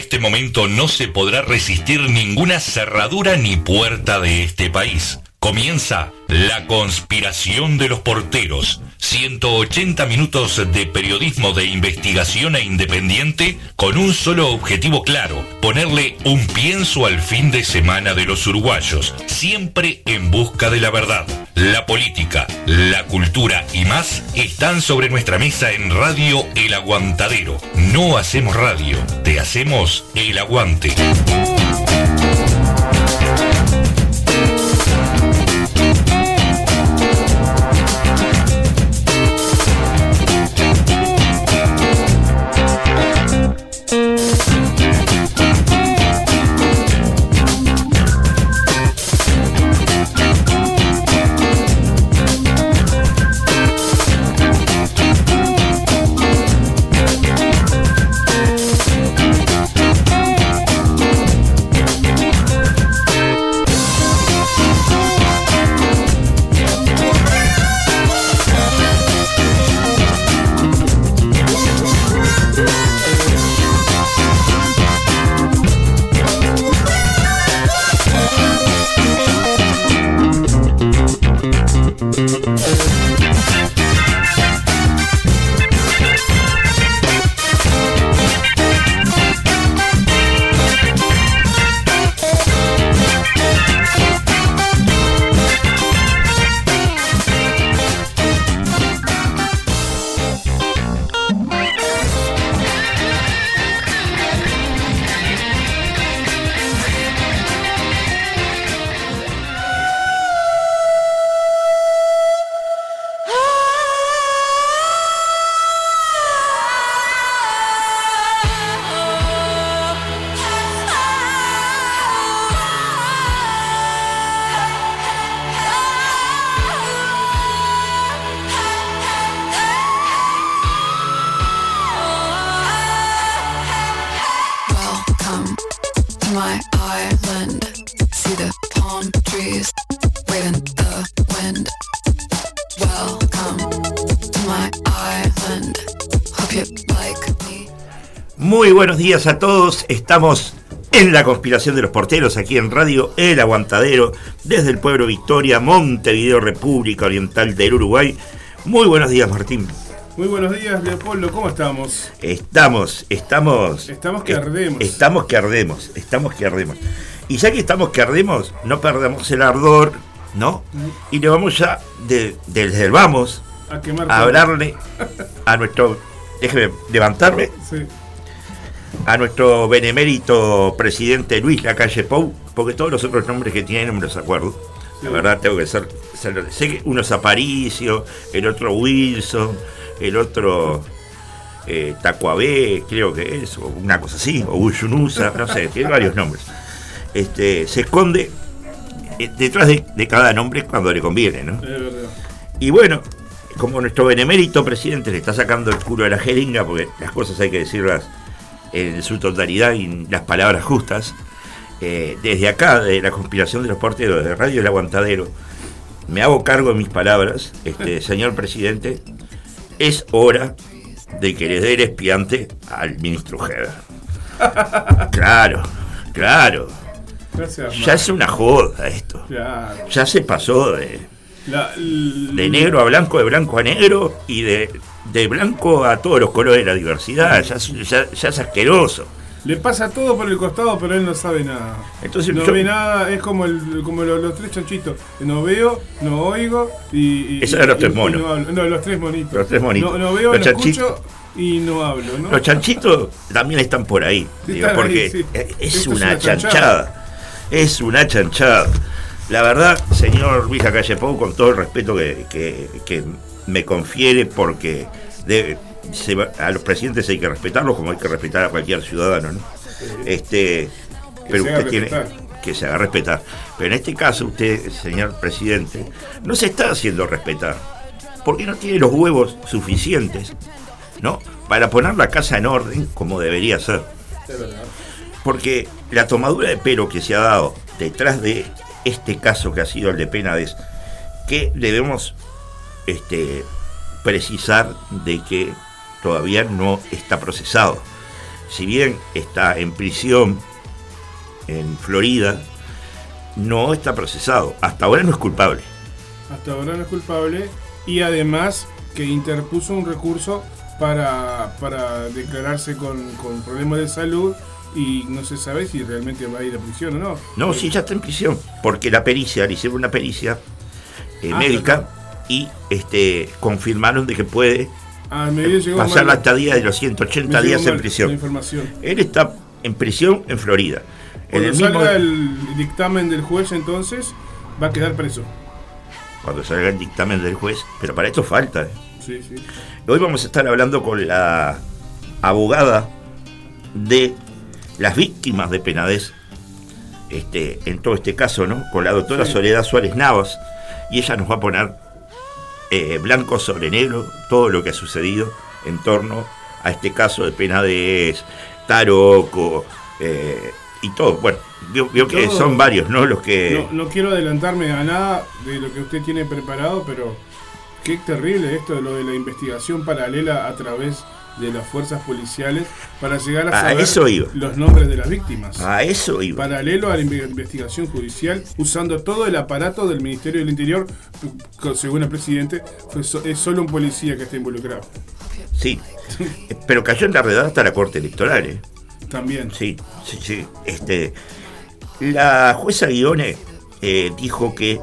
este momento no se podrá resistir ninguna cerradura ni puerta de este país. Comienza La Conspiración de los Porteros. 180 minutos de periodismo de investigación e independiente con un solo objetivo claro: ponerle un pienso al fin de semana de los uruguayos, siempre en busca de la verdad. La política, la cultura y más están sobre nuestra mesa en Radio El Aguantadero. No hacemos radio, te hacemos el aguante. Muy buenos días a todos, estamos en La Conspiración de los Porteros, aquí en Radio El Aguantadero, desde el pueblo Victoria, Montevideo, República Oriental del Uruguay. Muy buenos días, Martín. Muy buenos días, Leopoldo, ¿cómo estamos? Estamos que ardemos. Estamos que ardemos. Y ya que estamos que ardemos, no perdamos el ardor, ¿no? Y le vamos ya, desde el vamos, a hablarle a nuestro, déjeme levantarme, sí, a nuestro benemérito presidente Luis Lacalle Pou, porque todos los otros nombres que tiene no me los acuerdo. Sí. La verdad tengo que ser, sé que uno es Aparicio, el otro Wilson, el otro Tacuabé, creo que es, o una cosa así, o Uyunusa, no sé, tiene varios nombres. Se esconde detrás de cada nombre cuando le conviene, ¿no? Y bueno, como nuestro benemérito presidente le está sacando el culo de la jeringa, porque las cosas hay que decirlas en su totalidad y las palabras justas, desde acá, de La Conspiración de los Porteros, de Radio El Aguantadero, me hago cargo de mis palabras. Señor presidente, es hora de que le dé el espiante al ministro Ojeda. Claro. Gracias, ya es una joda esto. Claro. Ya se pasó de negro a blanco, de blanco a negro, y de blanco a todos los colores de la diversidad. Ya es asqueroso. Le pasa todo por el costado, pero él no sabe nada. Entonces, no ve nada, es como los tres chanchitos. No veo, no oigo y esos eran los tres monos. Los tres monitos. Los tres monitos. No veo, no escucho y no hablo, ¿no? Los chanchitos también están por ahí, porque ahí, sí. Es una chanchada. Es una chanchada. La verdad, señor Luis Lacalle Pou, con todo el respeto que me confiere, porque a los presidentes hay que respetarlos como hay que respetar a cualquier ciudadano, ¿no? Pero usted tiene que se haga respetar. Pero en este caso, usted, señor presidente, no se está haciendo respetar, porque no tiene los huevos suficientes, ¿no?, para poner la casa en orden como debería ser. Es verdad. Porque la tomadura de pelo que se ha dado detrás de este caso que ha sido el de Penades, que debemos precisar de que todavía no está procesado. si bien está en prisión en Florida, no está procesado. Hasta ahora no es culpable. Hasta ahora no es culpable, y además que interpuso un recurso para declararse con problemas de salud, y no se sabe si realmente va a ir a prisión o no. No, sí, ya está en prisión, porque la pericia, le hicieron una pericia médica, y confirmaron de que puede pasar la estadía de los 180 días en prisión. Él está en prisión en Florida. Cuando salga el dictamen del juez, entonces va a quedar preso. Cuando salga el dictamen del juez, pero para esto falta. Sí, sí. Hoy vamos a estar hablando con la abogada de las víctimas de Penades, en todo este caso, ¿no? Con la doctora Soledad Suárez Navas, y ella nos va a poner blanco sobre negro todo lo que ha sucedido en torno a este caso de Penades, Taroco, y todo. Bueno, vio que todo, son varios, ¿no? Los que... No quiero adelantarme a nada de lo que usted tiene preparado, pero qué terrible esto de lo de la investigación paralela a través de las fuerzas policiales para llegar a saber los nombres de las víctimas. A eso iba. Paralelo a la investigación judicial, usando todo el aparato del Ministerio del Interior, según el presidente, es solo un policía que está involucrado. Sí, pero cayó en la redada hasta la Corte Electoral, También. Sí. La jueza Guione dijo que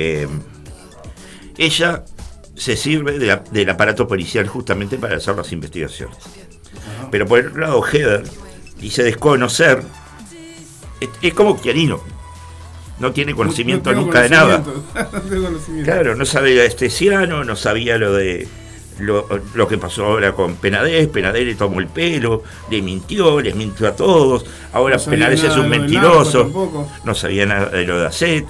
ella se sirve del aparato policial justamente para hacer las investigaciones. Ajá. Pero por el otro lado, Heber dice desconocer. Es como Chiarino. No tiene conocimiento nunca de nada. Claro, no sabía de Esteciano, no sabía lo que pasó ahora con Penades. Penades le tomó el pelo, les mintió a todos. Ahora no Penades es un mentiroso. No sabía nada de lo de Acet.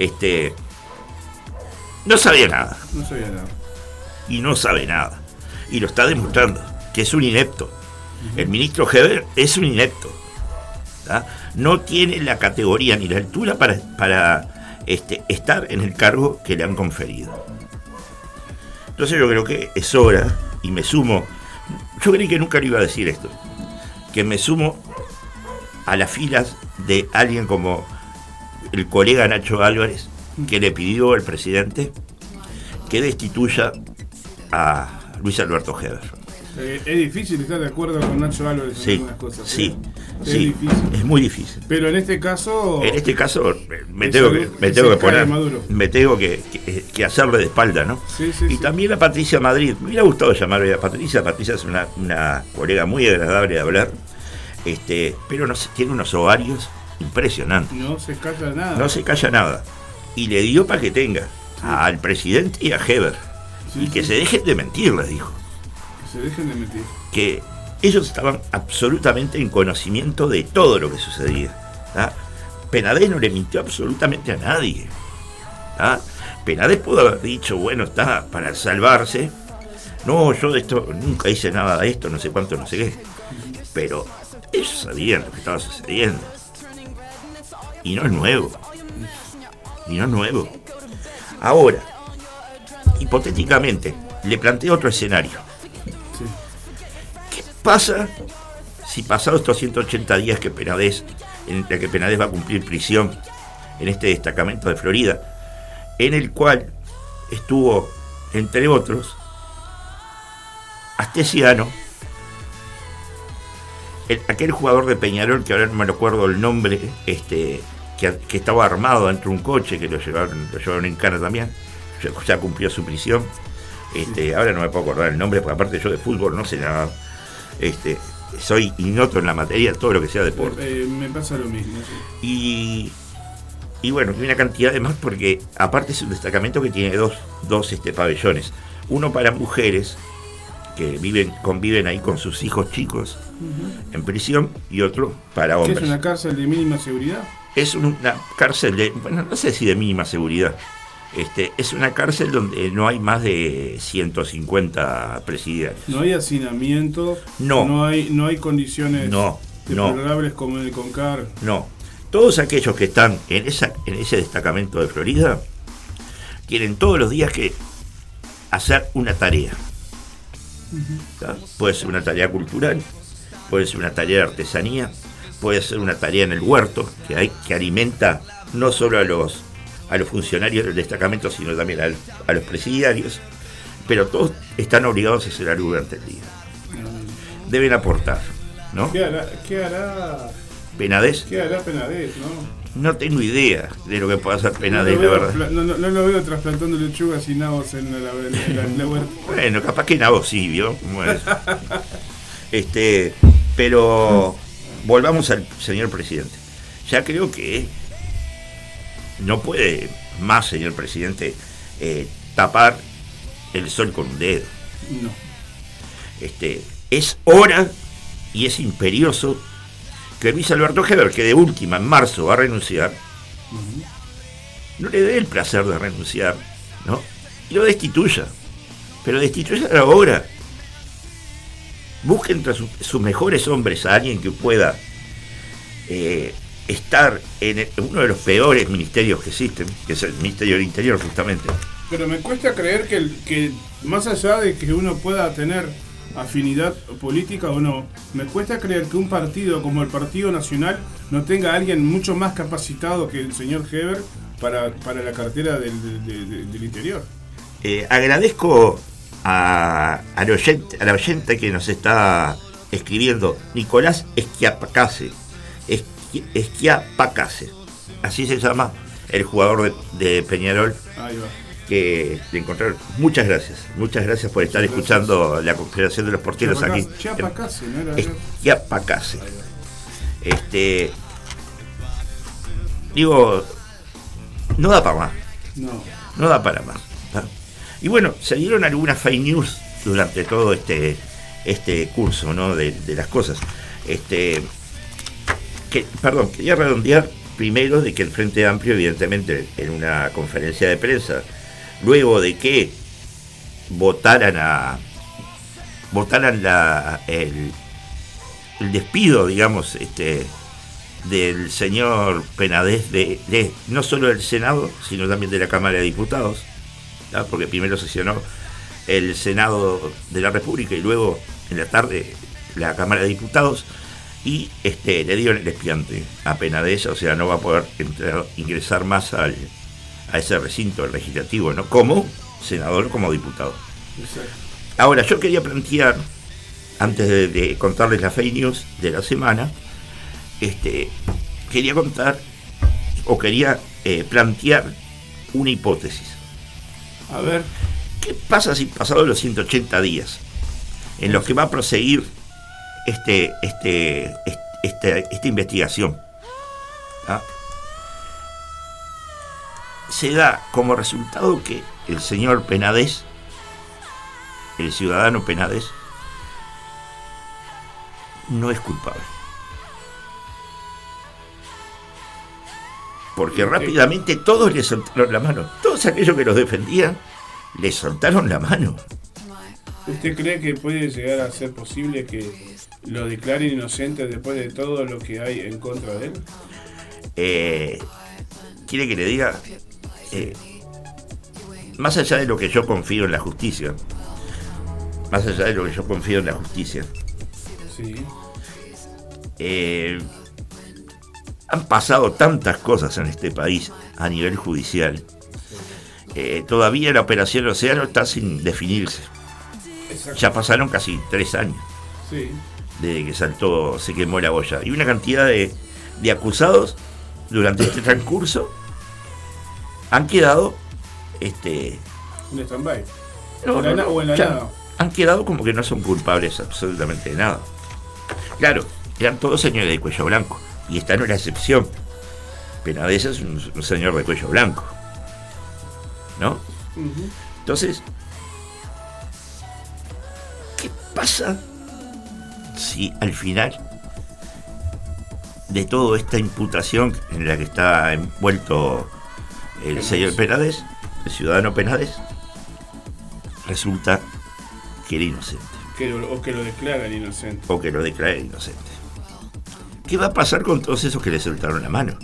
No sabía nada. Y no sabe nada. Y lo está demostrando, que es un inepto. Uh-huh. El ministro Heber es un inepto. ¿Tá? No tiene la categoría ni la altura para estar en el cargo que le han conferido. Entonces yo creo que es hora, y me sumo, yo creí que nunca le iba a decir esto, que me sumo a las filas de alguien como el colega Nacho Álvarez, que le pidió al presidente que destituya a Luis Alberto Heber. Es difícil estar de acuerdo con Nacho Álvarez en algunas cosas. Sí, es muy difícil. Pero en este caso me tengo que hacerle de espalda, ¿no? Y también a Patricia Madrid. Me hubiera gustado llamarle a Patricia. Patricia es una colega muy agradable de hablar, pero tiene unos ovarios impresionantes. No se calla nada. No se calla nada. Y le dio para que tenga al presidente y a Heber. Y que se dejen de mentir, les dijo. Que se dejen de mentir. Que ellos estaban absolutamente en conocimiento de todo lo que sucedía. ¿Tá? Penades no le mintió absolutamente a nadie. ¿Tá? Penades pudo haber dicho, bueno, está para salvarse. No, yo de esto nunca hice nada de esto, no sé cuánto, no sé qué. Pero ellos sabían lo que estaba sucediendo. Y no es nuevo. Ahora, hipotéticamente, le planteo otro escenario. Sí. ¿Qué pasa si pasados estos 180 días que Penades va a cumplir prisión en este destacamento de Florida, en el cual estuvo, entre otros, Astesiano, aquel jugador de Peñarol, que ahora no me acuerdo el nombre, que estaba armado dentro de un coche, que lo llevaron en cana también, ya cumplió su prisión. Ahora no me puedo acordar el nombre, porque aparte yo de fútbol no sé nada. Soy ignoto en la materia, todo lo que sea deporte. Me pasa lo mismo. Sí. Y bueno, tiene una cantidad de más, porque aparte es un destacamento que tiene dos pabellones. Uno para mujeres que conviven ahí con sus hijos chicos, uh-huh, en prisión, y otro para hombres. ¿Es una cárcel de mínima seguridad? Es una cárcel no sé si de mínima seguridad. Es una cárcel donde no hay más de 150 presidiarios. ¿No hay hacinamiento? No hay condiciones deplorables como en el CONCAR. No. Todos aquellos que están en ese destacamento de Florida tienen todos los días que hacer una tarea. Uh-huh. Puede ser una tarea cultural, puede ser una tarea de artesanía, puede ser una tarea en el huerto, que alimenta no solo a los funcionarios del destacamento, sino también a los presidiarios, pero todos están obligados a hacer algo durante el día. Deben aportar, ¿no? ¿Qué hará Penades? ¿Qué hará Penades, no? No tengo idea de lo que pueda hacer Penades, la verdad. No lo veo trasplantando lechugas y nabos en la huerta. Bueno, capaz que nabos sí, ¿vio? Pero volvamos al señor presidente. Ya creo que no puede más, señor presidente, tapar el sol con un dedo. No. Es hora y es imperioso que Luis Alberto Heber, que de última en marzo va a renunciar, no le dé el placer de renunciar, ¿no? Y lo destituya. Pero destituya ahora. Busque entre sus mejores hombres a alguien que pueda estar en uno de los peores ministerios que existen, que es el Ministerio del Interior, justamente. Pero me cuesta creer que más allá de que uno pueda tener afinidad política o no, me cuesta creer que un partido como el Partido Nacional no tenga a alguien mucho más capacitado que el señor Heber para la cartera del Interior. Agradezco a la oyente que nos está escribiendo, Nicolás Schiapacase, así se llama el jugador de Peñarol. Ahí va. Que le encontraron. Muchas gracias por estar escuchando la conspiración de los porteros aquí. Schiapacase, ¿no era? Schiapacase. Digo, no da para más. No da para más. ¿No? Y bueno, se dieron algunas fake news durante todo este curso, ¿no? de las cosas. Quería redondear primero de que el Frente Amplio, evidentemente, en una conferencia de prensa, luego de que votaran el despido, digamos, del señor Penades de no solo del Senado, sino también de la Cámara de Diputados, ¿no? Porque primero sesionó el Senado de la República y luego en la tarde la Cámara de Diputados, y le dieron el expiante a Penades, o sea, no va a poder ingresar más a ese recinto legislativo, ¿no? Como senador, como diputado. Exacto. Ahora, yo quería plantear, antes de contarles las fake news de la semana, quería plantear una hipótesis. A ver. ¿Qué pasa si pasados los 180 días en los que va a proseguir esta investigación, ¿ah? Se da como resultado que el señor Penades, el ciudadano Penades, no es culpable? Porque rápidamente todos le soltaron la mano. Todos aquellos que los defendían le soltaron la mano. ¿Usted cree que puede llegar a ser posible que lo declaren inocente después de todo lo que hay en contra de él? ¿Quiere que le diga? Más allá de lo que yo confío en la justicia, sí. Han pasado tantas cosas en este país a nivel judicial. Todavía la operación Océano está sin definirse. Exacto. Ya pasaron casi 3 años. Sí. Desde que se quemó la olla. Y una cantidad de acusados durante este transcurso han quedado en stand-by. O en la nada. Han quedado como que no son culpables absolutamente de nada. Claro, eran todos señores de cuello blanco. Y esta no es la excepción. Penades es un señor de cuello blanco, ¿no? Uh-huh. Entonces, ¿qué pasa si al final de toda esta imputación en la que está envuelto el señor Penades, el ciudadano Penades, resulta que era inocente? O que lo declaran inocente. ¿Qué va a pasar con todos esos que le soltaron la mano?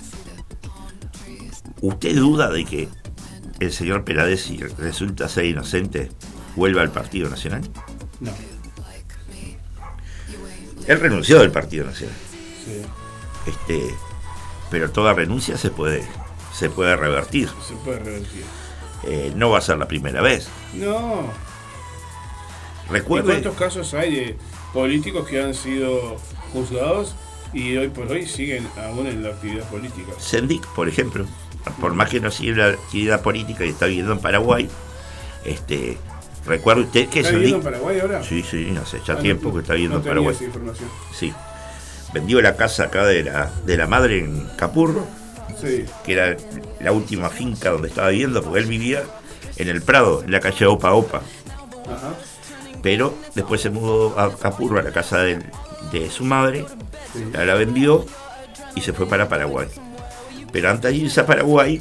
¿Usted duda de que el señor Penades, si resulta ser inocente, vuelva al Partido Nacional? No. Él renunció del Partido Nacional. Sí. Pero toda renuncia se puede revertir. Se puede revertir. No va a ser la primera vez. No. Recuerde. ¿Cuántos casos hay de políticos que han sido juzgados y hoy por hoy siguen aún en la actividad política? Sendik, por ejemplo, por más que no sigue la actividad política y está viviendo en Paraguay, ¿recuerda usted que ¿Está viviendo en Paraguay ahora? Sí, hace ya tiempo que está viviendo en Paraguay. Esa información. Sí. Vendió la casa acá de la madre en Capurro, sí, que era la última finca donde estaba viviendo, porque él vivía en el Prado, en la calle Opa Opa. Ajá. Pero después se mudó a Capurro, a la casa de su madre, sí, la vendió y se fue para Paraguay. Pero antes de irse a Paraguay,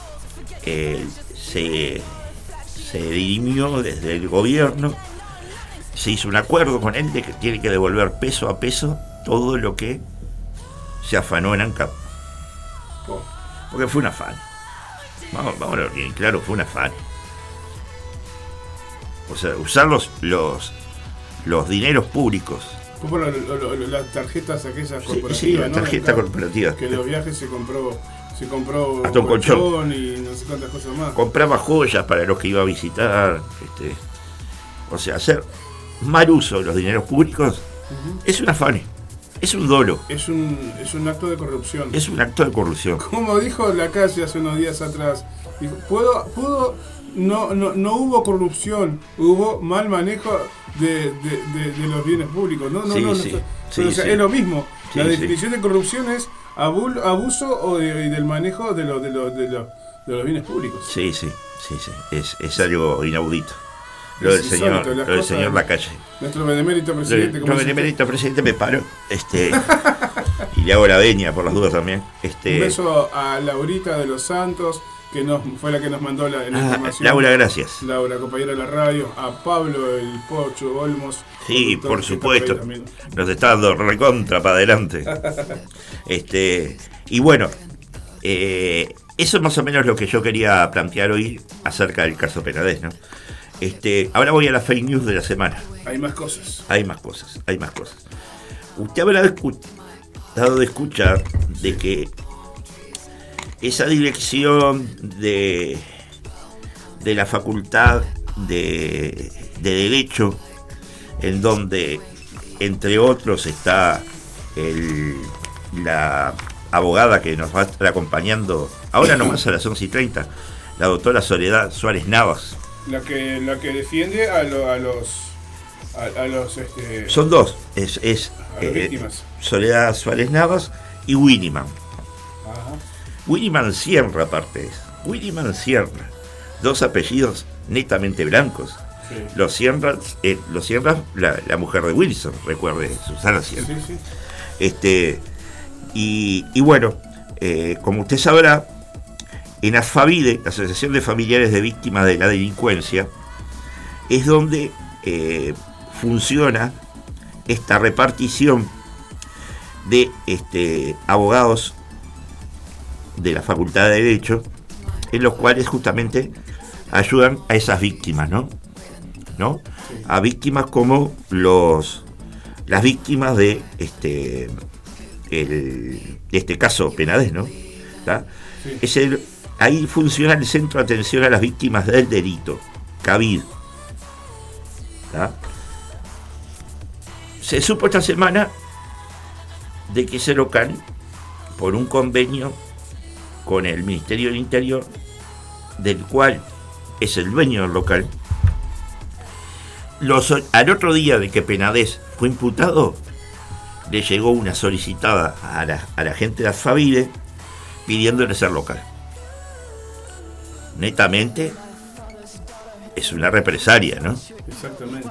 se dirimió desde el gobierno, se hizo un acuerdo con él de que tiene que devolver peso a peso todo lo que se afanó en ANCAP. Porque fue un afán. Vámonos bien, claro, fue un afán. O sea, usar los dineros públicos. Como las tarjetas aquellas corporativas. Sí, la tarjeta corporativa. Que en los viajes se compró hasta un colchón y no sé cuántas cosas más. Compraba joyas para los que iba a visitar. O sea, hacer mal uso de los dineros públicos es un afán. Es un dolo. Es un acto de corrupción. Es un acto de corrupción. Como dijo Lacalle hace unos días atrás, dijo, no hubo corrupción, hubo mal manejo de los bienes públicos. Es lo mismo. La definición de corrupción es abuso del manejo de los bienes públicos. Sí. Es algo inaudito. Lo del señor Lacalle. Nuestro benemérito presidente. Nuestro benemérito presidente me paró. Y le hago la veña por las dudas también. Un beso a Laurita de los Santos, que fue la que nos mandó la información. Laura, gracias. Laura, compañera de la radio. A Pablo, el Pocho Olmos. Sí, por supuesto. Nos está dando recontra para adelante. Y bueno, eso es más o menos lo que yo quería plantear hoy acerca del caso Penades, ¿no? Ahora voy a la fake news de la semana. Hay más cosas. Usted habrá dado de escuchar de que esa dirección de la Facultad de Derecho, en donde entre otros está la abogada que nos va a estar acompañando ahora nomás a las 11:30, la doctora Soledad Suárez Navas. La que defiende a los son dos, a las víctimas. Soledad Suárez Navas y Winniman. Ajá. Winniman Sierra, aparte es. Winniman Sierra. Dos apellidos netamente blancos. Sí. Los Sierra, la mujer de Wilson, recuerde, Susana Sierra. Sí. Y bueno, como usted sabrá, en AFAVIDE, la Asociación de Familiares de Víctimas de la Delincuencia, es donde funciona esta repartición de abogados de la Facultad de Derecho, en los cuales justamente ayudan a esas víctimas, ¿no? Sí. A víctimas como las víctimas de este caso Penades, ¿no? Sí. Ahí funciona el Centro de Atención a las Víctimas del Delito, CAVID. Se supo esta semana de que ese local, por un convenio con el Ministerio del Interior, del cual es el dueño del local, al otro día de que Penades fue imputado, le llegó una solicitada a la gente de AFAVIDE pidiéndole ser local. Netamente es una represalia, ¿no? Exactamente.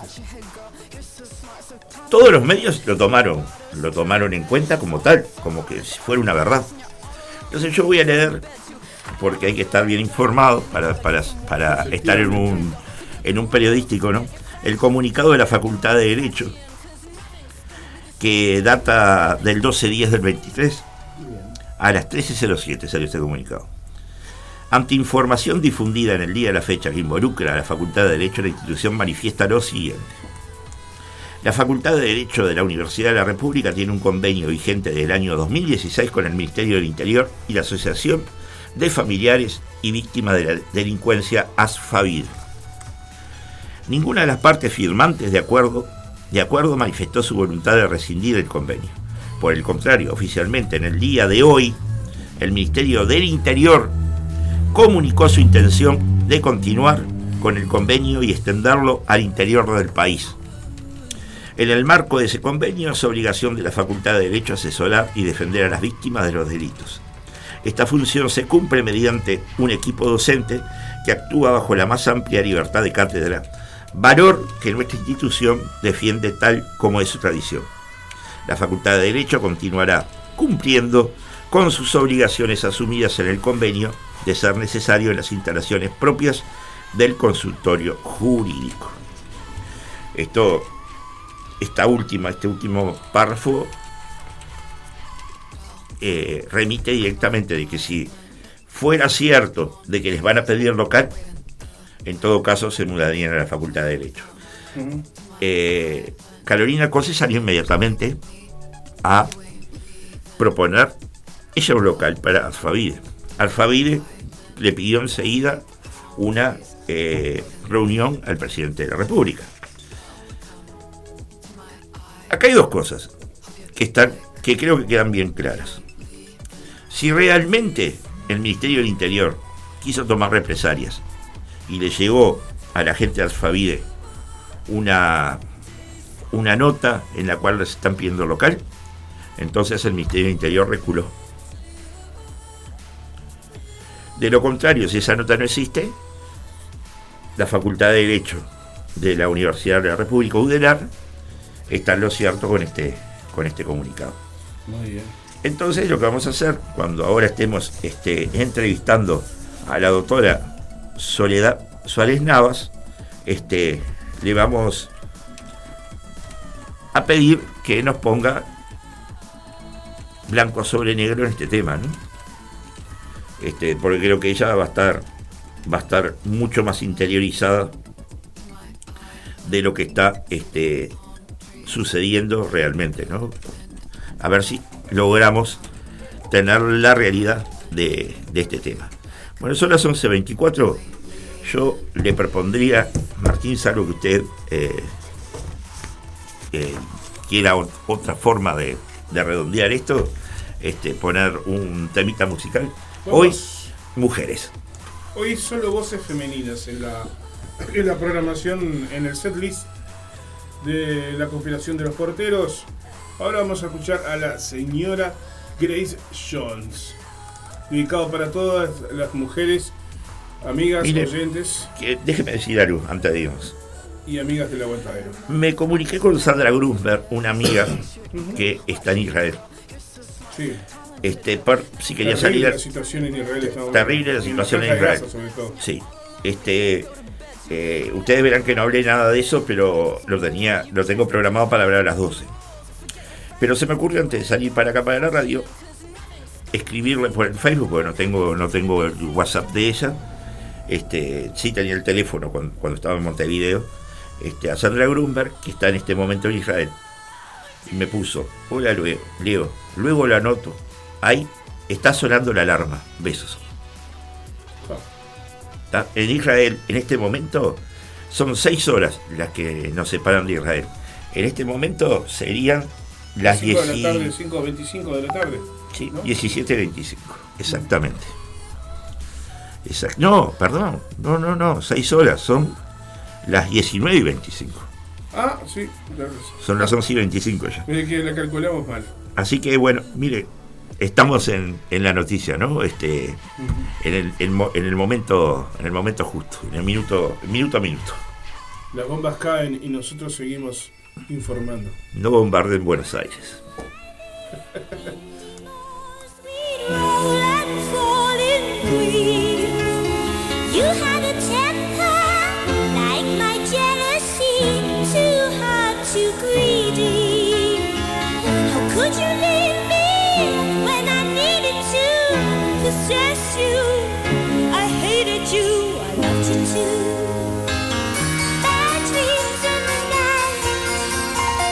Todos los medios lo tomaron en cuenta como tal, como que si fuera una verdad. Entonces yo voy a leer, porque hay que estar bien informado para estar en un periodístico, ¿no? El comunicado de la Facultad de Derecho, que data del 12/10 del 23, a las 13:07 salió este comunicado. Ante información difundida en el día de la fecha que involucra a la Facultad de Derecho, la institución manifiesta lo siguiente. La Facultad de Derecho de la Universidad de la República tiene un convenio vigente desde el año 2016 con el Ministerio del Interior y la Asociación de Familiares y Víctimas de la Delincuencia, ASFAVIDE. Ninguna de las partes firmantes de acuerdo manifestó su voluntad de rescindir el convenio. Por el contrario, oficialmente en el día de hoy, el Ministerio del Interior comunicó su intención de continuar con el convenio y extenderlo al interior del país. En el marco de ese convenio es obligación de la Facultad de Derecho asesorar y defender a las víctimas de los delitos. Esta función se cumple mediante un equipo docente que actúa bajo la más amplia libertad de cátedra, valor que nuestra institución defiende tal como es su tradición. La Facultad de Derecho continuará cumpliendo con sus obligaciones asumidas en el convenio, de ser necesario en las instalaciones propias del consultorio jurídico. Este último párrafo remite directamente de que si fuera cierto de que les van a pedir local, en todo caso se mudarían a la Facultad de Derecho. Carolina Cose salió inmediatamente a proponer ella un local para ASFAVIDE. ASFAVIDE le pidió enseguida una reunión al presidente de la República. Acá hay dos cosas que creo que quedan bien claras. Si realmente el Ministerio del Interior quiso tomar represalias y le llegó a la gente de ASFAVIDE una nota en la cual les están pidiendo local, entonces el Ministerio del Interior reculó. De lo contrario, si esa nota no existe, la Facultad de Derecho de la Universidad de la República, UDELAR, está en lo cierto con este comunicado. Muy bien. Entonces lo que vamos a hacer, cuando ahora estemos entrevistando a la doctora Soledad Suárez Navas, le vamos a pedir que nos ponga blanco sobre negro en este tema, ¿no? Porque creo que ella va a estar mucho más interiorizada de lo que está sucediendo realmente, ¿no? A ver si logramos tener la realidad de este tema. Bueno, son las 11:24. Yo le propondría, Martín, salvo que usted quiera otra forma de redondear esto, poner un temita musical. Hoy, mujeres. Hoy solo voces femeninas en la programación, en el setlist de la conspiración de los porteros. Ahora vamos a escuchar a la señora Grace Jones, dedicado para todas las mujeres, amigas, oyentes. Déjeme decir algo antes de irnos. Y amigas del aguantadero. Me comuniqué con Sandra Grunberg, una amiga que está en Israel. Sí. Si quería salir. La situación en Israel está terrible la situación en Israel. Sí. Ustedes verán que no hablé nada de eso, pero lo tengo programado para hablar a las 12. Pero se me ocurrió, antes de salir para acá para la radio, escribirle por el Facebook, porque no tengo el WhatsApp de ella. Sí tenía el teléfono cuando estaba en Montevideo, a Sandra Grunberg, que está en este momento en Israel. Y me puso: hola Leo, luego lo anoto. Ahí está sonando la alarma. Besos. En Israel, en este momento, son 6 horas las que nos separan de Israel. En este momento serían las 5:25 de la tarde. Sí, ¿no? 17:25, exactamente. No, perdón, no, 6 horas, son las 19:25. Ah, sí, claro. Son las 11:25 ya. Es que la calculamos mal. Así que bueno, mire, estamos en la noticia, ¿no? En el momento justo, en el minuto a minuto. Las bombas caen y nosotros seguimos informando. No bombarden Buenos Aires. You had a temper like my jealousy, too hard, too greedy. How could you leave me when I needed to possess you? I hated you, I loved you too. Bad dreams in the night,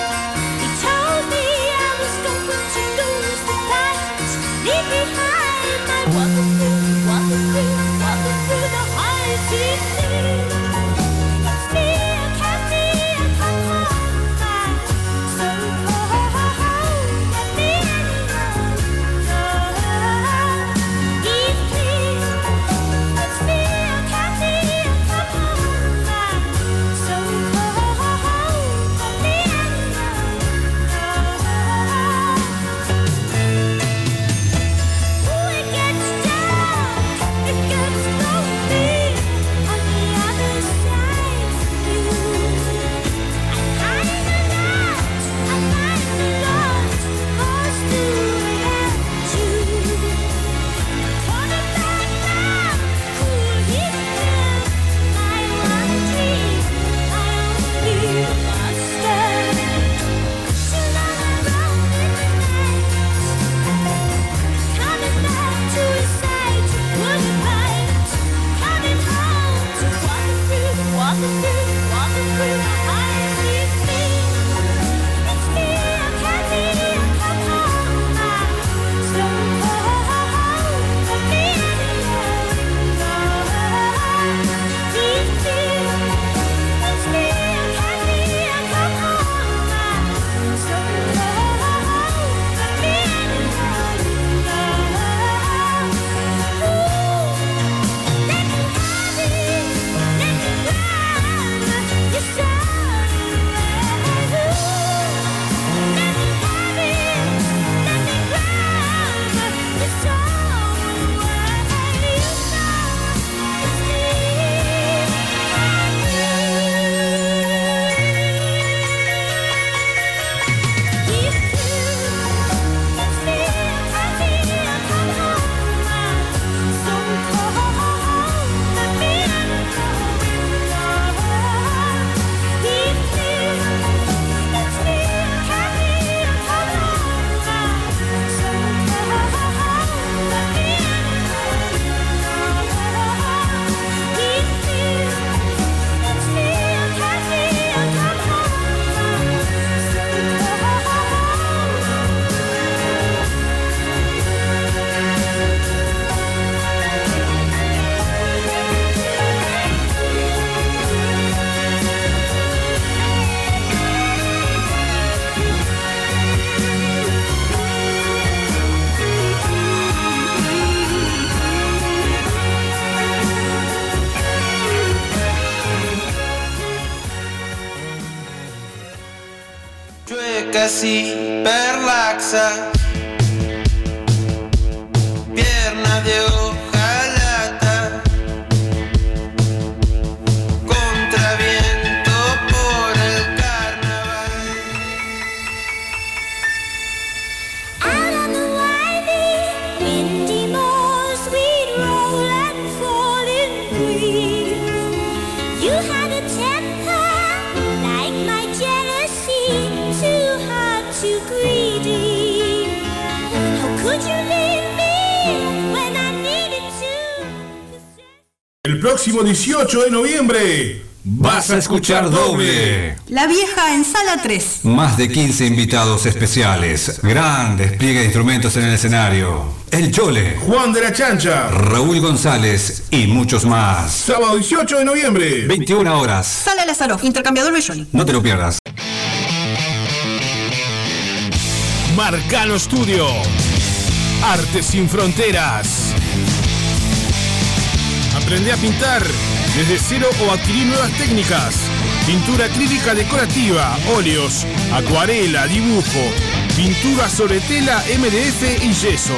così per l'axa, pierna de hojalata, contraviento por el carnaval. Out on the winding, windy moors, we'd roll and fall in breeze. You had a temper like my jealousy, too hard, too greedy. How could you leave me when I needed to? El próximo 18 de noviembre vas a escuchar doble. La Vieja en Sala 3. Más de 15 invitados especiales. Gran despliegue de instrumentos en el escenario. El Chole, Juan de la Chancha, Raúl González y muchos más. Sábado 18 de noviembre, 21 horas. Sala Lázaro, Intercambiador Belloni. No te lo pierdas. Marcano Studio, Arte sin fronteras. Aprende a pintar desde cero o adquirir nuevas técnicas. Pintura acrílica decorativa, óleos, acuarela, dibujo, pintura sobre tela, MDF y yeso.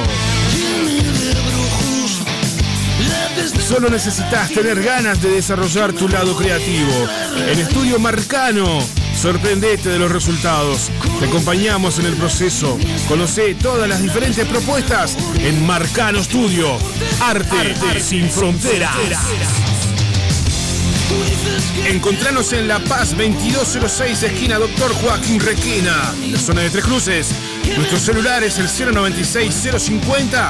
Solo necesitas tener ganas de desarrollar tu lado creativo. En Estudio Marcano, sorprendete de los resultados. Te acompañamos en el proceso. Conocé todas las diferentes propuestas en Marcano Studio. Arte sin fronteras. Encontranos en La Paz 2206, esquina Dr. Joaquín Requena, en la zona de Tres Cruces. Nuestro celular es el 096-050-144.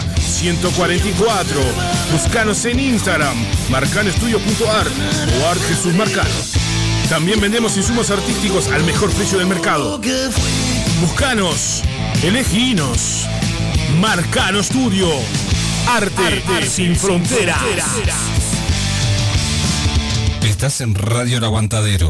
Buscanos en Instagram, marcanostudio.art o Art Jesús Marcano. También vendemos insumos artísticos al mejor precio del mercado. Buscanos, eleginos. Marcano Studio, Arte sin fronteras. Estás en Radio El Aguantadero.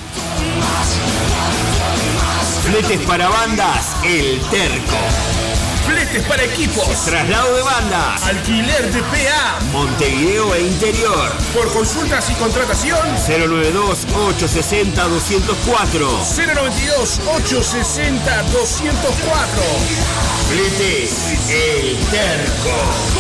Fletes para bandas, El Terco. Fletes para equipos. Traslado de bandas. Alquiler de PA. Montevideo e interior. Por consultas y contratación 092-860-204. 092-860-204. Fletes El Terco.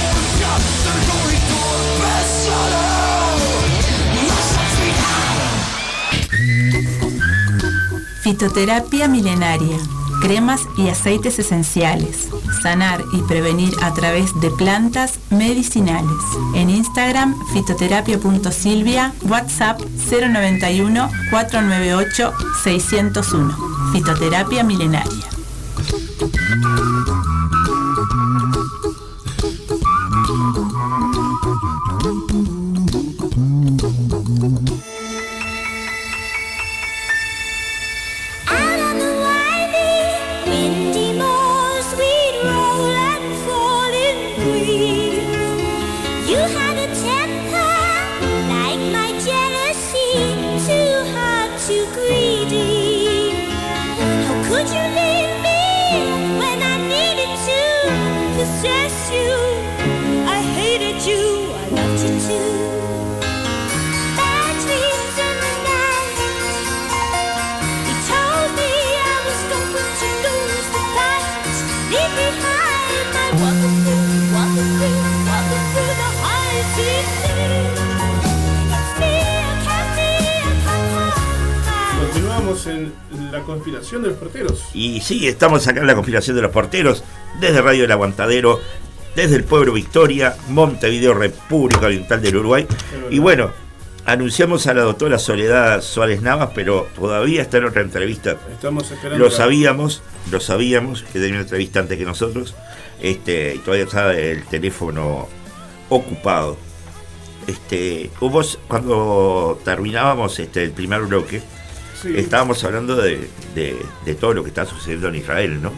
Fitoterapia milenaria. Cremas y aceites esenciales. Sanar y prevenir a través de plantas medicinales. En Instagram, fitoterapia.silvia, WhatsApp 091-498-601. Fitoterapia milenaria. Continuamos en la conspiración de los porteros. Y sí, estamos acá en la conspiración de los porteros, desde Radio El Aguantadero, desde el pueblo Victoria, Montevideo, República Oriental del Uruguay. Y bueno, anunciamos a la doctora Soledad Suárez Navas, pero todavía está en otra entrevista. Estamos esperando. Lo sabíamos, que tenía una entrevista antes que nosotros, y todavía está el teléfono ocupado. Vos, cuando terminábamos el primer bloque, sí, estábamos hablando de todo lo que está sucediendo en Israel, ¿no?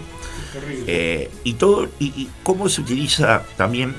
Y cómo se utiliza también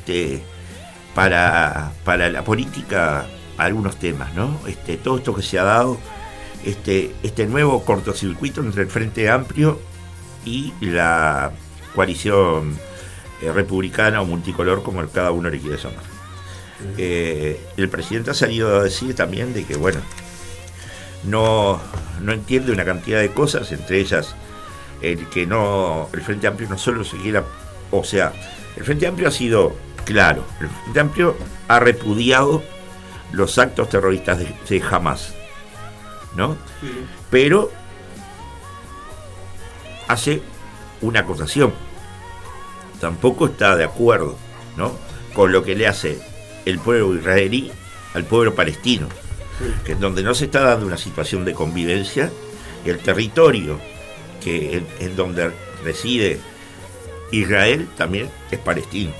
para la política algunos temas, ¿no? Todo esto que se ha dado, este nuevo cortocircuito entre el Frente Amplio y la coalición republicana o multicolor, como cada uno le quiere llamar. El presidente ha salido a decir también de que, bueno, no entiende una cantidad de cosas, entre ellas el Frente Amplio no solo se quiera, o sea, el Frente Amplio ha sido claro, el Frente Amplio ha repudiado los actos terroristas de Hamas, ¿no? Sí. Pero hace una acotación, tampoco está de acuerdo, ¿no?, con lo que le hace el pueblo israelí al pueblo palestino, que es donde no se está dando una situación de convivencia, y el territorio en donde reside Israel también es palestino.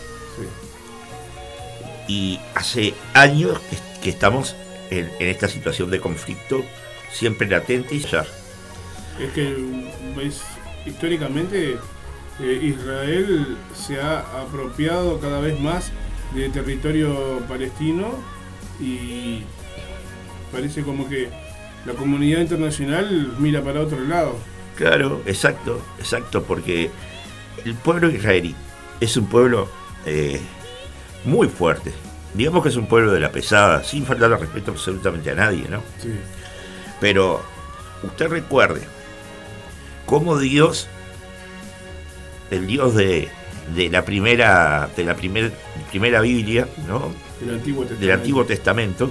Sí. Y hace años que estamos en esta situación de conflicto siempre latente y ya. Es que históricamente Israel se ha apropiado cada vez más de territorio palestino y parece como que la comunidad internacional mira para otro lado. Claro, exacto, porque el pueblo israelí es un pueblo muy fuerte. Digamos que es un pueblo de la pesada, sin faltarle respeto absolutamente a nadie, ¿no? Sí. Pero usted recuerde cómo Dios, el Dios de la primera Biblia, ¿no?, del Antiguo Testamento,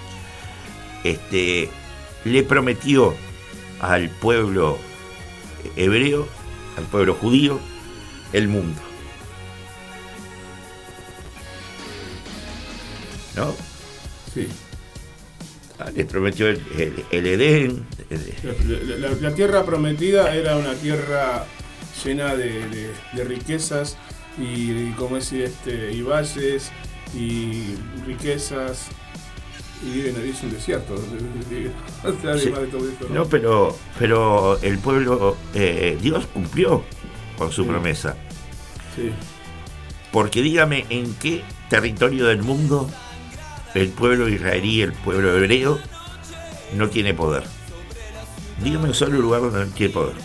le prometió al pueblo hebreo, al pueblo judío, el mundo, ¿no? Sí. Les prometió el Edén. La tierra prometida era una tierra llena de riquezas y como decir, y valles y riquezas, y es un desierto. Sí. De todo esto, ¿no? No, pero el pueblo, Dios cumplió con su promesa. Sí. Porque dígame en qué territorio del mundo el pueblo israelí, el pueblo hebreo, no tiene poder. Dígame un solo lugar donde no tiene poder.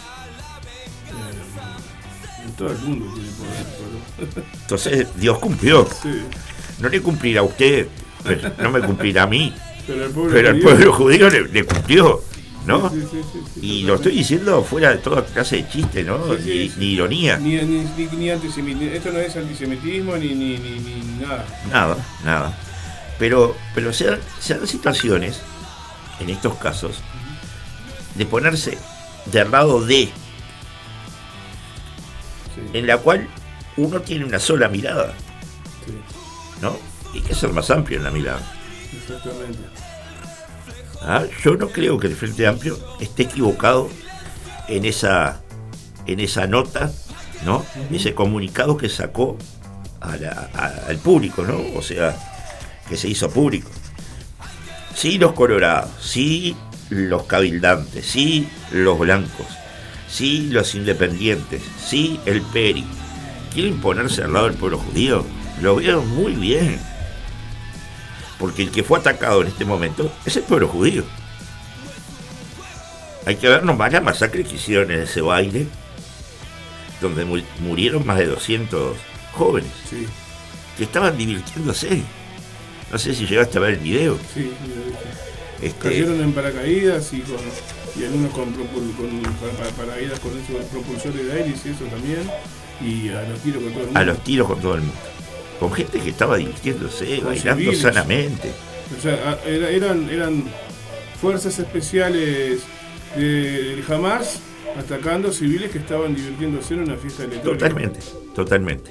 En todo el mundo tiene poder. Entonces Dios cumplió. Sí. No le cumplirá a usted, no me cumplirá a mí. Pero el pueblo judío le cumplió, ¿no? Sí, y lo estoy diciendo fuera de toda clase de chiste, ¿no? Ni ironía. Ni antisemitismo. Esto no es antisemitismo ni nada. Nada. Pero se dan situaciones, en estos casos, de ponerse del lado de, en la cual uno tiene una sola mirada, ¿no? Y hay que ser más amplio en la mirada. Exactamente. Yo no creo que el Frente Amplio esté equivocado en esa nota, ¿no? Ese comunicado que sacó al público, ¿no? O sea, que se hizo público. Sí, los colorados, sí, los cabildantes, sí, los blancos, sí, los independientes, sí, el PERI. ¿Quieren ponerse al lado del pueblo judío? Lo veo muy bien. Porque el que fue atacado en este momento es el pueblo judío. Hay que ver nomás la masacre que hicieron en ese baile, donde murieron más de 200 jóvenes, sí, que estaban divirtiéndose. No sé si llegaste a ver el video. Sí, cayeron en paracaídas y algunos con paracaídas con esos propulsores de aire y eso también, y a los tiros con todo el mundo. A los tiros con todo el mundo. Con gente que estaba divirtiéndose, con bailando civiles, sanamente. O sea, eran fuerzas especiales del Hamas atacando civiles que estaban divirtiéndose en una fiesta electrónica. Totalmente.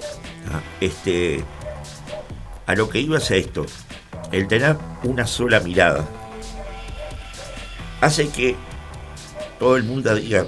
A lo que iba a esto, el tener una sola mirada hace que todo el mundo diga,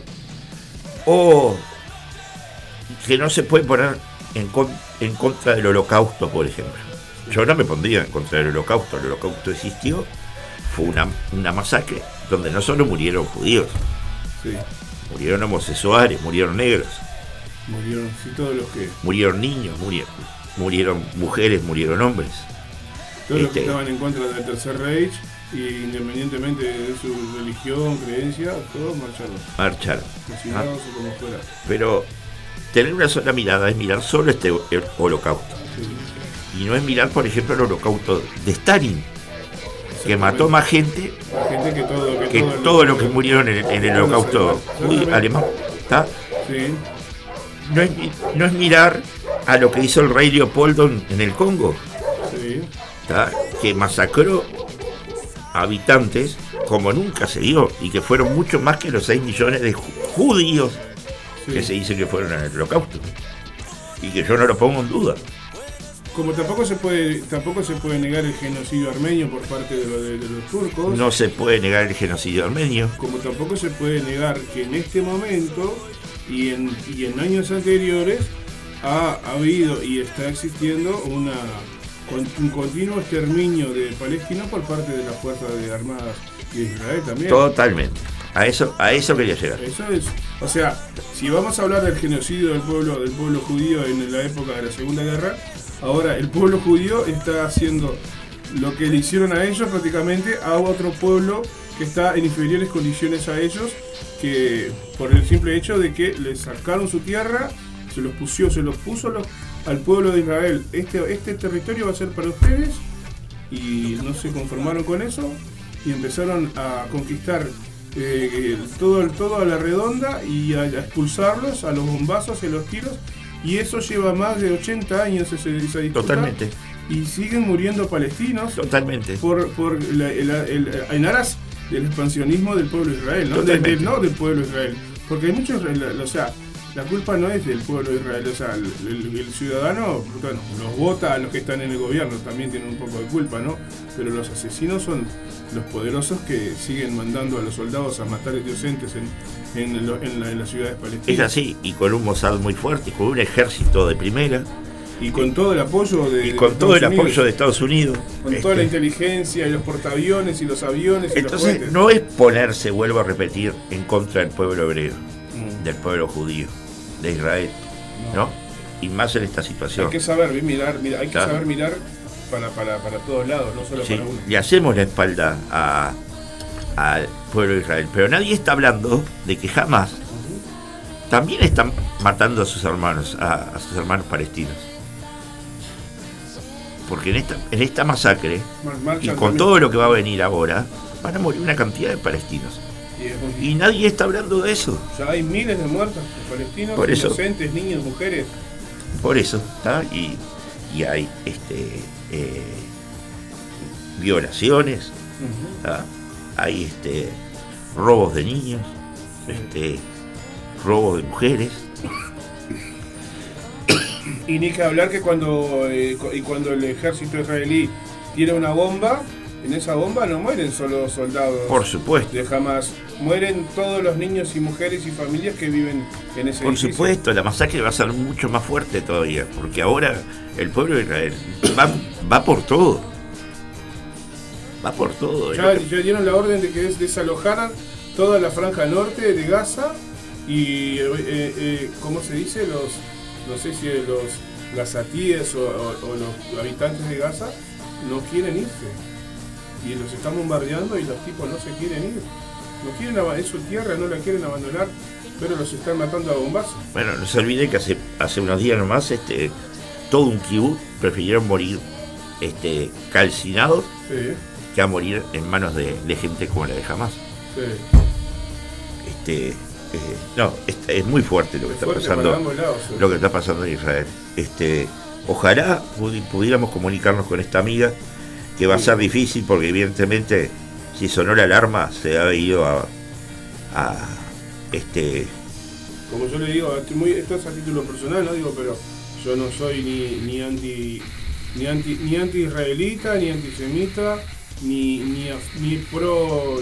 que no se puede poner en contra del Holocausto, por ejemplo. Yo no me pondría en contra del Holocausto. El Holocausto existió, fue una masacre donde no solo murieron judíos, sí, murieron homosexuales, murieron negros, murieron todos los que murieron niños, murieron mujeres, murieron hombres. Todos los que estaban en contra del Tercer Reich, y independientemente de su religión, creencia, todos marcharon. Como fuera. Pero tener una sola mirada es mirar solo este holocausto. Sí. Y no es mirar, por ejemplo, el holocausto de Stalin, que mató más gente que todo lo que murieron en el holocausto alemán. ¿Está? Sí. No es mirar a lo que hizo el rey Leopoldo en el Congo, sí, que masacró habitantes como nunca se dio, y que fueron mucho más que los 6 millones de judíos que se dice que fueron en el Holocausto, y que yo no lo pongo en duda. Como tampoco se puede negar el genocidio armenio por parte de los turcos. No se puede negar el genocidio armenio. Como tampoco se puede negar que en este momento y en años anteriores ha habido y está existiendo un continuo exterminio de palestinos por parte de las fuerzas armadas de Israel también. Totalmente. A eso quería llegar. Eso es. O sea, si vamos a hablar del genocidio del pueblo judío en la época de la Segunda Guerra, ahora el pueblo judío está haciendo lo que le hicieron a ellos prácticamente a otro pueblo que está en inferiores condiciones a ellos, que por el simple hecho de que les sacaron su tierra, se los puso al pueblo de Israel. Este territorio va a ser para ustedes, y no se conformaron con eso y empezaron a conquistar todo a la redonda y a expulsarlos a los bombazos y a los tiros, y eso lleva más de 80 años esa disputa. Totalmente. Y siguen muriendo palestinos. Totalmente. En aras del expansionismo del pueblo de Israel, ¿no? No del pueblo de Israel, porque hay muchos, o sea, la culpa no es del pueblo de Israel, o sea, el ciudadano, bueno, los vota a los que están en el gobierno, también tienen un poco de culpa, ¿no? Pero los asesinos son los poderosos que siguen mandando a los soldados a matar inocentes en las ciudades palestinas. Es así, y con un Mossad muy fuerte, con un ejército de primera. Y con todo el apoyo de Estados Unidos. Con toda la inteligencia y los portaaviones y los aviones. Entonces, y los no es ponerse, vuelvo a repetir, en contra del pueblo hebreo, del pueblo judío, de Israel, ¿no? Y más en esta situación. Hay que saber mirar para todos lados, no solo para uno. Le hacemos la espalda al pueblo de Israel, pero nadie está hablando de que jamás también están matando a sus hermanos palestinos. Porque en esta masacre, y con también todo lo que va a venir ahora, van a morir una cantidad de palestinos. Y nadie está hablando de eso. Ya hay miles de muertos palestinos, por eso, inocentes, niños, mujeres. Por eso, y hay violaciones, hay robos de niños, robos de mujeres. Y ni que hablar que cuando el ejército israelí tira una bomba, en esa bomba no mueren solo soldados, por supuesto, de Hamas, mueren todos los niños y mujeres y familias que viven en ese por edificio. Supuesto, la masacre va a ser mucho más fuerte todavía, porque ahora el pueblo de Israel va por todo. Va por todo. Ya dieron la orden de que desalojaran toda la franja norte de Gaza y, ¿cómo se dice? No sé si los gazatíes o los habitantes de Gaza no quieren irse. Y los están bombardeando y los tipos no se quieren ir. No quieren es su tierra, no la quieren abandonar, pero los están matando a bombazos. Bueno, no se olvide que hace unos días nomás todo un kibutz prefirieron morir calcinados, sí, que a morir en manos de gente como la de Hamas. Sí. Es muy fuerte lo que está pasando. Lo que está pasando en Israel. Ojalá pudiéramos comunicarnos con esta amiga, que va a ser difícil porque evidentemente si sonó la alarma se ha ido a como yo le digo, esto es a título personal, no digo, pero yo no soy ni anti-israelita, ni antisemita, ni pro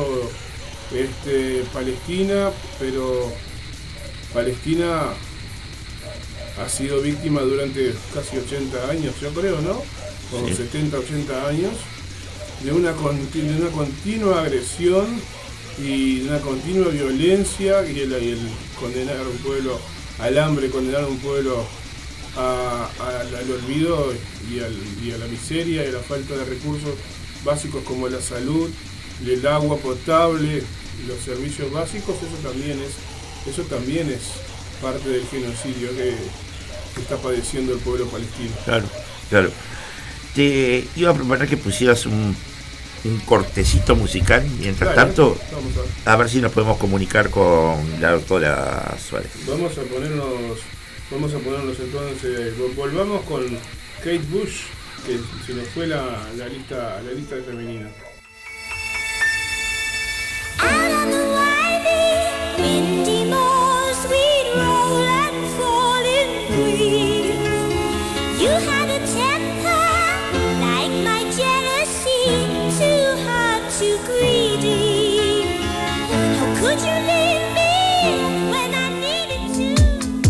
Palestina, pero Palestina ha sido víctima durante casi 80 años, yo creo, ¿no? Como sí, 70, 80 años, de una continua agresión y de una continua violencia, y el condenar a un pueblo al hambre, condenar a un pueblo al olvido y a la miseria y a la falta de recursos básicos como la salud, el agua potable, los servicios básicos. Eso también es parte del genocidio que está padeciendo el pueblo palestino. Claro. Te iba a proponer que pusieras un cortecito musical. Mientras tanto, a ver si nos podemos comunicar con la doctora Suárez. Vamos a ponernos entonces, volvamos con Kate Bush, que se nos fue la lista de femenina. Out on the winding, windy moors, we'd roll and fall in green. You had a temper like my jealousy, too hard, too greedy. How could you leave me when I needed to?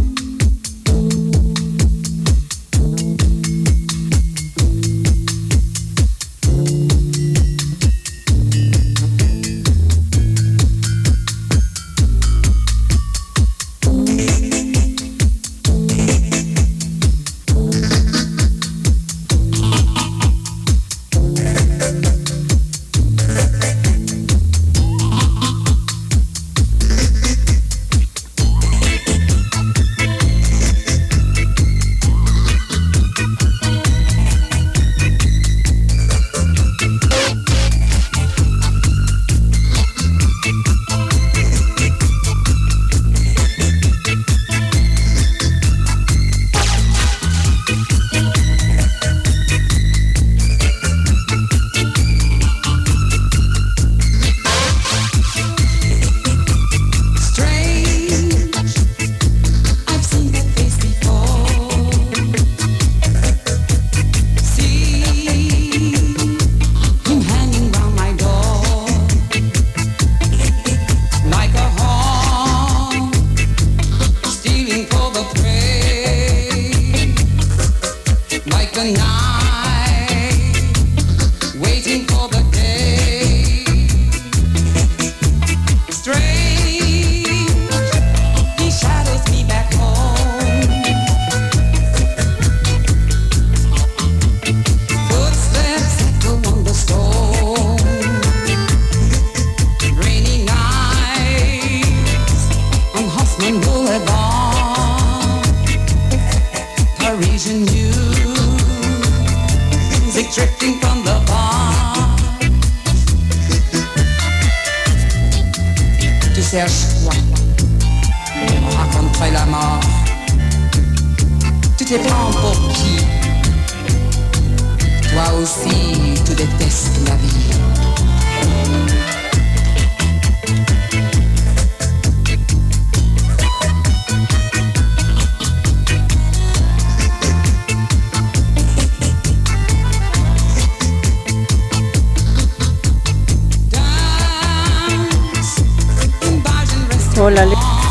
Hola,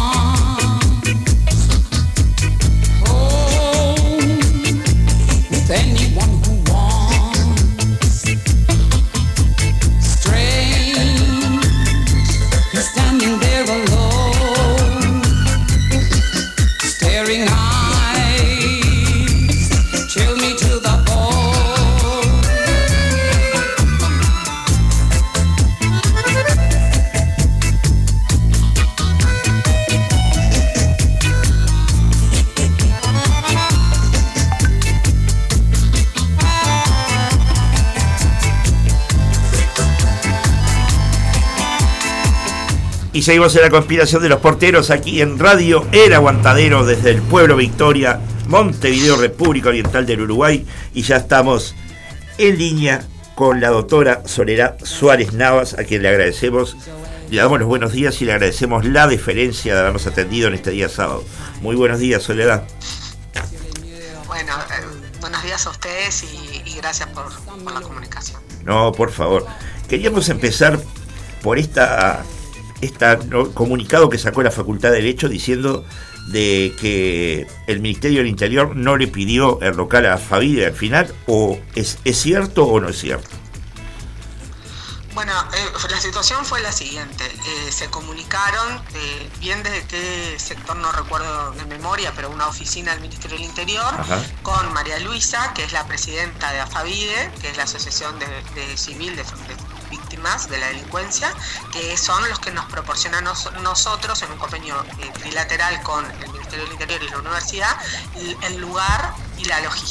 Y seguimos en la conspiración de los porteros aquí en Radio El Aguantadero desde el pueblo Victoria, Montevideo, República Oriental del Uruguay. Y ya estamos en línea con la doctora Soledad Suárez Navas, a quien le agradecemos, le damos los buenos días y le agradecemos la deferencia de habernos atendido en este día sábado. Muy buenos días, Soledad. Bueno, buenos días a ustedes y gracias por la comunicación. No, por favor. Queríamos empezar por esta comunicado que sacó la Facultad de Derecho diciendo de que el Ministerio del Interior no le pidió el local a Favide al final, o ¿es cierto o no es cierto? Bueno, la situación fue la siguiente. Se comunicaron, bien desde qué sector no recuerdo de memoria, pero una oficina del Ministerio del Interior, con María Luisa, que es la presidenta de AFAVIDE, que es la Asociación de Civil de Víctimas de la Delincuencia, que son los que nos proporcionan nosotros en un convenio trilateral con el Ministerio del Interior y la Universidad el lugar y la logística.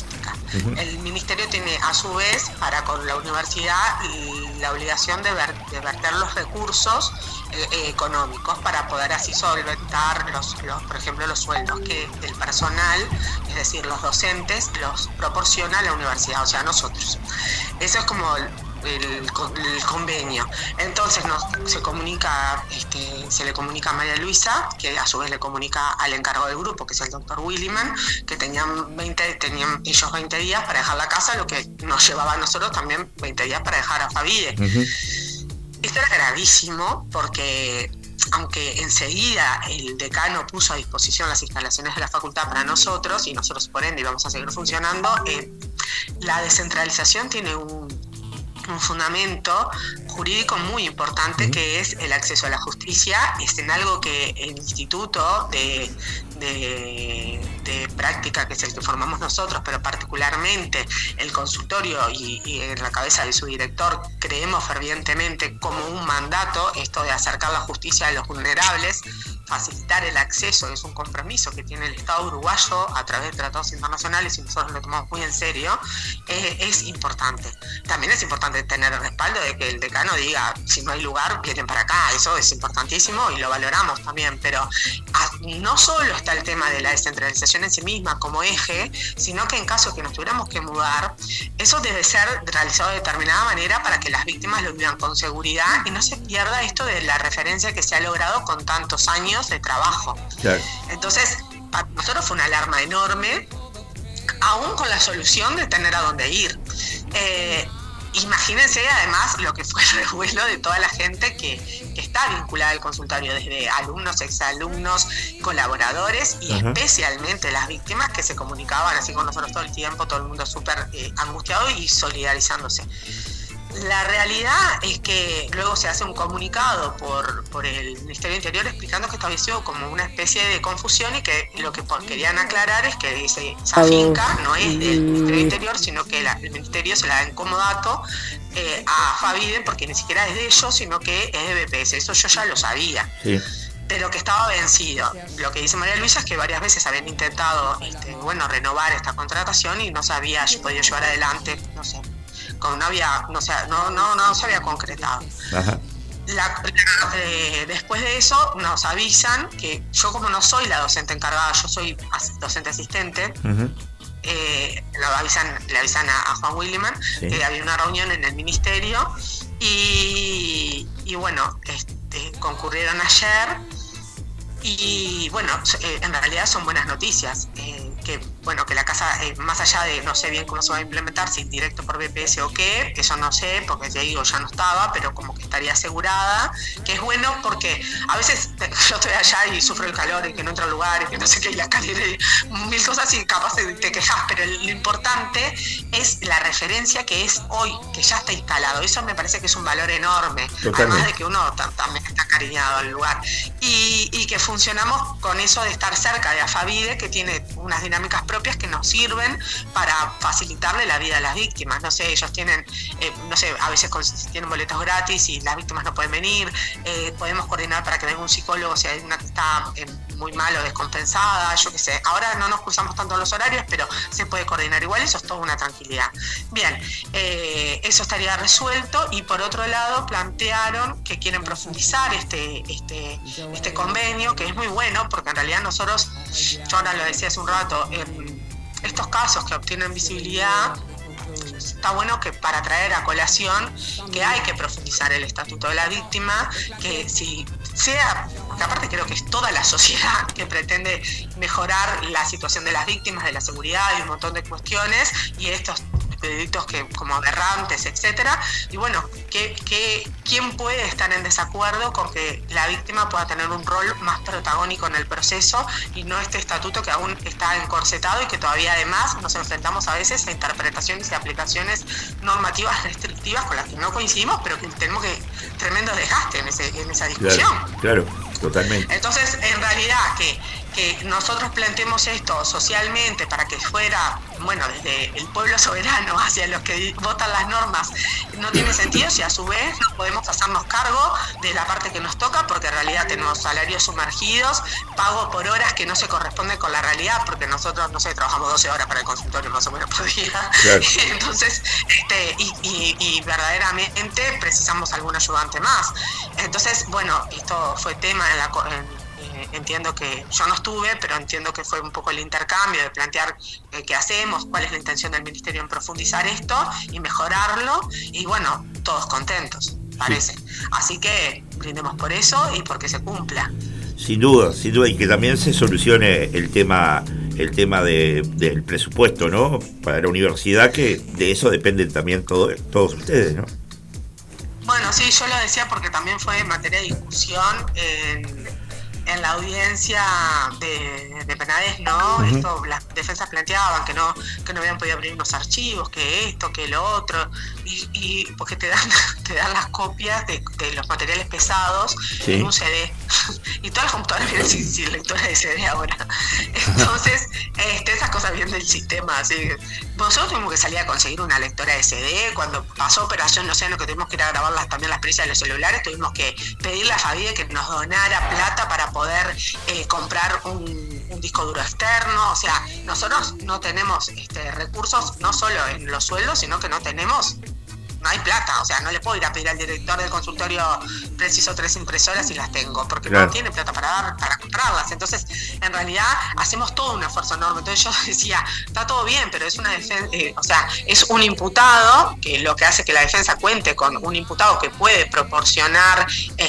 El ministerio tiene a su vez para con la universidad la obligación de verter los recursos económicos para poder así solventar por ejemplo los sueldos que el personal, es decir, los docentes, los proporciona la universidad, o sea, nosotros. Eso es como el convenio. Entonces se le comunica a María Luisa, que a su vez le comunica al encargado del grupo, que es el doctor Williman, que tenían ellos 20 días para dejar la casa, lo que nos llevaba a nosotros también 20 días para dejar a Favide. Esto era gravísimo porque aunque enseguida el decano puso a disposición las instalaciones de la facultad para nosotros, y nosotros por ende íbamos a seguir funcionando, la descentralización tiene un fundamento jurídico muy importante, que es el acceso a la justicia. Es en algo que el instituto de práctica, que es el que formamos nosotros, pero particularmente el consultorio y en la cabeza de su director, creemos fervientemente como un mandato esto de acercar la justicia a los vulnerables, facilitar el acceso, es un compromiso que tiene el Estado uruguayo a través de tratados internacionales y nosotros lo tomamos muy en serio. Es importante. También es importante tener el respaldo de que el decano diga, si no hay lugar, vienen para acá. Eso es importantísimo y lo valoramos también, pero no solo está el tema de la descentralización en sí misma como eje, sino que en caso que nos tuviéramos que mudar, eso debe ser realizado de determinada manera para que las víctimas lo vivan con seguridad y no se pierda esto de la referencia que se ha logrado con tantos años de trabajo. Claro. Entonces, para nosotros fue una alarma enorme, aún con la solución de tener a dónde ir. Imagínense además lo que fue el revuelo de toda la gente que está vinculada al consultorio, desde alumnos, exalumnos, colaboradores y especialmente las víctimas que se comunicaban así con nosotros todo el tiempo, todo el mundo súper angustiado y solidarizándose. La realidad es que luego se hace un comunicado por el Ministerio del Interior explicando que esto había sido como una especie de confusión y que lo que querían aclarar es que esa finca no es del Ministerio del Interior, sino que el Ministerio se la da en comodato a Favide, porque ni siquiera es de ellos, sino que es de BPS. Eso yo ya lo sabía. Sí. Pero que estaba vencido. Lo que dice María Luisa es que varias veces habían intentado renovar esta contratación y no se había podido llevar adelante, no sé, no se había concretado. Ajá. Después de eso nos avisan que yo, como no soy la docente encargada, yo soy docente asistente. Le avisan a Juan Williman, sí, que había una reunión en el ministerio y bueno, concurrieron ayer y bueno, en realidad son buenas noticias. Que la casa, más allá de no sé bien cómo se va a implementar, si directo por BPS o qué, eso no sé, porque ya digo, ya no estaba, pero como que estaría asegurada, que es bueno porque a veces yo estoy allá y sufro el calor y que no entro al lugar y que no sé qué, y la escalera y mil cosas y capaz te quejas, pero lo importante es la referencia que es hoy, que ya está instalado. Eso me parece que es un valor enorme. Totalmente. Además de que uno también está cariñado al lugar y que funcionamos con eso de estar cerca de Afavide, que tiene unas dinámicas propias que nos sirven para facilitarle la vida a las víctimas. No sé, ellos tienen, a veces tienen boletos gratis y las víctimas no pueden venir. Podemos coordinar para que venga un psicólogo si hay una que está muy mal o descompensada, yo qué sé. Ahora no nos cruzamos tanto los horarios, pero se puede coordinar igual, eso es toda una tranquilidad. Bien, eso estaría resuelto y por otro lado plantearon que quieren profundizar este convenio, que es muy bueno porque en realidad nosotros, yo ahora lo decía hace un rato, estos casos que obtienen visibilidad, está bueno que para traer a colación que hay que profundizar el estatuto de la víctima, que si sea, porque aparte creo que es toda la sociedad que pretende mejorar la situación de las víctimas, de la seguridad y un montón de cuestiones, y estos delitos que como aberrantes, etcétera, y bueno, ¿quién puede estar en desacuerdo con que la víctima pueda tener un rol más protagónico en el proceso y no este estatuto que aún está encorsetado y que todavía además nos enfrentamos a veces a interpretaciones y aplicaciones normativas restrictivas con las que no coincidimos, pero que tenemos tremendo desgaste en esa discusión. Claro, totalmente. Entonces, en realidad, que nosotros planteemos esto socialmente para que fuera, bueno, desde el pueblo soberano hacia los que votan las normas, no tiene sentido si a su vez no podemos hacernos cargo de la parte que nos toca, porque en realidad tenemos salarios sumergidos, pago por horas que no se corresponden con la realidad, porque nosotros, no sé, trabajamos 12 horas para el consultorio más o menos por día. Claro. Entonces, y verdaderamente precisamos algún ayudante más. Entonces, bueno, esto fue tema entiendo que yo no estuve, pero entiendo que fue un poco el intercambio de plantear qué hacemos, cuál es la intención del Ministerio en profundizar esto y mejorarlo, y bueno, todos contentos, parece. Sí. Así que brindemos por eso y porque se cumpla. Sin duda, y que también se solucione el tema del presupuesto, ¿no? Para la universidad, que de eso dependen también todos ustedes, ¿no? Bueno, sí, yo lo decía porque también fue materia de discusión en la audiencia de Penades, ¿no? Uh-huh. Esto, las defensas planteaban que no habían podido abrir unos archivos, que esto, que lo otro, y porque te dan las copias de los materiales pesados, sí, en un CD, y todas las computadoras vienen sin lectora de CD ahora. Entonces, esas cosas vienen del sistema, así. Nosotros tuvimos que salir a conseguir una lectora de CD. Cuando pasó Operación Océano, que tuvimos que ir a grabar también las experiencias de los celulares, tuvimos que pedirle a Fabide que nos donara plata para poder comprar un disco duro externo. O sea, nosotros no tenemos recursos, no solo en los sueldos, sino que no hay plata. O sea, no le puedo ir a pedir al director del consultorio: preciso 3 impresoras y las tengo, porque claro, no tiene plata para comprarlas. Entonces, en realidad, hacemos todo un esfuerzo enorme. Entonces yo decía, está todo bien, pero es una defensa, o sea, es un imputado, que lo que hace que la defensa cuente con un imputado que puede proporcionar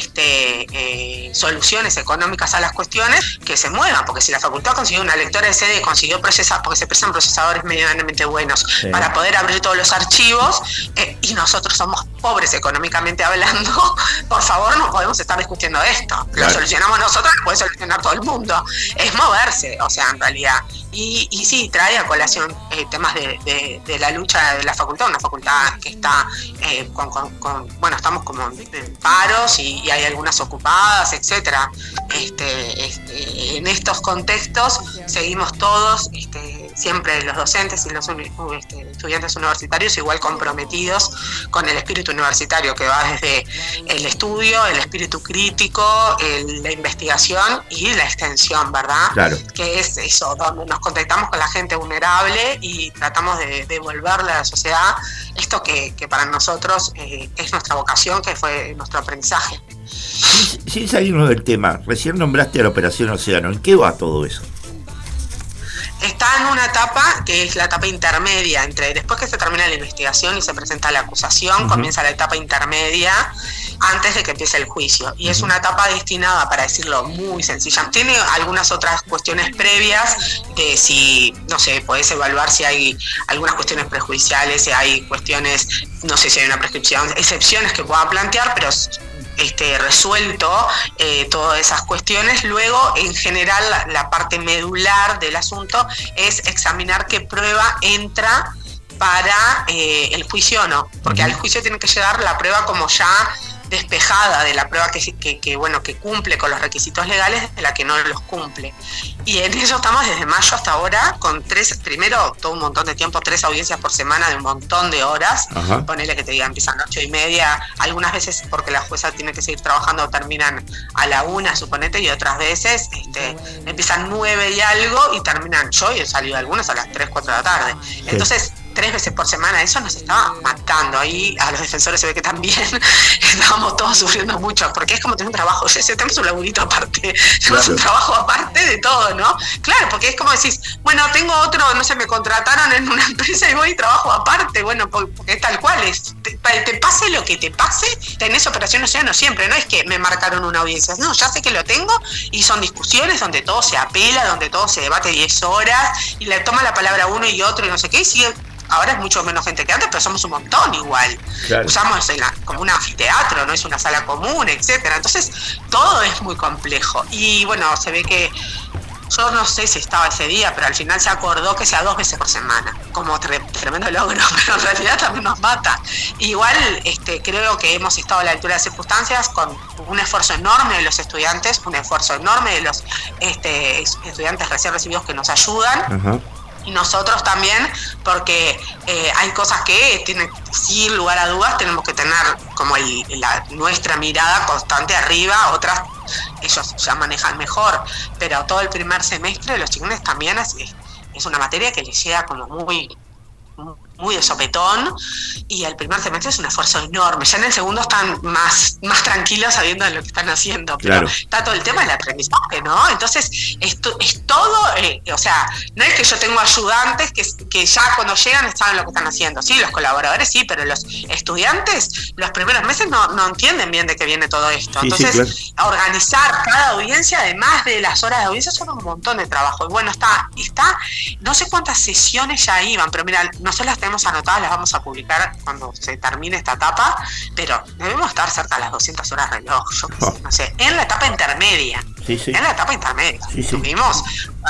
soluciones económicas a las cuestiones, que se muevan, porque si la facultad consiguió una lectora de CD, consiguió procesar, porque se presan procesadores medianamente buenos, sí, para poder abrir todos los archivos, y nosotros somos pobres económicamente hablando, por favor, no podemos estar discutiendo esto. Claro. Lo solucionamos nosotros, lo puede solucionar todo el mundo. Es moverse, o sea, en realidad. Y sí, trae a colación temas de la lucha de la facultad, una facultad que está bueno, estamos como en paros y hay algunas ocupadas, etcétera. En estos contextos seguimos todos, siempre los docentes y los estudiantes universitarios igual comprometidos con el espíritu universitario, que va desde el estudio, el espíritu crítico, la investigación y la extensión, ¿verdad? Claro. Que es eso, donde nos contactamos con la gente vulnerable y tratamos de devolverle a la sociedad esto que para nosotros es nuestra vocación, que fue nuestro aprendizaje. Sin salirnos del tema, recién nombraste a la Operación Océano. ¿En qué va todo eso? Está en una etapa que es la etapa intermedia, después que se termina la investigación y se presenta la acusación, uh-huh, comienza la etapa intermedia antes de que empiece el juicio. Y uh-huh, es una etapa destinada, para decirlo muy sencilla, tiene algunas otras cuestiones previas de si, no sé, podés evaluar si hay algunas cuestiones prejudiciales, si hay cuestiones, no sé si hay una prescripción, excepciones que pueda plantear, pero resuelto todas esas cuestiones. Luego, en general, la parte medular del asunto es examinar qué prueba entra para el juicio o no, porque al juicio tiene que llegar la prueba como ya despejada de la prueba que cumple con los requisitos legales, de la que no los cumple. Y en eso estamos desde mayo hasta ahora, con primero todo un montón de tiempo, 3 audiencias por semana de un montón de horas. Ajá. Ponele que te digan, empiezan 8:30, algunas veces porque la jueza tiene que seguir trabajando terminan a la 1, suponete, y otras veces empiezan 9 y algo y terminan, yo he salido algunos a las 3, 4 de la tarde. Sí. Entonces, 3 veces por semana, eso nos estaba matando. Ahí a los defensores se ve que también estábamos todos sufriendo mucho, porque es como tener un trabajo, tenemos un laburito aparte, tenemos un trabajo aparte de todo, ¿no? Claro, porque es como decís, bueno, tengo otro, no sé, me contrataron en una empresa y voy y trabajo aparte, bueno, porque es tal cual, te pase lo que te pase, tenés Operación Océano siempre, no es que me marcaron una audiencia, no, ya sé que lo tengo, y son discusiones donde todo se apela, donde todo se debate 10 horas, y le toma la palabra uno y otro y no sé qué, y sigue. Ahora es mucho menos gente que antes, pero somos un montón igual. Claro. Usamos como un anfiteatro, no es una sala común, etcétera. Entonces, todo es muy complejo. Y bueno, se ve que yo no sé si estaba ese día, pero al final se acordó que sea 2 veces por semana, como tremendo logro, pero en realidad también nos mata. Igual creo que hemos estado a la altura de las circunstancias con un esfuerzo enorme de los estudiantes, un esfuerzo enorme de los estudiantes recién recibidos que nos ayudan. Ajá. Y nosotros también, porque hay cosas que tienen, sin lugar a dudas, tenemos que tener como nuestra mirada constante arriba, otras ellos ya manejan mejor, pero todo el primer semestre los chiquines también es una materia que les llega como muy de sopetón, y el primer semestre es un esfuerzo enorme. Ya en el segundo están más tranquilos sabiendo de lo que están haciendo, pero claro, está todo el tema del aprendizaje, ¿no? Entonces, esto es todo, o sea, no es que yo tengo ayudantes que ya cuando llegan saben lo que están haciendo. Sí, los colaboradores sí, pero los estudiantes los primeros meses no entienden bien de qué viene todo esto. Entonces, sí, claro, organizar cada audiencia, además de las horas de audiencia, son un montón de trabajo. Y bueno, está no sé cuántas sesiones ya iban, pero mira, nosotros las tenemos anotadas, las vamos a publicar cuando se termine esta etapa, pero debemos estar cerca de las 200 horas reloj, yo qué sé, no sé, en la etapa intermedia. Sí. En la etapa intermedia. Sí. Tuvimos,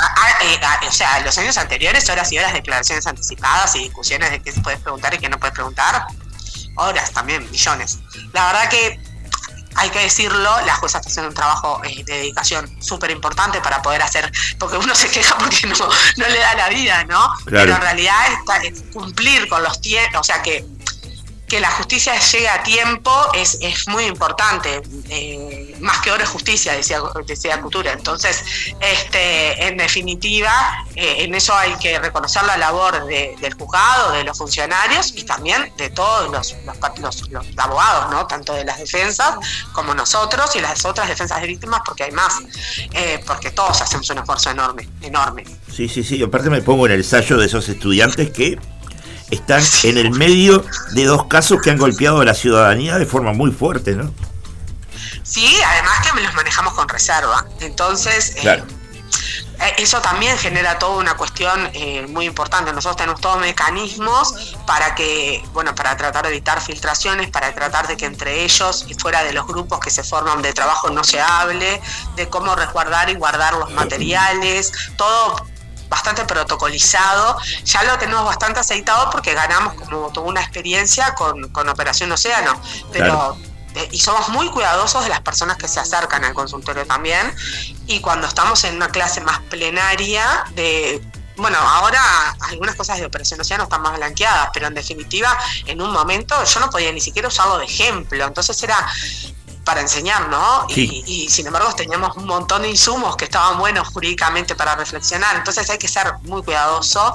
o sea, en los años anteriores, horas y horas de declaraciones anticipadas y discusiones de qué se puede preguntar y qué no puede preguntar, horas también, millones. La verdad que hay que decirlo, la jueza está haciendo un trabajo de dedicación súper importante para poder hacer, porque uno se queja porque no le da la vida, ¿no? Claro. Pero en realidad es cumplir con los tiempos, o sea, que la justicia llegue a tiempo es muy importante, más que oro es justicia, decía Couture. Entonces, en definitiva, en eso hay que reconocer la labor del juzgado, de los funcionarios y también de todos los abogados, ¿no? Tanto de las defensas como nosotros y las otras defensas de víctimas, porque hay más, porque todos hacemos un esfuerzo enorme. Sí, aparte me pongo en el sayo de esos estudiantes que están en el medio de 2 casos que han golpeado a la ciudadanía de forma muy fuerte, ¿no? Sí, además que los manejamos con reserva. Entonces, claro, eso también genera toda una cuestión muy importante. Nosotros tenemos todos mecanismos para tratar de evitar filtraciones, para tratar de que entre ellos y fuera de los grupos que se forman de trabajo no se hable, de cómo resguardar y guardar los materiales, todo bastante protocolizado. Ya lo tenemos bastante aceitado porque ganamos como toda una experiencia con Operación Océano, pero claro, y somos muy cuidadosos de las personas que se acercan al consultorio también, y cuando estamos en una clase más plenaria ahora algunas cosas de Operación Océano están más blanqueadas, pero en definitiva en un momento yo no podía ni siquiera usarlo de ejemplo, entonces era para enseñar, ¿no? Sí. Y sin embargo teníamos un montón de insumos que estaban buenos jurídicamente para reflexionar, entonces hay que ser muy cuidadoso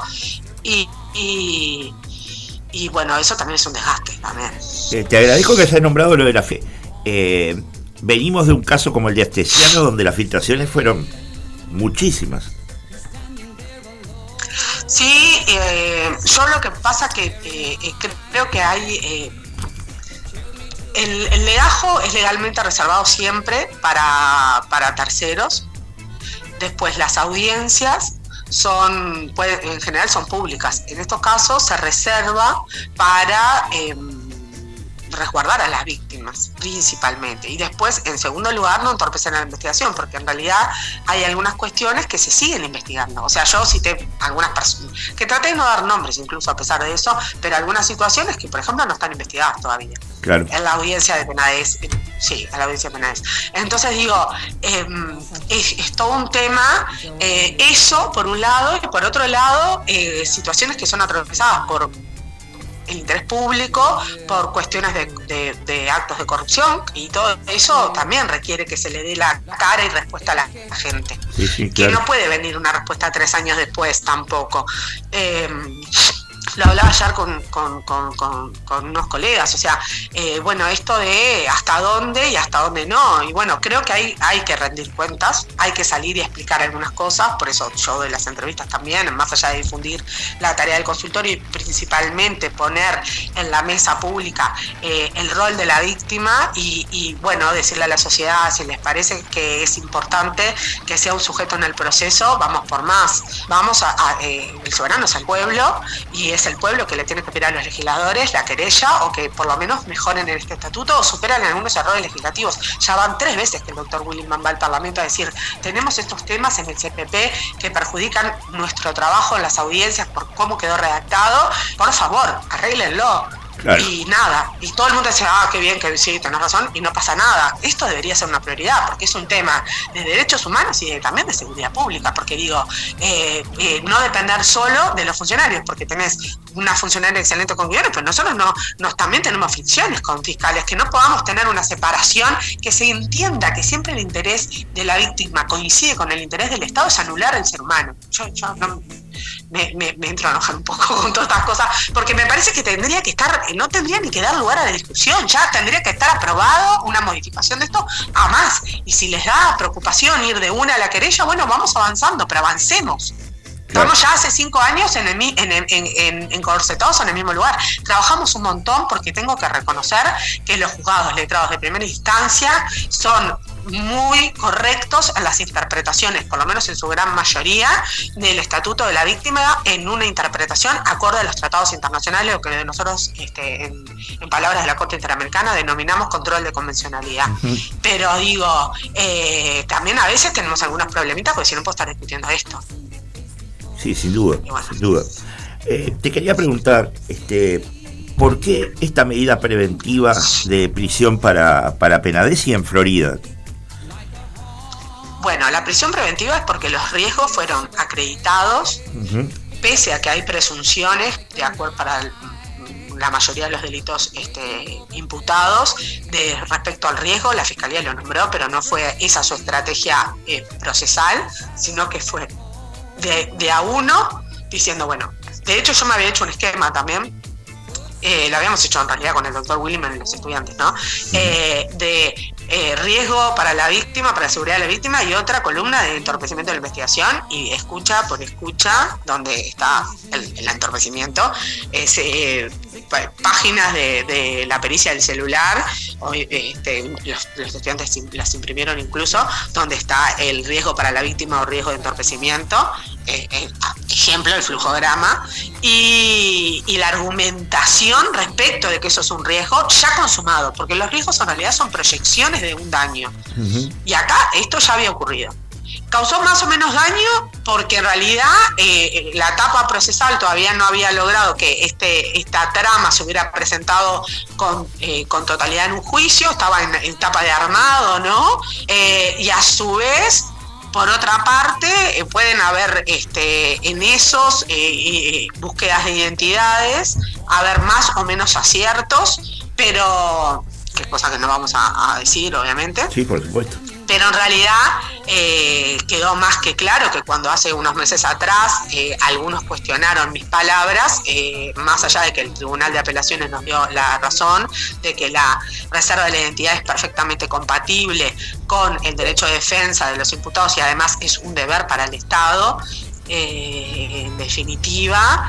y bueno, eso también es un desgaste también. Te agradezco que hayas nombrado lo de la fe. Venimos de un caso como el de Astesiano, donde las filtraciones fueron muchísimas. Sí, yo lo que pasa que creo que hay... El legajo es legalmente reservado siempre para terceros. Después las audiencias en general son públicas. En estos casos se reserva para resguardar a las víctimas principalmente, y después en segundo lugar no entorpecer la investigación, porque en realidad hay algunas cuestiones que se siguen investigando. O sea, yo cité algunas personas que traté de no dar nombres incluso a pesar de eso, pero algunas situaciones que por ejemplo no están investigadas todavía. Claro. En la audiencia de Penades, sí, en la audiencia de Penades. Entonces digo, es todo un tema, eso por un lado, y por otro lado situaciones que son atravesadas por el interés público, por cuestiones de actos de corrupción, y todo eso también requiere que se le dé la cara y respuesta a la gente. Sí, que claro, no puede venir una respuesta 3 años después tampoco. Lo hablaba ayer con unos colegas, o sea, esto de hasta dónde y hasta dónde no, y bueno, creo que hay que rendir cuentas, hay que salir y explicar algunas cosas, por eso yo doy las entrevistas también, más allá de difundir la tarea del consultorio y principalmente poner en la mesa pública el rol de la víctima y decirle a la sociedad, si les parece que es importante que sea un sujeto en el proceso, vamos por más, el soberano es el pueblo y es es el pueblo que le tiene que pedir a los legisladores la querella, o que por lo menos mejoren en este estatuto o superan algunos errores legislativos. Ya van 3 veces que el doctor Williman va al Parlamento a decir: tenemos estos temas en el CPP que perjudican nuestro trabajo en las audiencias por cómo quedó redactado, por favor, arréglenlo. Claro. Y nada, y todo el mundo dice: qué bien, que sí, tenés razón, y no pasa nada. Esto debería ser una prioridad, porque es un tema de derechos humanos y también de seguridad pública, porque digo, no depender solo de los funcionarios, porque tenés una funcionaria excelente con guiones, pero nosotros también tenemos fricciones con fiscales, que no podamos tener una separación, que se entienda que siempre el interés de la víctima coincide con el interés del Estado, es anular al ser humano. Yo no... Me entro a enojar un poco con todas estas cosas, porque me parece que tendría que estar, no tendría ni que dar lugar a la discusión, ya tendría que estar aprobado una modificación de esto a más. Y si les da preocupación ir de una a la querella, bueno, vamos avanzando, pero avancemos. Estamos ya hace 5 años encorsetados en el mismo lugar. Trabajamos un montón, porque tengo que reconocer que los juzgados letrados de primera instancia son muy correctos en las interpretaciones, por lo menos en su gran mayoría, del Estatuto de la Víctima, en una interpretación acorde a los tratados internacionales, lo que nosotros, en palabras de la Corte Interamericana, denominamos control de convencionalidad. Uh-huh. Pero digo, también a veces tenemos algunos problemitas, porque si no puedo estar discutiendo esto. Sí, sin duda, bueno. Sin duda. Te quería preguntar, ¿por qué esta medida preventiva de prisión para Penadesi en Florida? Bueno, la prisión preventiva es porque los riesgos fueron acreditados, uh-huh, pese a que hay presunciones, de acuerdo para la mayoría de los delitos imputados, respecto al riesgo. La Fiscalía lo nombró, pero no fue esa su estrategia procesal, sino que fue de a uno, diciendo, bueno, de hecho yo me había hecho un esquema también, lo habíamos hecho en realidad con el doctor Williman y los estudiantes, ¿no? Riesgo para la víctima, para la seguridad de la víctima, y otra columna de entorpecimiento de la investigación, y escucha por escucha, donde está el entorpecimiento, páginas de la pericia del celular, los estudiantes las imprimieron incluso, donde está el riesgo para la víctima o riesgo de entorpecimiento, ejemplo, el flujograma, y la argumentación respecto de que eso es un riesgo ya consumado, porque los riesgos en realidad son proyecciones de un daño. Uh-huh. Y acá esto ya había ocurrido. Causó más o menos daño porque en realidad la etapa procesal todavía no había logrado que esta trama se hubiera presentado con totalidad en un juicio, estaba en etapa de armado, ¿no? Y a su vez, por otra parte, pueden haber en esos búsquedas de identidades, haber más o menos aciertos, pero que es cosa que no vamos a decir, obviamente. Sí, por supuesto. Pero en realidad quedó más que claro que cuando hace unos meses atrás algunos cuestionaron mis palabras, más allá de que el Tribunal de Apelaciones nos dio la razón de que la reserva de la identidad es perfectamente compatible con el derecho de defensa de los imputados y además es un deber para el Estado, en definitiva,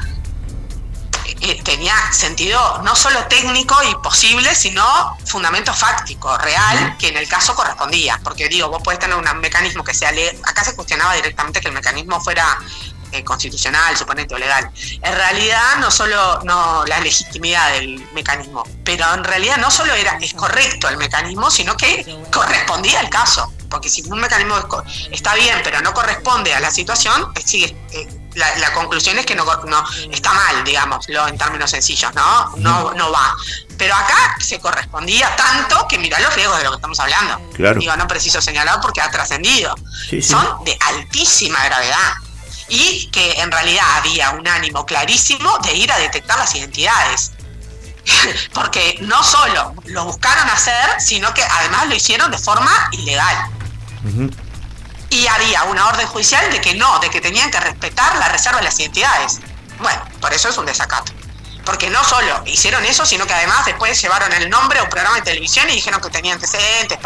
tenía sentido no solo técnico y posible, sino fundamento fáctico, real, que en el caso correspondía. Porque digo, vos podés tener un mecanismo que sea acá se cuestionaba directamente que el mecanismo fuera constitucional, suponente o legal. En realidad no la legitimidad del mecanismo, pero en realidad no solo es correcto el mecanismo, sino que correspondía al caso. Porque si un mecanismo está bien, pero no corresponde a la situación, sigue. La conclusión es que no está mal, digámoslo en términos sencillos, no va. Pero acá se correspondía tanto que mirá los riesgos de lo que estamos hablando. Claro. Digo, no preciso señalar porque ha trascendido. Sí. Son de altísima gravedad. Y que en realidad había un ánimo clarísimo de ir a detectar las identidades. Porque no solo lo buscaron hacer, sino que además lo hicieron de forma ilegal. Uh-huh. Y había una orden judicial de que tenían que respetar la reserva de las identidades. Bueno, por eso es un desacato. Porque no solo hicieron eso, sino que además después llevaron el nombre a un programa de televisión y dijeron que tenía antecedentes,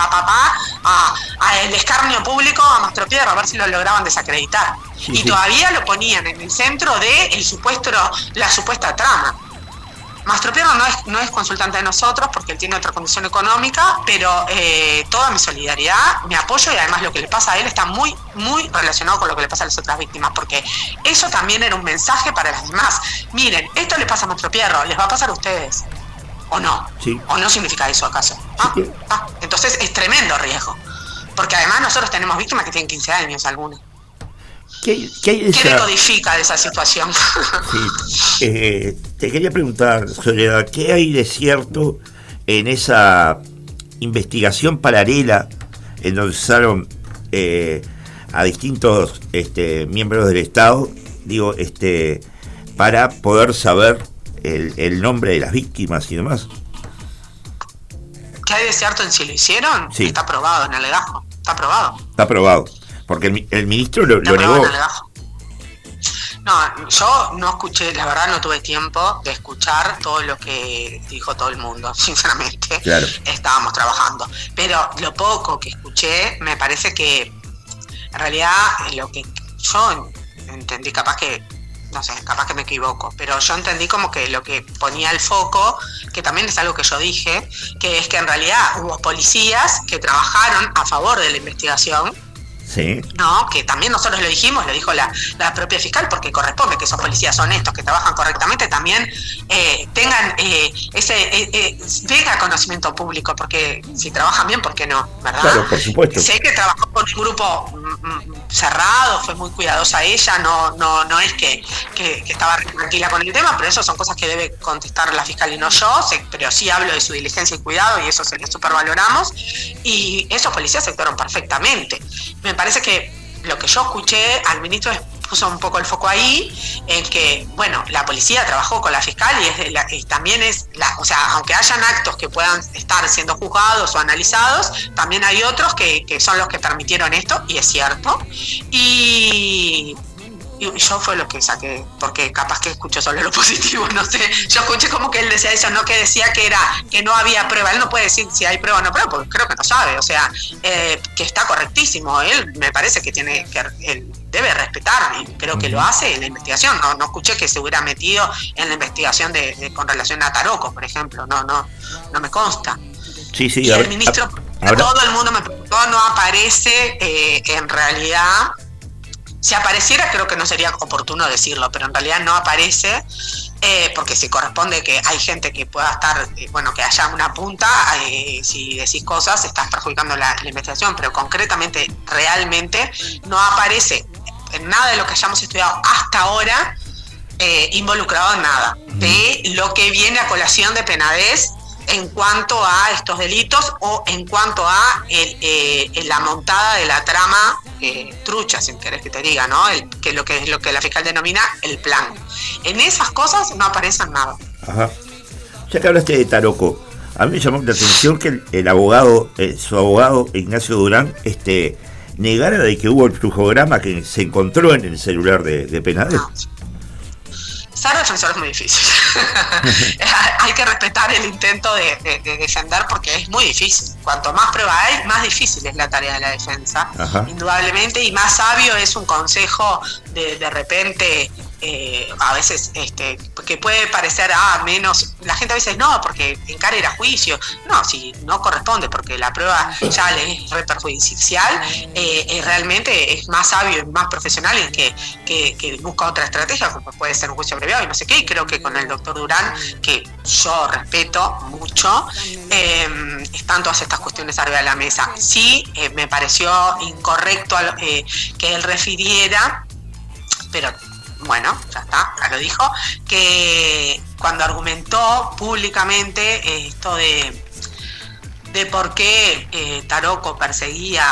el escarnio público a Mastro Piedra, a ver si lo lograban desacreditar. Sí. Todavía lo ponían en el centro de la supuesta trama. Mastropiero no es consultante de nosotros porque él tiene otra condición económica, pero toda mi solidaridad, mi apoyo, y además lo que le pasa a él está muy, muy relacionado con lo que le pasa a las otras víctimas, porque eso también era un mensaje para las demás. Miren, esto le pasa a Mastropiero, les va a pasar a ustedes. ¿O no? Sí. ¿O no significa eso acaso? Entonces es tremendo riesgo. Porque además nosotros tenemos víctimas que tienen 15 años, algunas. ¿Qué decodifica de esa situación? Sí. Te quería preguntar, Soledad, ¿qué hay de cierto en esa investigación paralela en donde usaron a distintos miembros del Estado, para poder saber el nombre de las víctimas y demás? ¿Qué hay de cierto en si lo hicieron? Sí. Está aprobado en Alegajo. Está aprobado. Está aprobado. Porque el ministro lo negó. No, yo no escuché, la verdad no tuve tiempo de escuchar todo lo que dijo todo el mundo, sinceramente. Claro. Estábamos trabajando. Pero lo poco que escuché, me parece que en realidad lo que yo entendí, capaz que me equivoco, pero yo entendí como que lo que ponía el foco, que también es algo que yo dije, que es que en realidad hubo policías que trabajaron a favor de la investigación. Sí. No, que también nosotros lo dijimos, lo dijo la propia fiscal, porque corresponde que esos policías honestos que trabajan correctamente también tengan venga conocimiento público, porque si trabajan bien, ¿por qué no? ¿Verdad? Claro, por supuesto. Sé que trabajó con un grupo cerrado, fue muy cuidadosa ella, no es que estaba tranquila con el tema, pero eso son cosas que debe contestar la fiscal y no yo, pero sí hablo de su diligencia y cuidado, y eso se le supervaloramos, y esos policías actuaron perfectamente. Me parece que lo que yo escuché al ministro puso un poco el foco ahí, en que, bueno, la policía trabajó con la fiscal y también o sea, aunque hayan actos que puedan estar siendo juzgados o analizados, también hay otros que son los que permitieron esto, y es cierto. Y yo fue lo que saqué, porque capaz que escucho solo lo positivo, no sé. Yo escuché como que él decía eso, no que decía que no había prueba. Él no puede decir si hay prueba o no prueba, porque creo que no sabe. O sea, que está correctísimo. Él me parece que él debe respetar, y creo que lo hace en la investigación. No escuché que se hubiera metido en la investigación con relación a Taroco, por ejemplo. No me consta. Sí, y el ministro, todo el mundo me preguntó, no aparece en realidad. Si apareciera, creo que no sería oportuno decirlo, pero en realidad no aparece, porque si corresponde que hay gente que pueda estar, que haya una punta, si decís cosas, estás perjudicando la investigación, pero concretamente, realmente, no aparece en nada de lo que hayamos estudiado hasta ahora, involucrado en nada de lo que viene a colación de Penades en cuanto a estos delitos o en cuanto a la montada de la trama trucha, si querés que te diga, ¿no? Que es lo que la fiscal denomina el plan. En esas cosas no aparecen nada. Ajá. Ya que hablaste de Taroco, a mí me llamó la atención que el abogado, su abogado Ignacio Durán, negara de que hubo el flujograma que se encontró en el celular de Penades. No. Ser defensor es muy difícil. Hay que respetar el intento de defender, porque es muy difícil. Cuanto más prueba hay, más difícil es la tarea de la defensa. Ajá. Indudablemente, y más sabio es un consejo de repente, a veces que puede parecer menos. La gente a veces no, porque encara ir a juicio. No, si no corresponde, porque la prueba ya le es re perjudicial, realmente es más sabio y más profesional en que busca otra estrategia, como puede ser un juicio abreviado y no sé qué. Y creo que con el doctor Durán, que yo respeto mucho, están todas estas cuestiones arriba de la mesa. Sí, me pareció incorrecto que él refiriera, pero bueno, ya está, ya lo dijo, que cuando argumentó públicamente esto de por qué Taroco perseguía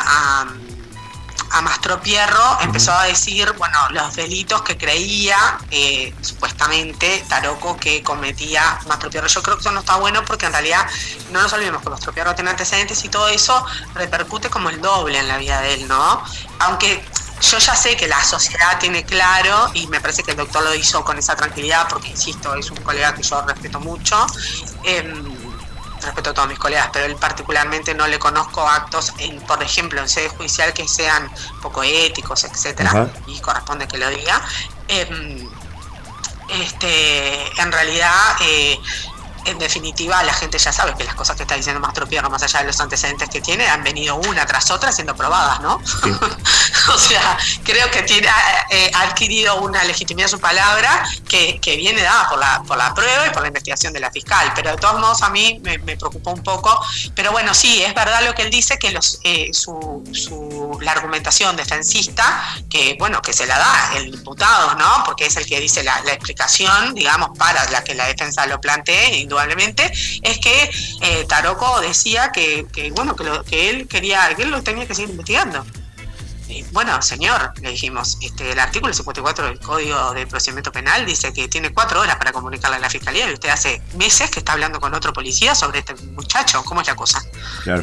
a Mastropierro, empezó a decir, los delitos que creía supuestamente Taroco que cometía Mastropierro. Yo creo que eso no está bueno, porque en realidad no nos olvidemos que Mastropierro tiene antecedentes y todo eso repercute como el doble en la vida de él, ¿no? Aunque yo ya sé que la sociedad tiene claro, y me parece que el doctor lo hizo con esa tranquilidad, porque insisto, es un colega que yo respeto mucho, respeto a todos mis colegas, pero él particularmente no le conozco actos, por ejemplo, en sede judicial que sean poco éticos, etcétera. Ajá. Y corresponde que lo diga. En realidad en definitiva, la gente ya sabe que las cosas que está diciendo Mastropierro, más allá de los antecedentes que tiene, han venido una tras otra siendo probadas, ¿no? Sí. O sea, creo que ha adquirido una legitimidad de su palabra que viene dada por la prueba y por la investigación de la fiscal. Pero de todos modos a mí me preocupó un poco. Pero bueno, sí, es verdad lo que él dice, que la argumentación defensista, que se la da el diputado, ¿no? Porque es el que dice la explicación, digamos, para la que la defensa lo plantee, indudablemente, es que Taroco decía que él lo tenía que seguir investigando. Bueno, señor, le dijimos, el artículo 54 del Código de Procedimiento Penal dice que tiene 4 horas para comunicarle a la Fiscalía, y usted hace meses que está hablando con otro policía sobre este muchacho. ¿Cómo es la cosa? Claro.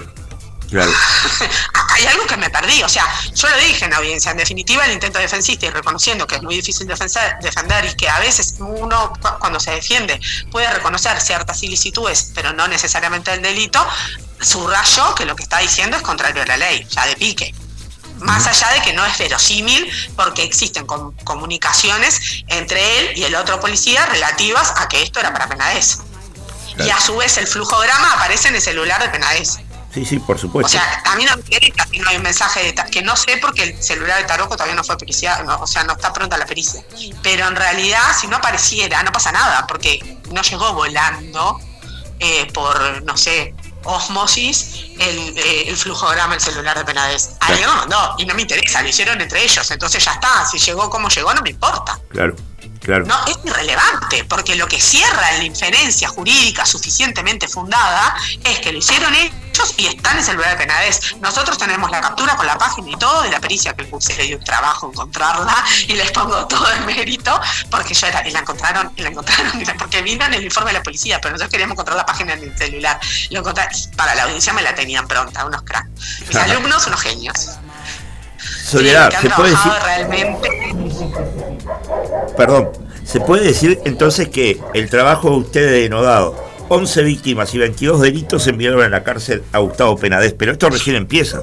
Hay algo que me perdí, o sea, yo lo dije en audiencia, en definitiva el intento defensista, y reconociendo que es muy difícil defender y que a veces uno cuando se defiende puede reconocer ciertas ilicitudes, pero no necesariamente el delito, subrayó que lo que está diciendo es contrario a la ley, ya de pique. Más allá de que no es verosímil, porque existen comunicaciones entre él y el otro policía relativas a que esto era para Penades. Claro. Y a su vez el flujograma aparece en el celular de Penades. Sí, por supuesto. O sea, a mí no me interesa si no hay un mensaje que no sé, porque el celular de Taroco todavía no fue periciado, no está pronta la pericia. Pero en realidad, si no apareciera, no pasa nada, porque no llegó volando por, no sé, osmosis el flujograma, el celular de Penades. Alguien lo mandó, y no me interesa, lo hicieron entre ellos, entonces ya está, si llegó como llegó, no me importa. Claro. No, es irrelevante, porque lo que cierra la inferencia jurídica suficientemente fundada es que lo hicieron ellos y está en el celular de Penades. Nosotros tenemos la captura con la página y todo de la pericia, que se le dio trabajo encontrarla, y les pongo todo el mérito, porque y la encontraron, porque vino en el informe de la policía, pero nosotros queríamos encontrar la página en el celular. Para la audiencia me la tenían pronta, unos cracks. Mis alumnos, unos genios. Soledad, sí, ¿se puede decir? Realmente. Perdón, ¿se puede decir entonces que el trabajo de ustedes denodado, 11 víctimas y 22 delitos enviaron a la cárcel a Gustavo Penades, pero esto recién empieza?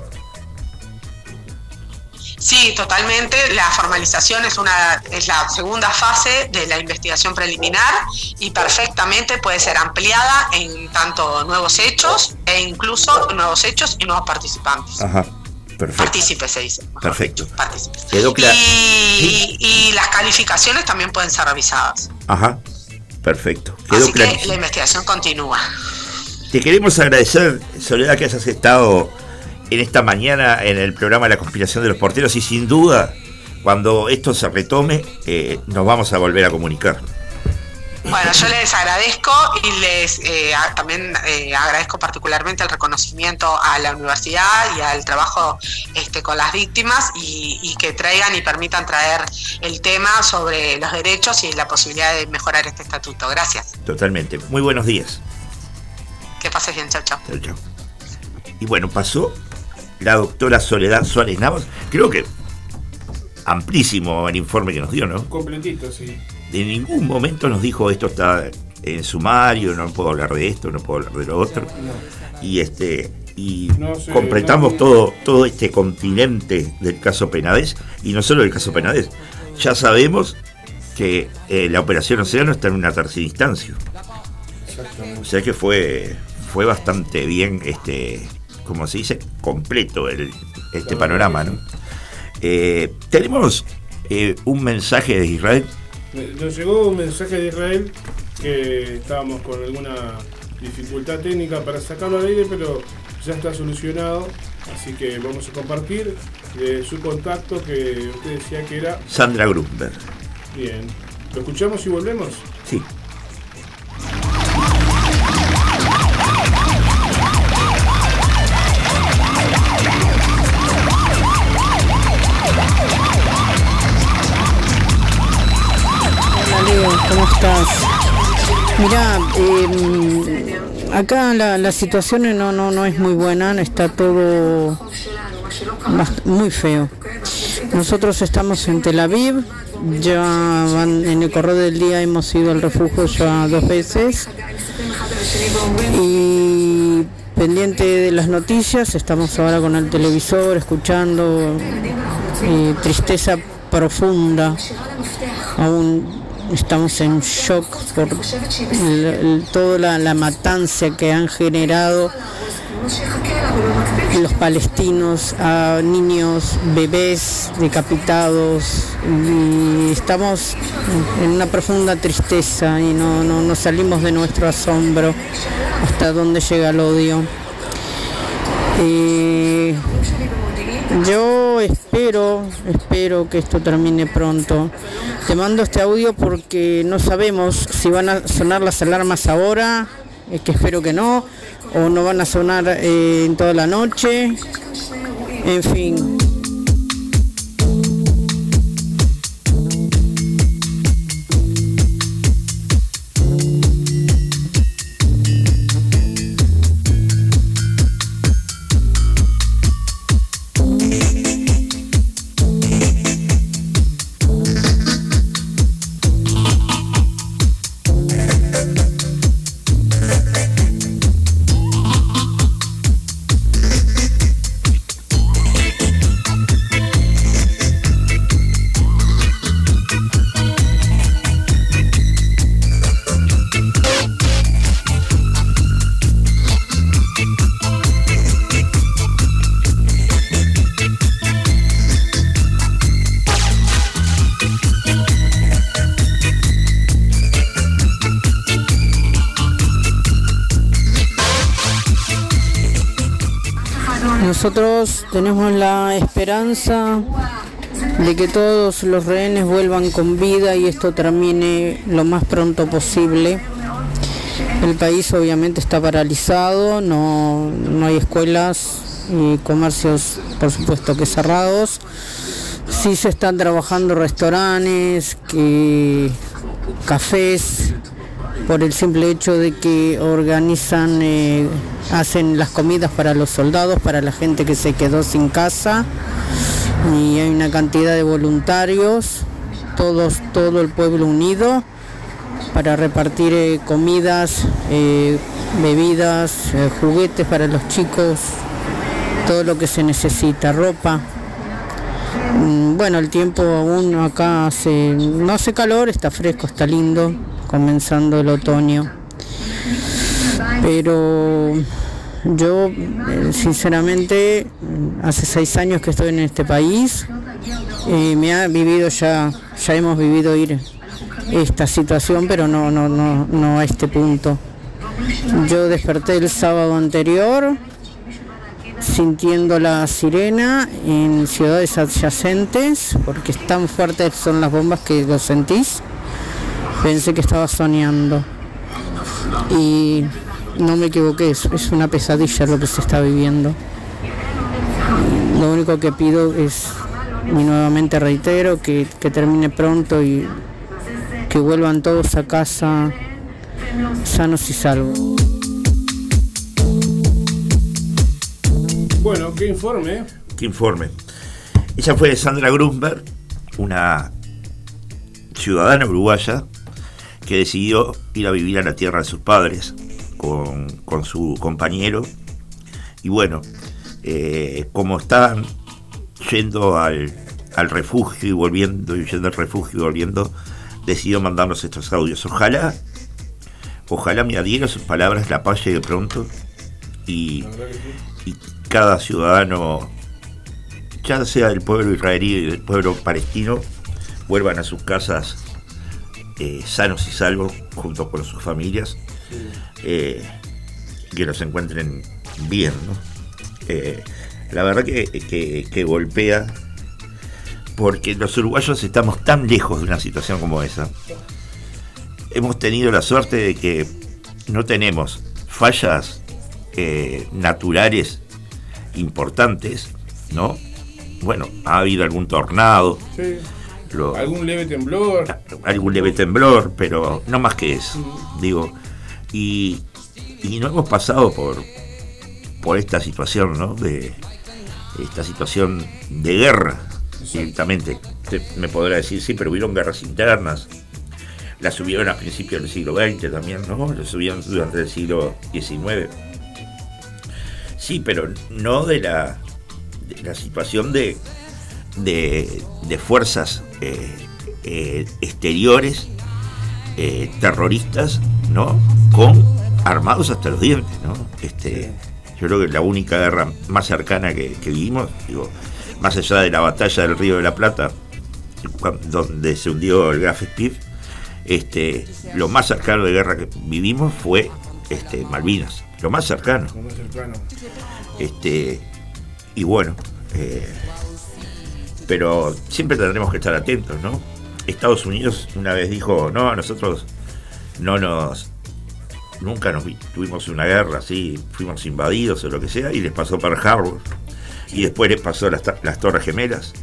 Sí, totalmente. La formalización es la segunda fase de la investigación preliminar y perfectamente puede ser ampliada en tanto nuevos hechos e incluso nuevos hechos y nuevos participantes. Ajá. Perfecto. Partícipes se dice. Perfecto. Partícipes. Quedó claro. Y las calificaciones también pueden ser revisadas. Ajá. Perfecto. Quedó así que la investigación continúa. Te queremos agradecer, Soledad, que hayas estado en esta mañana en el programa La Conspiración de los Porteros, y sin duda, cuando esto se retome, nos vamos a volver a comunicar. Bueno, yo les agradezco y les también agradezco particularmente el reconocimiento a la universidad y al trabajo con las víctimas, y que traigan y permitan traer el tema sobre los derechos y la posibilidad de mejorar este estatuto. Gracias. Totalmente. Muy buenos días. Que pases bien. Chau. Chau. Y bueno, pasó la doctora Soledad Suárez Navas. Creo que amplísimo el informe que nos dio, ¿no? Completito, sí. En ningún momento nos dijo esto está en sumario, no puedo hablar de esto, no puedo hablar de lo otro. No. Y no sé, completamos todo este continente del caso Penades, y no solo del caso Penades. Ya sabemos que la operación Océano está en una tercera instancia. Exactamente. O sea que fue bastante bien, como se dice, completo este panorama, ¿no? Tenemos un mensaje de Israel. Nos llegó un mensaje de Israel que estábamos con alguna dificultad técnica para sacarlo al aire, pero ya está solucionado, así que vamos a compartir su contacto, que usted decía que era Sandra Grunberg. Bien, ¿lo escuchamos y volvemos? Sí. ¿Cómo estás? Mirá, acá la situación no es muy buena, está todo muy feo. Nosotros estamos en Tel Aviv, ya en el correo del día hemos ido al refugio ya 2 veces, y pendiente de las noticias, estamos ahora con el televisor escuchando tristeza profunda, aún estamos en shock por toda la matanza que han generado los palestinos, a niños, bebés decapitados, y estamos en una profunda tristeza y no salimos de nuestro asombro hasta dónde llega el odio. Yo espero que esto termine pronto. Te mando este audio porque no sabemos si van a sonar las alarmas ahora, que espero que no, o no van a sonar en toda la noche, en fin. Nosotros tenemos la esperanza de que todos los rehenes vuelvan con vida y esto termine lo más pronto posible. El país obviamente está paralizado, no hay escuelas y comercios por supuesto que cerrados. Sí se están trabajando restaurantes, cafés, por el simple hecho de que organizan, hacen las comidas para los soldados, para la gente que se quedó sin casa, y hay una cantidad de voluntarios, todo el pueblo unido para repartir comidas, bebidas, juguetes para los chicos, todo lo que se necesita, ropa. Bueno, el tiempo aún acá no hace calor, está fresco, está lindo, comenzando el otoño. Pero yo, sinceramente, hace 6 años que estoy en este país, ya hemos vivido esta situación, pero no a este punto. Yo desperté el sábado anterior sintiendo la sirena en ciudades adyacentes, porque tan fuertes son las bombas que lo sentís. Pensé que estaba soñando y no me equivoqué, es una pesadilla lo que se está viviendo. Lo único que pido es, y nuevamente reitero, que termine pronto y que vuelvan todos a casa sanos y salvos. Bueno, ¿qué informe? ¿Qué informe? Ella fue Sandra Grunberg, una ciudadana uruguaya que decidió ir a vivir a la tierra de sus padres con su compañero. Y bueno, como estaban yendo al refugio y volviendo, y yendo al refugio y volviendo, decidió mandarnos estos audios. Ojalá me adhiera a sus palabras, la paz llegue pronto y cada ciudadano, ya sea del pueblo israelí y del pueblo palestino, vuelvan a sus casas sanos y salvos junto con sus familias, que los encuentren bien, ¿no? La verdad que golpea, porque los uruguayos estamos tan lejos de una situación como esa. Hemos tenido la suerte de que no tenemos fallas naturales importantes, ¿no? Bueno, ha habido algún tornado, sí, algún leve temblor, pero no más que eso, digo, y no hemos pasado por esta situación, ¿no? De esta situación de guerra directamente. Me podrá decir, sí, pero hubieron guerras internas, las hubieron a principios del siglo XX también, ¿no? Las hubieron durante el siglo XIX. Sí, pero no de la situación de fuerzas exteriores terroristas, ¿no? Con armados hasta los dientes, ¿no? Yo creo que la única guerra más cercana que vivimos, digo, más allá de la batalla del Río de la Plata, donde se hundió el Graf Spee, lo más cercano de guerra que vivimos fue Malvinas, lo más cercano. Y bueno, pero siempre tendremos que estar atentos, ¿no? Estados Unidos una vez dijo, no, nosotros nunca tuvimos una guerra así, fuimos invadidos o lo que sea, y les pasó Pearl Harbor, y después les pasó las Torres Gemelas,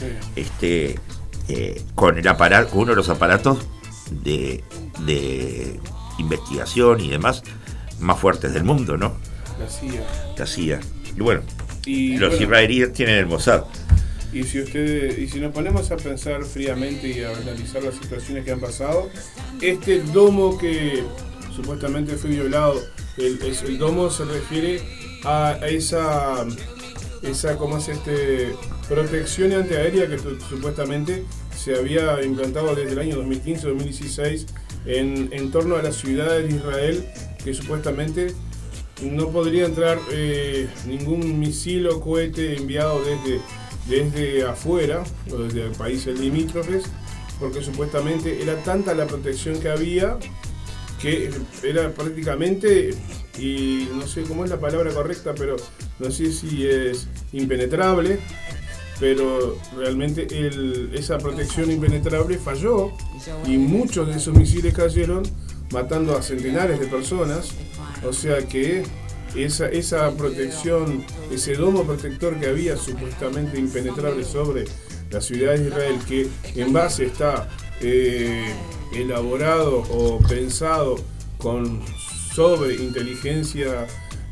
con uno de los aparatos de investigación y demás más fuertes del mundo, ¿no? La CIA. Y bueno, los israelíes tienen el Mossad. Y si nos ponemos a pensar fríamente y a analizar las situaciones que han pasado, este domo que supuestamente fue violado, el domo se refiere a esa ¿cómo es protección antiaérea que supuestamente se había implantado desde el año 2015-2016 en torno a las ciudades de Israel, que supuestamente no podría entrar ningún misil o cohete enviado desde afuera o desde países limítrofes, porque supuestamente era tanta la protección que había que era prácticamente, y no sé cómo es la palabra correcta, pero no sé si es impenetrable, pero realmente esa protección impenetrable falló y muchos de esos misiles cayeron matando a centenares de personas. O sea que esa protección, ese domo protector que había supuestamente impenetrable sobre las ciudades de Israel, que en base está elaborado o pensado sobre inteligencia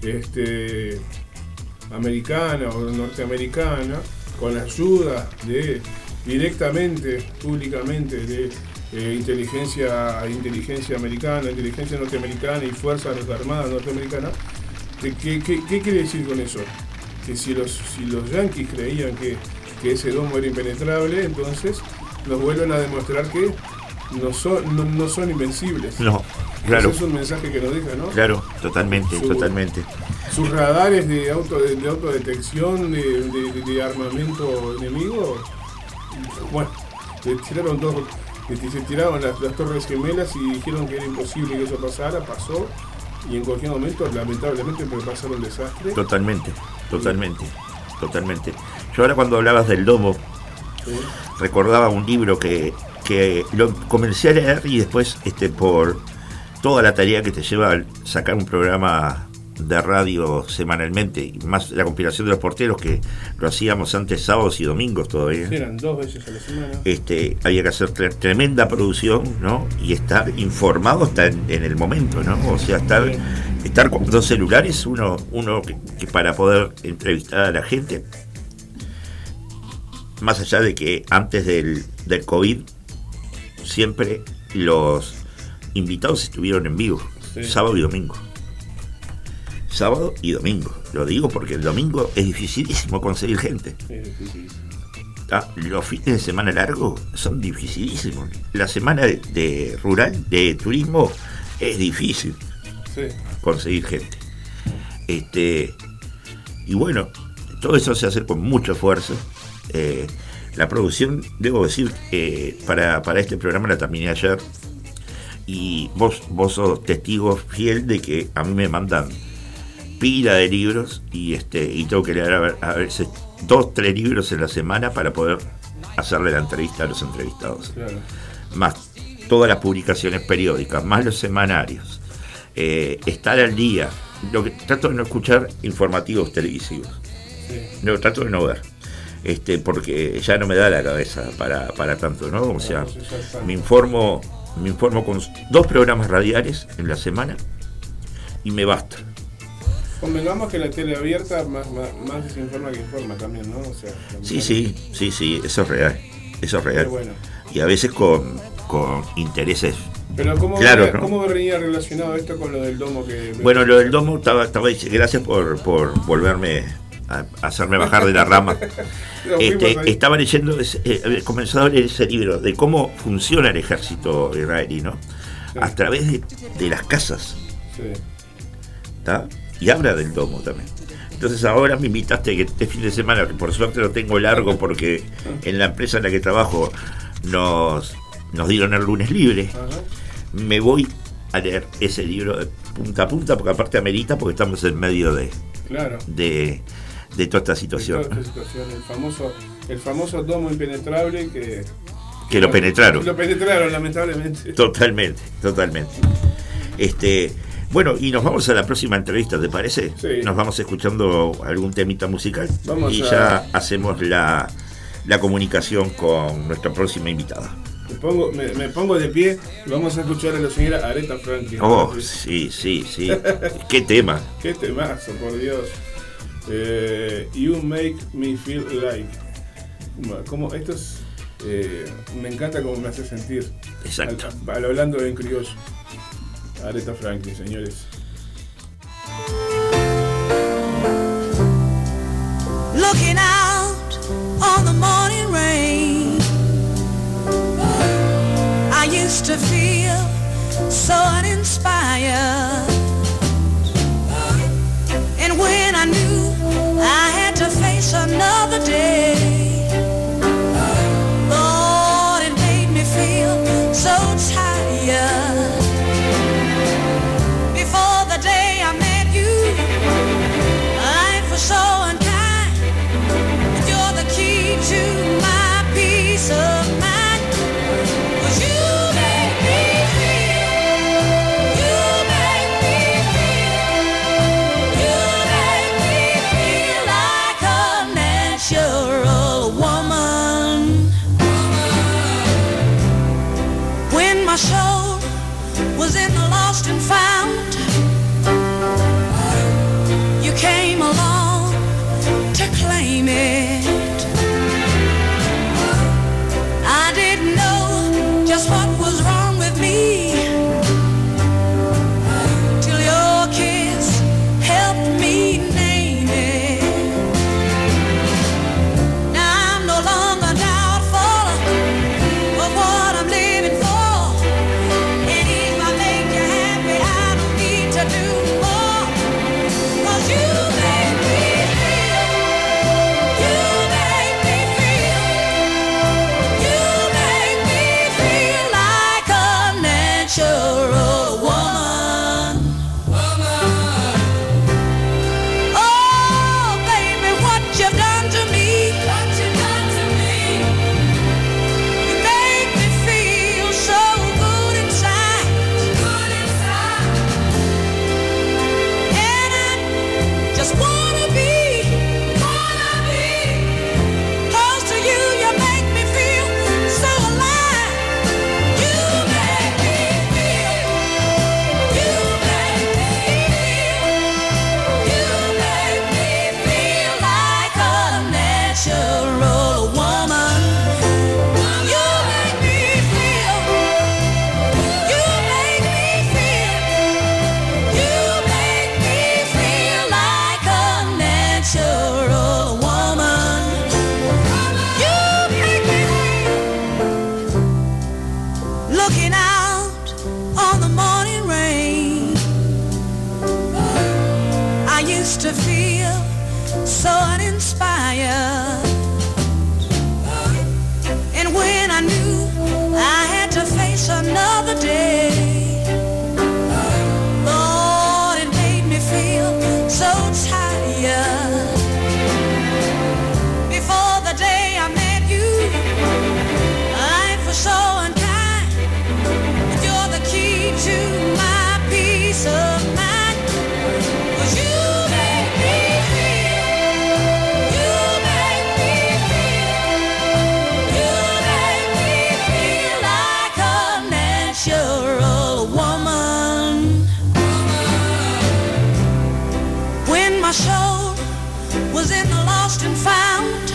americana o norteamericana, con la ayuda directamente, públicamente, de inteligencia americana, inteligencia norteamericana y fuerzas armadas norteamericanas. ¿Qué quiere decir con eso? Que si los yanquis creían que ese domo era impenetrable, entonces nos vuelven a demostrar que no son invencibles. No, claro. Ese es un mensaje que nos deja, ¿no? Claro, totalmente. Sus radares de autodetección de armamento enemigo, bueno, se tiraron las Torres Gemelas y dijeron que era imposible que eso pasara, pasó, y en cualquier momento lamentablemente puede pasar un desastre. Totalmente. Yo ahora, cuando hablabas del domo, recordaba un libro que lo comencé a leer, y después por toda la tarea que te lleva a sacar un programa de radio semanalmente, y más la compilación de los porteros, que lo hacíamos antes sábados y domingos todavía. Sí, eran 2 veces a la semana. Había que hacer tremenda producción, ¿no? Y estar informado hasta en el momento, ¿no? O sea, estar con 2 celulares, uno que para poder entrevistar a la gente, más allá de que antes del COVID siempre los invitados estuvieron en vivo, sábado y domingo. Lo digo porque el domingo es dificilísimo conseguir gente. Los fines de semana largos son dificilísimos. La semana de rural, de turismo, es difícil conseguir gente. Y bueno, todo eso se hace con mucho esfuerzo. La producción, debo decir, para este programa la terminé ayer, y vos sos testigo fiel de que a mí me mandan pila de libros, y tengo que leer a veces 2-3 libros en la semana para poder hacerle la entrevista a los entrevistados. Claro. Más todas las publicaciones periódicas, más los semanarios, estar al día. Trato de no escuchar informativos televisivos, trato de no ver, porque ya no me da la cabeza para tanto, ¿no? O sea, me informo con 2 programas radiales en la semana y me basta. Convengamos que la tele abierta más desinforma que informa también, ¿no? O sea, sí, eso es real. Bueno. Y a veces con intereses. Pero ¿cómo venía relacionado esto con lo del domo? Bueno, lo del domo estaba gracias por volverme a hacerme bajar de la rama. Estaba leyendo, he comenzado a leer ese libro de cómo funciona el ejército israelí, ¿no? a través de las casas. ¿Está? Y habla del domo también. Entonces ahora me invitaste que este fin de semana, que por suerte lo tengo largo porque en la empresa en la que trabajo nos dieron el lunes libre. Me voy a leer ese libro de punta a punta, porque aparte amerita, porque estamos en medio de toda esta situación. El famoso domo impenetrable que lo penetraron. Lo penetraron, lamentablemente. Totalmente. Bueno, y nos vamos a la próxima entrevista, ¿te parece? Sí. Nos vamos escuchando algún temita musical ya hacemos la comunicación con nuestra próxima invitada. Me pongo de pie y vamos a escuchar a la señora Aretha Franklin. Oh, sí. Qué tema. Qué temazo, por Dios. You make me feel like. Como esto es. Me encanta cómo me hace sentir. Exacto. Hablando en criollo. Aretha Franklin, señores. Looking out on the morning rain, I used to feel so uninspired, and when I knew I had to face another day, Lord, it made me feel so tired. Before the day I met you, life was so unkind, but you're the key to my peace of mind. 'Cause you make me feel, you make me feel like a natural woman. When my soul was in the lost and found, you came along to claim it. I didn't know just what was wrong with me till your kiss helped me name it. Now I'm no longer doubtful of what I'm living for, and if I make you happy, I don't need to do more. 'Cause you make me feel, you make me feel like a natural woman. Oh, baby, what you've done to me, you make me feel so good inside. And I just wanna be close to you. You make me feel so alive. You make me feel, you make me feel like a natural woman. You make me feel, you make me feel like a natural woman. You make me feel, looking out on the morning rain, I used to feel so uninspired, and when I knew I had to face another day, Lord, it made me feel so tired. Before the day I met you, life was so unkind, but you're the key to my peace of mind. 'Cause you make me feel, you make me feel like a natural woman. When my soul was in the lost and found,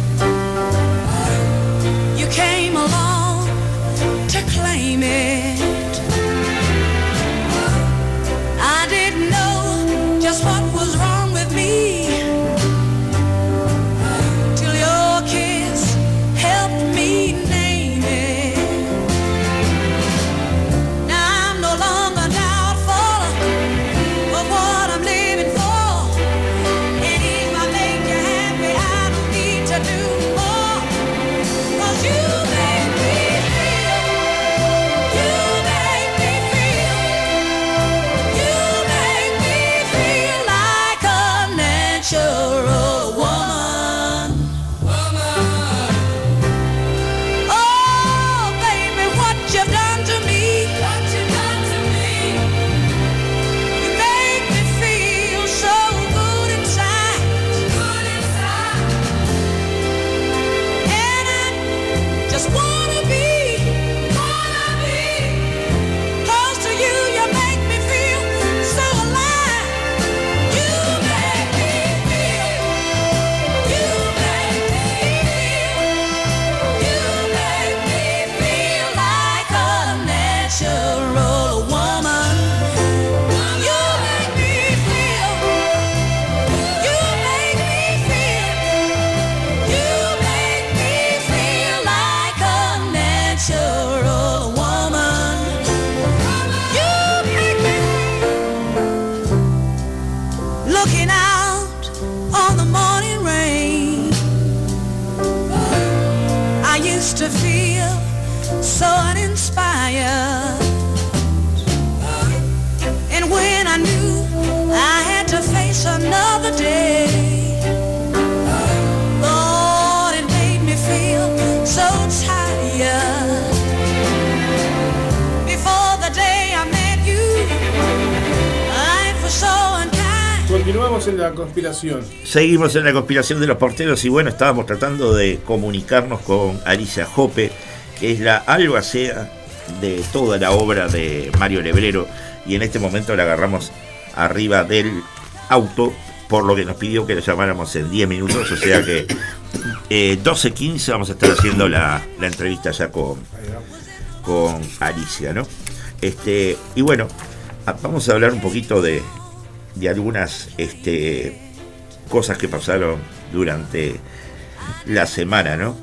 you came along to claim it. I didn't know just what was wrong with me till your kiss helped me name it. Now seguimos en la conspiración. Seguimos en la conspiración de los porteros y bueno, estábamos tratando de comunicarnos con Alicia Jope, que es la albacea de toda la obra de Mario Lebrero, y en este momento la agarramos arriba del auto, por lo que nos pidió que lo llamáramos en 10 minutos, o sea que 12:15 vamos a estar haciendo la entrevista ya con Alicia, ¿no? Y bueno, vamos a hablar un poquito de algunas cosas que pasaron durante la semana, ¿no?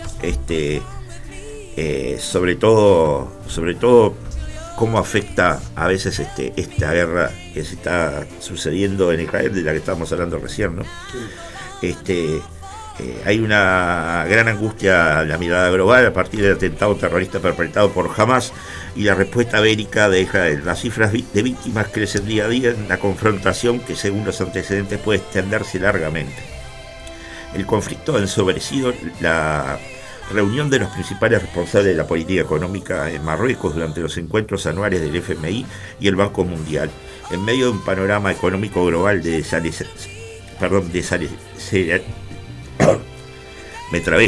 Sobre todo cómo afecta a veces esta guerra que se está sucediendo en Israel, de la que estábamos hablando recién, ¿no? Sí. Hay una gran angustia en la mirada global a partir del atentado terrorista perpetrado por Hamas y la respuesta bélica de Israel. Las cifras de víctimas crecen día a día en la confrontación que, según los antecedentes, puede extenderse largamente. El conflicto ha ensobrecido la reunión de los principales responsables de la política económica en Marruecos durante los encuentros anuales del FMI y el Banco Mundial, en medio de un panorama económico global me trabé,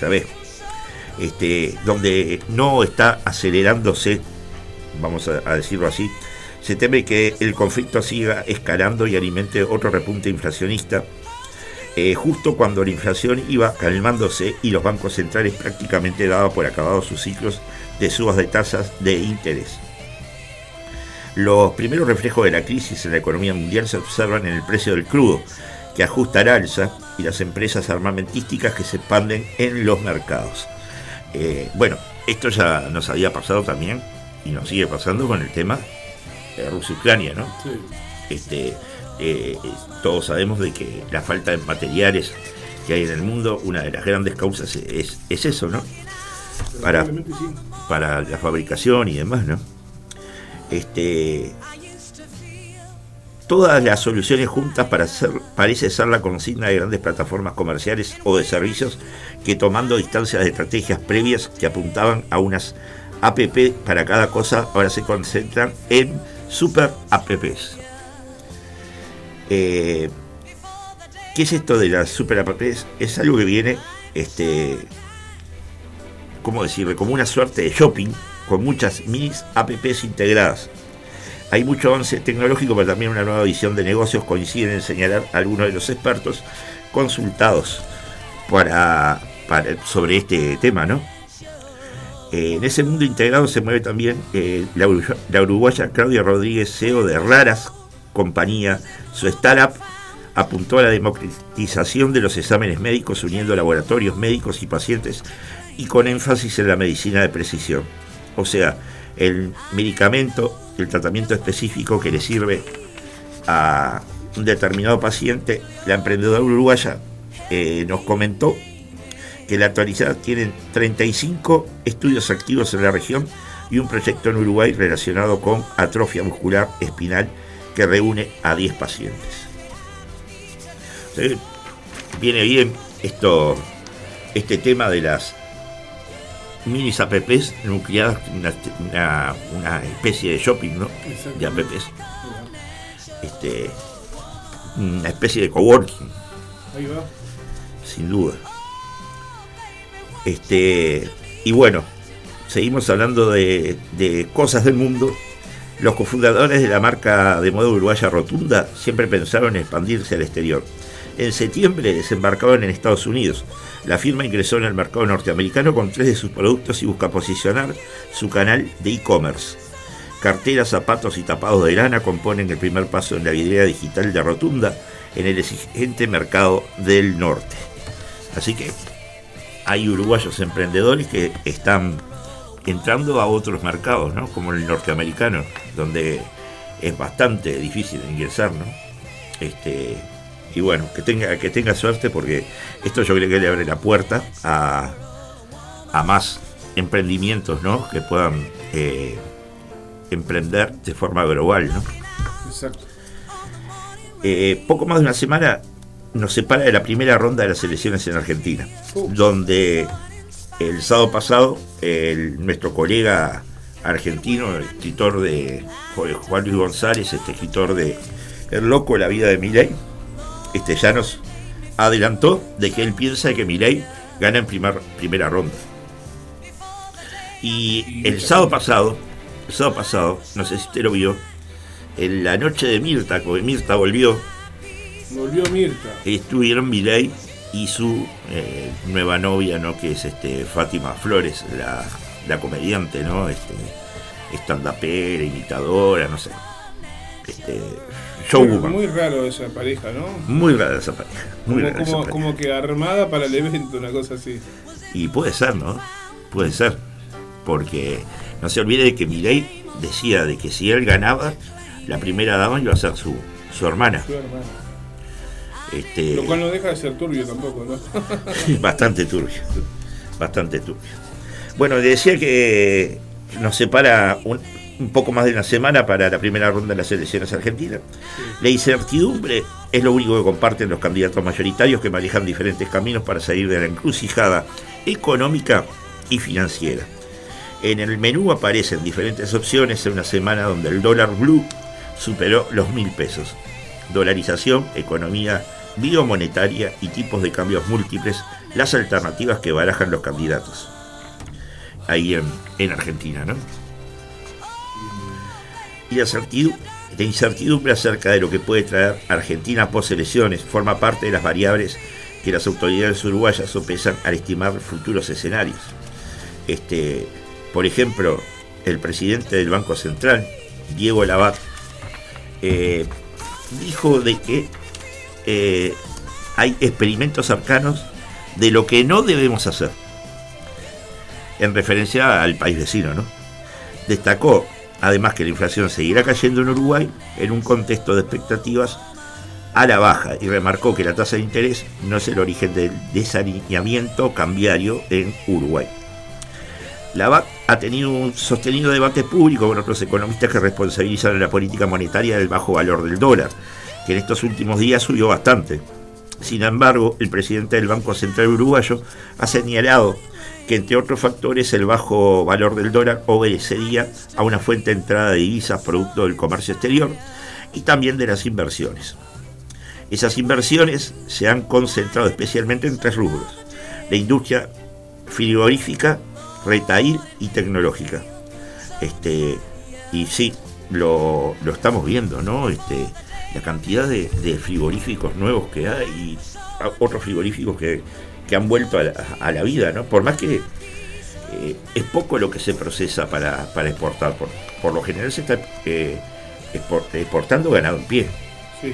donde no está acelerándose, vamos a decirlo así. Se teme que el conflicto siga escalando y alimente otro repunte inflacionista, justo cuando la inflación iba calmándose y los bancos centrales prácticamente daban por acabados sus ciclos de subas de tasas de interés. Los primeros reflejos de la crisis en la economía mundial se observan en el precio del crudo, que ajusta al alza, y las empresas armamentísticas que se expanden en los mercados. Bueno, esto ya nos había pasado también y nos sigue pasando con el tema de Rusia-Ucrania, ¿no? Sí. Todos sabemos de que la falta de materiales que hay en el mundo, una de las grandes causas es eso, ¿no? Para la fabricación y demás, ¿no? Todas las soluciones juntas parece ser la consigna de grandes plataformas comerciales o de servicios que, tomando distancias de estrategias previas que apuntaban a unas app para cada cosa, ahora se concentran en super apps. ¿Qué es esto de las super apps? Es algo que viene, ¿cómo decirlo? Como una suerte de shopping con muchas mini apps integradas. Hay mucho avance tecnológico, pero también una nueva visión de negocios, coinciden en señalar algunos de los expertos consultados sobre este tema, ¿no? En ese mundo integrado se mueve también la uruguaya Claudia Rodríguez, CEO de Raras Compañía. Su startup apuntó a la democratización de los exámenes médicos, uniendo laboratorios médicos y pacientes, y con énfasis en la medicina de precisión. O sea, el medicamento, el tratamiento específico que le sirve a un determinado paciente. La emprendedora uruguaya nos comentó que en la actualidad tienen 35 estudios activos en la región y un proyecto en Uruguay relacionado con atrofia muscular espinal que reúne a 10 pacientes. Viene bien este tema de las mini apps nucleadas, una especie de shopping, ¿no? De apps. Una especie de coworking. Ahí va. Sin duda. Y bueno, seguimos hablando de cosas del mundo. Los cofundadores de la marca de moda uruguaya Rotunda siempre pensaron en expandirse al exterior. En septiembre desembarcaron en Estados Unidos. La firma ingresó en el mercado norteamericano con 3 de sus productos y busca posicionar su canal de e-commerce. Carteras, zapatos y tapados de lana componen el primer paso en la vidriera digital de Rotunda en el exigente mercado del norte. Así que hay uruguayos emprendedores que están entrando a otros mercados, ¿no? Como el norteamericano, donde es bastante difícil ingresar, ¿no? Y bueno, que tenga suerte, porque esto yo creo que le abre la puerta a más emprendimientos, ¿no? Que puedan emprender de forma global, ¿no? Exacto. Poco más de una semana nos separa de la primera ronda de las elecciones en Argentina, donde el sábado pasado nuestro colega argentino, el escritor de Juan Luis González, escritor de El Loco, la vida de Milei, ya nos adelantó de que él piensa que Milei gana en primera ronda. Y el sábado pasado, no sé si usted lo vio, en la noche de Mirta, porque Mirta volvió Mirta. Estuvieron Milei y su nueva novia, ¿no? Que es Fátima Flores, la comediante, ¿no? Stand-upera, imitadora, no sé. Showwoman. Muy raro esa pareja, ¿no? Muy rara esa pareja. Como que armada para el evento, una cosa así. Y puede ser, ¿no? Puede ser. Porque no se olvide de que Milei decía de que si él ganaba, la primera dama iba a ser su hermana. Su hermana. Lo cual no deja de ser turbio tampoco, ¿no? Bastante turbio. Bueno, le decía que nos separa un poco más de una semana para la primera ronda de las elecciones argentinas. Sí. La incertidumbre es lo único que comparten los candidatos mayoritarios, que manejan diferentes caminos para salir de la encrucijada económica y financiera. En el menú aparecen diferentes opciones en una semana donde el dólar blue superó los 1.000 pesos. Dolarización, economía biomonetaria y tipos de cambios múltiples, las alternativas que barajan los candidatos ahí en Argentina, ¿no? Y la incertidumbre acerca de lo que puede traer Argentina post elecciones forma parte de las variables que las autoridades uruguayas sopesan al estimar futuros escenarios. Por ejemplo, el presidente del Banco Central, Diego Labat, dijo de que hay experimentos cercanos de lo que no debemos hacer, en referencia al país vecino, ¿no? Destacó además que la inflación seguirá cayendo en Uruguay en un contexto de expectativas a la baja, y remarcó que la tasa de interés no es el origen del desalineamiento cambiario en Uruguay. Labat ha tenido un sostenido debate público con otros economistas que responsabilizan a la política monetaria del bajo valor del dólar, que en estos últimos días subió bastante. Sin embargo, el presidente del Banco Central uruguayo ha señalado que, entre otros factores, el bajo valor del dólar obedecería a una fuente de entrada de divisas producto del comercio exterior y también de las inversiones. Esas inversiones se han concentrado especialmente en 3 rubros: la industria frigorífica, retail y tecnológica. Y sí, lo estamos viendo, ¿no? La cantidad de frigoríficos nuevos que hay y otros frigoríficos que han vuelto a la vida, ¿no? Por más que es poco lo que se procesa para exportar. Por lo general se está exportando ganado en pie. Sí.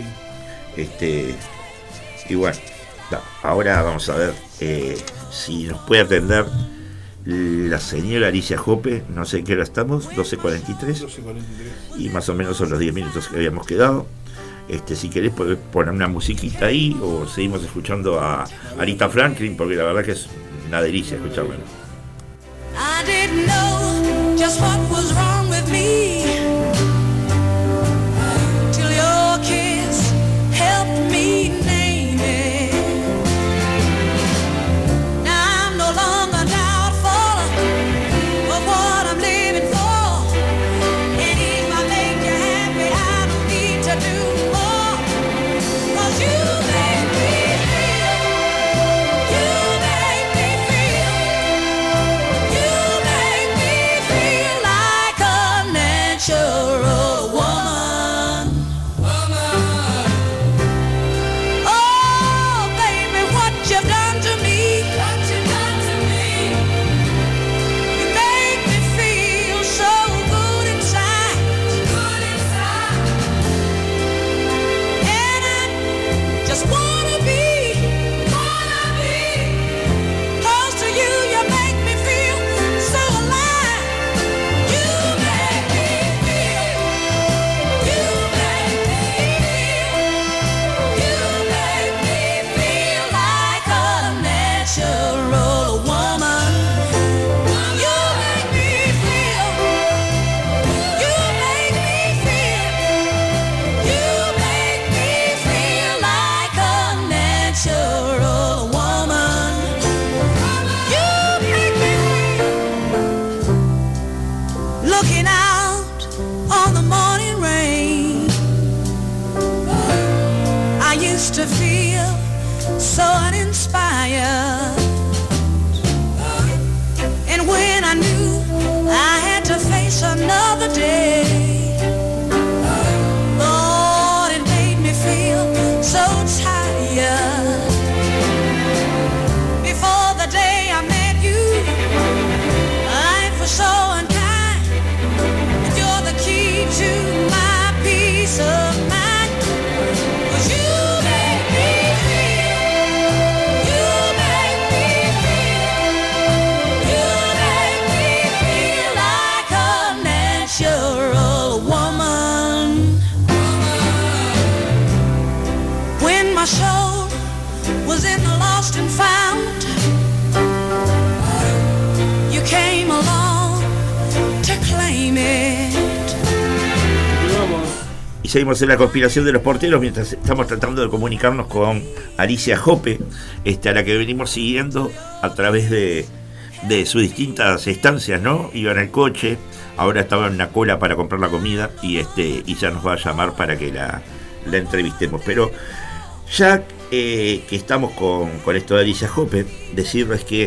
Y bueno, ahora vamos a ver si nos puede atender la señora Alicia Jope. No sé en qué hora estamos, 12:43. Y más o menos son los 10 minutos que habíamos quedado. Si querés podés poner una musiquita ahí, o seguimos escuchando a Aretha Franklin, porque la verdad que es una delicia escucharla. I didn't know just what was wrong with me till your kiss helped me name it. Now I'm no longer doubtful of what I'm living for, and if I make you happy, I don't need to do more, 'cause you make me feel, you make me feel. conspire. And when I knew I had to face another day, Lord, it made me feel so tired. Before the day I met you, life was so unkind, and you're the key to my peace of mind. 'Cause you make me feel, you make me feel, you make me feel like a natural woman. When my soul was in the lost and found, you came along to claim it. Y seguimos en la conspiración de los porteros mientras estamos tratando de comunicarnos con Alicia Jope, a la que venimos siguiendo a través de sus distintas estancias, ¿no? Iba en el coche, ahora estaba en una cola para comprar la comida y ya nos va a llamar para que la entrevistemos. Pero ya que estamos con esto de Alicia Jope, decirles que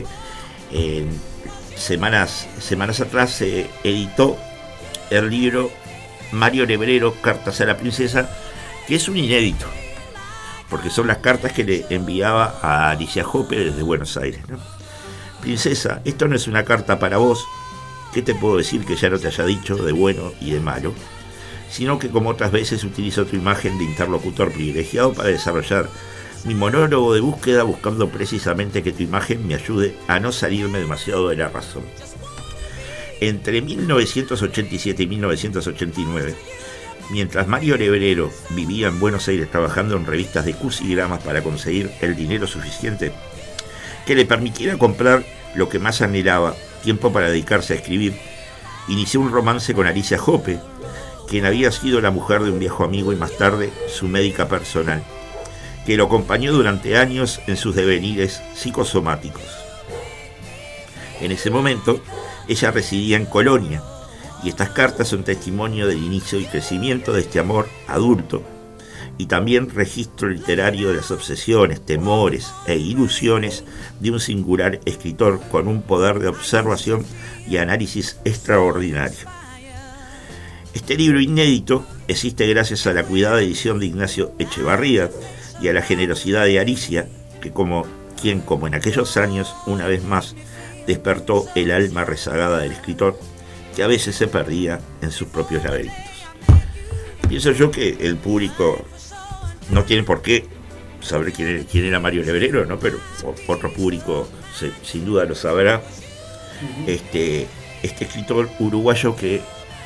semanas atrás se editó el libro Mario Lebrero, Cartas a la Princesa, que es un inédito, porque son las cartas que le enviaba a Alicia Jope desde Buenos Aires, ¿no? Princesa, esto no es una carta para vos, ¿qué te puedo decir que ya no te haya dicho de bueno y de malo? Sino que como otras veces utilizo tu imagen de interlocutor privilegiado para desarrollar mi monólogo de búsqueda, buscando precisamente que tu imagen me ayude a no salirme demasiado de la razón. Entre 1987 y 1989, mientras Mario Lebrero vivía en Buenos Aires trabajando en revistas de crucigramas para conseguir el dinero suficiente que le permitiera comprar lo que más anhelaba, tiempo para dedicarse a escribir, inició un romance con Alicia Jope, quien había sido la mujer de un viejo amigo y más tarde su médica personal, que lo acompañó durante años en sus devenires psicosomáticos. En ese momento, ella residía en Colonia, y estas cartas son testimonio del inicio y crecimiento de este amor adulto, y también registro literario de las obsesiones, temores e ilusiones de un singular escritor con un poder de observación y análisis extraordinario. Este libro inédito existe gracias a la cuidada edición de Ignacio Echevarría y a la generosidad de Alicia, quien como en aquellos años, una vez más, despertó el alma rezagada del escritor, que a veces se perdía en sus propios laberintos. Pienso yo que el público no tiene por qué saber quién era Mario Lebrero, ¿no? Pero otro público sin duda lo sabrá. Este escritor uruguayo que,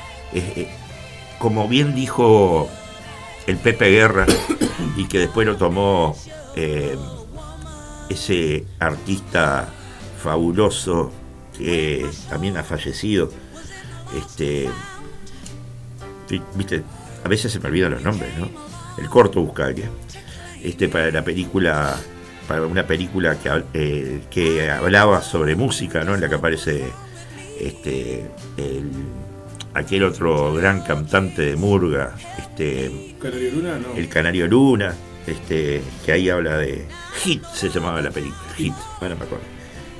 como bien dijo el Pepe Guerra, y que después lo tomó ese artista fabuloso que también ha fallecido, viste, a veces se me olvidan los nombres, ¿no? El Corto Buscalia, para una película que hablaba sobre música, ¿no? En la que aparece aquel otro gran cantante de murga, Canario Luna, ¿no? El Canario Luna, que ahí habla de Hit, se llamaba la película, Hit, bueno, me acuerdo.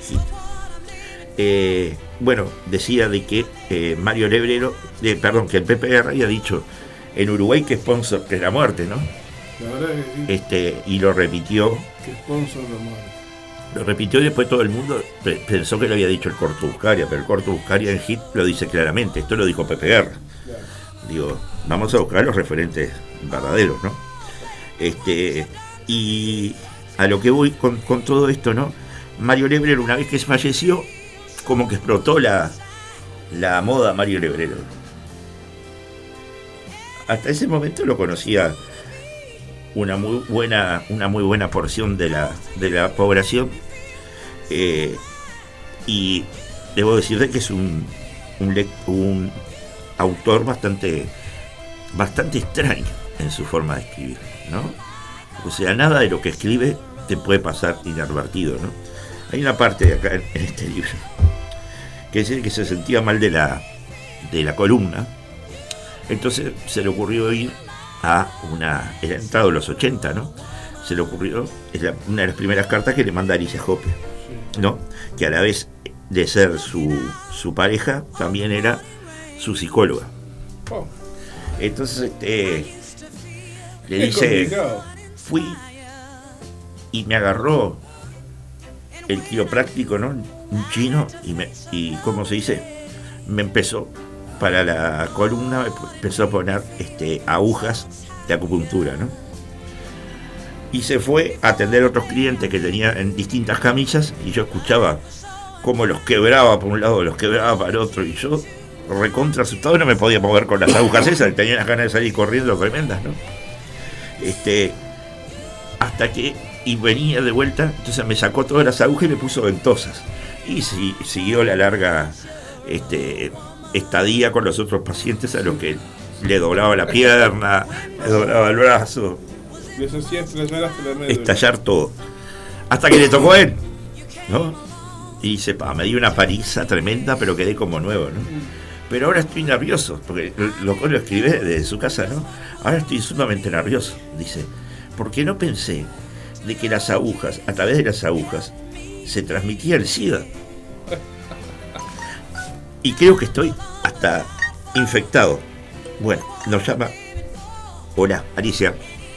Bueno, decía de que Mario Lebrero, que el PPR había dicho en Uruguay que sponsor que es la muerte, ¿no? La verdad que sí. Y lo repitió. Que sponsor la muerte. Lo repitió y después todo el mundo pensó que lo había dicho el Corto Buscaria, pero el Corto Buscaria en Hit lo dice claramente. Esto lo dijo Pepe Guerra. Claro. Digo, vamos a buscar los referentes verdaderos, ¿no? Y a lo que voy con todo esto, ¿no? Mario Lebrero, una vez que falleció, como que explotó la moda Mario Lebrero. Hasta ese momento lo conocía una muy buena porción de la población, y debo decirte que es un autor bastante extraño en su forma de escribir, ¿no? O sea, nada de lo que escribe te puede pasar inadvertido, ¿no? Hay una parte de acá en este libro que dice que se sentía mal de la columna, entonces se le ocurrió ir era entrado los 80, ¿no? se le ocurrió, es una de las primeras cartas que le manda Alicia Hoppe, ¿no? Que a la vez de ser su pareja, también era su psicóloga. Oh. Entonces le dice, fui y me agarró el quiropráctico, ¿no? Un chino, y ¿cómo se dice? Me empezó, para la columna, empezó a poner agujas de acupuntura, ¿no? Y se fue a atender a otros clientes que tenía en distintas camillas, y yo escuchaba cómo los quebraba por un lado, los quebraba para el otro, y yo, recontra asustado, no me podía mover con las agujas esas, tenía las ganas de salir corriendo tremendas, ¿no? Hasta que, y venía de vuelta, entonces me sacó todas las agujas y me puso ventosas. Y siguió la larga estadía con los otros pacientes, a los que le doblaba la pierna, le doblaba el brazo. Les hacía estallar hasta la médula. Estallar todo. Hasta que le tocó a él, ¿no? Y dice, me dio una paliza tremenda, pero quedé como nuevo, ¿no? Pero ahora estoy nervioso, porque lo escribí desde su casa, ¿no? Ahora estoy sumamente nervioso, dice, porque no pensé de que las agujas, a través de las agujas, se transmitía el SIDA. Y creo que estoy hasta infectado. Bueno, nos llama. Hola, Alicia.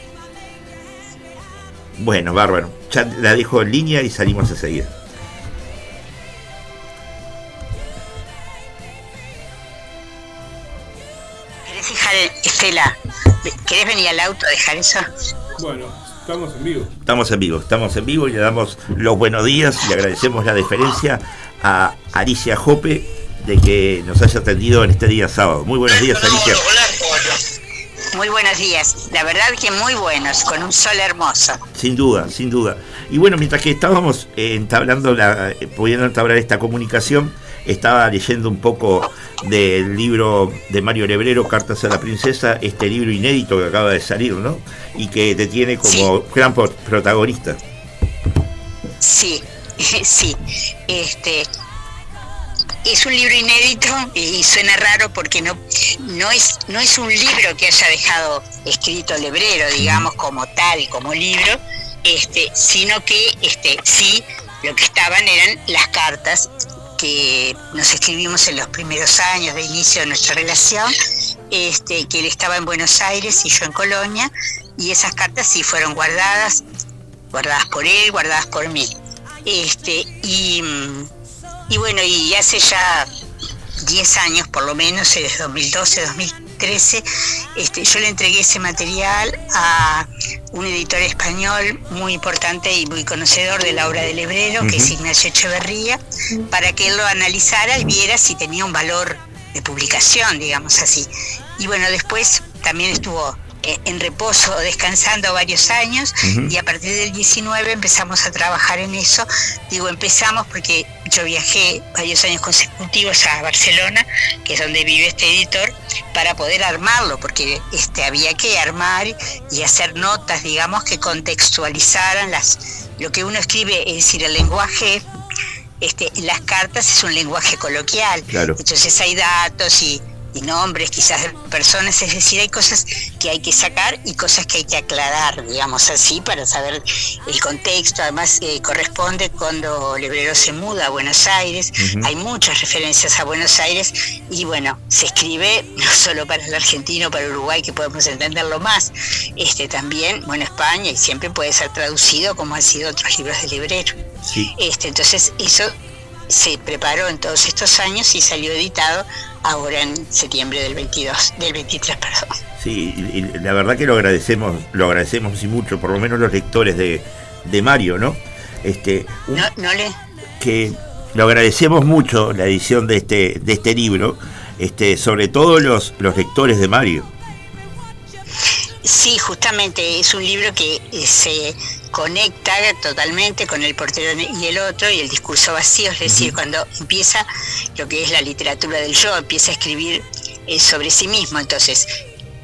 Bueno, bárbaro. Ya la dejo en línea y salimos enseguida. ¿Querés dejar, Estela? ¿Querés venir al auto a dejar eso? Bueno, estamos en vivo. Estamos en vivo y le damos los buenos días y le agradecemos la deferencia a Alicia Hoppe de que nos haya atendido en este día sábado. Muy buenos días, Alicia. Muy buenos días, la verdad que muy buenos, con un sol hermoso. Sin duda. Y bueno, mientras que estábamos pudiendo entablar esta comunicación, estaba leyendo un poco del libro de Mario Lebrero, Cartas a la Princesa, este libro inédito que acaba de salir, ¿no? Y que te tiene como gran protagonista. Sí. Es un libro inédito y suena raro porque no es un libro que haya dejado escrito Lebrero, digamos, como tal, como libro, sino que sí, lo que estaban eran las cartas que nos escribimos en los primeros años de inicio de nuestra relación, que él estaba en Buenos Aires y yo en Colonia, y esas cartas sí fueron guardadas por él, guardadas por mí. Y bueno, y hace ya 10 años por lo menos, desde 2012, 2013, yo le entregué ese material a un editor español muy importante y muy conocedor de la obra de Lebrero, que es Ignacio Echeverría, para que él lo analizara y viera si tenía un valor de publicación, digamos así. Y bueno, después también estuvo en reposo, descansando varios años, y a partir del 19 empezamos a trabajar en eso. Digo empezamos porque yo viajé varios años consecutivos a Barcelona, que es donde vive este editor, para poder armarlo, porque había que armar y hacer notas, digamos, que contextualizaran lo que uno escribe, es decir, el lenguaje. Las cartas es un lenguaje coloquial, claro. Entonces hay datos y nombres quizás de personas, es decir, hay cosas que hay que sacar y cosas que hay que aclarar, digamos así, para saber el contexto. Además corresponde cuando Lebrero se muda a Buenos Aires, hay muchas referencias a Buenos Aires y bueno, se escribe no solo para el argentino, para Uruguay, que podemos entenderlo más, también, bueno, España, y siempre puede ser traducido como han sido otros libros de Lebrero. Sí. Entonces eso se preparó en todos estos años y salió editado ahora en septiembre del 23, perdón. Sí, y la verdad que lo agradecemos y mucho, por lo menos los lectores de Mario, ¿no? Que lo agradecemos mucho, la edición de este libro, sobre todo los lectores de Mario. Sí, justamente es un libro que se conecta totalmente con El portero y el otro y El discurso vacío, es decir, cuando empieza lo que es la literatura del yo, empieza a escribir sobre sí mismo. Entonces,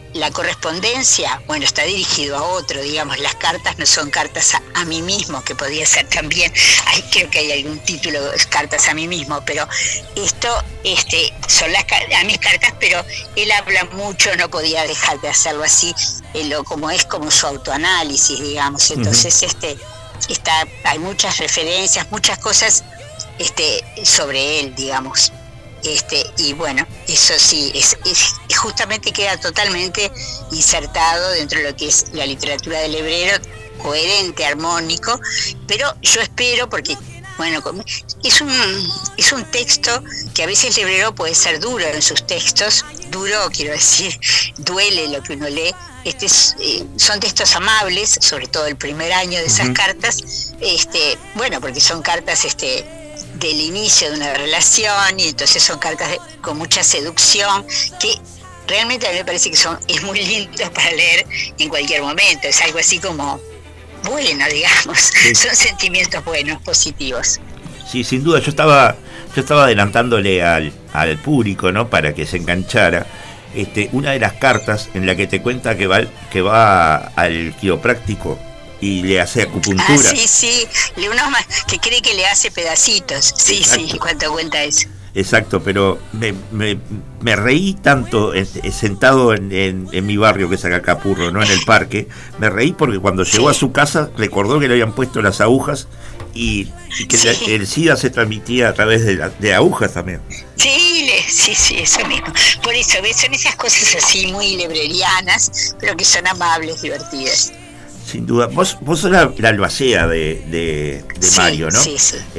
la correspondencia, bueno, está dirigido a otro, digamos, las cartas no son cartas a mí mismo, que podría ser también, creo que hay algún título, cartas a mí mismo, pero esto son a mis cartas, pero él habla mucho, no podía dejar de hacerlo así, como es como su autoanálisis, digamos, entonces hay muchas referencias, muchas cosas sobre él, digamos. Y bueno, eso sí, justamente queda totalmente insertado dentro de lo que es la literatura del Lebrero, coherente, armónico, pero yo espero, porque bueno, es un texto que a veces el Lebrero puede ser duro en sus textos, duro quiero decir, duele lo que uno lee. Son textos amables, sobre todo el primer año de esas cartas, bueno, porque son cartas del inicio de una relación, y entonces son cartas con mucha seducción, que realmente a mí me parece que es muy lindo para leer en cualquier momento, es algo así como bueno, digamos, son sentimientos buenos, positivos. Sí, sin duda, yo estaba adelantándole al público, ¿no?, para que se enganchara, una de las cartas en la que te cuenta que va al quiropráctico y le hace acupuntura. Sí, uno más que cree que le hace pedacitos. Sí, cuánto cuenta eso. Exacto, pero me reí tanto sentado en mi barrio, que es Acacapurro, no en el parque. Me reí porque cuando llegó a su casa recordó que le habían puesto las agujas y que el SIDA se transmitía a través de agujas también. Sí, eso mismo. Por eso, son esas cosas así muy lebrerianas, pero que son amables, divertidas. Sin duda. Vos sos la albacea de Mario, ¿no? Sí.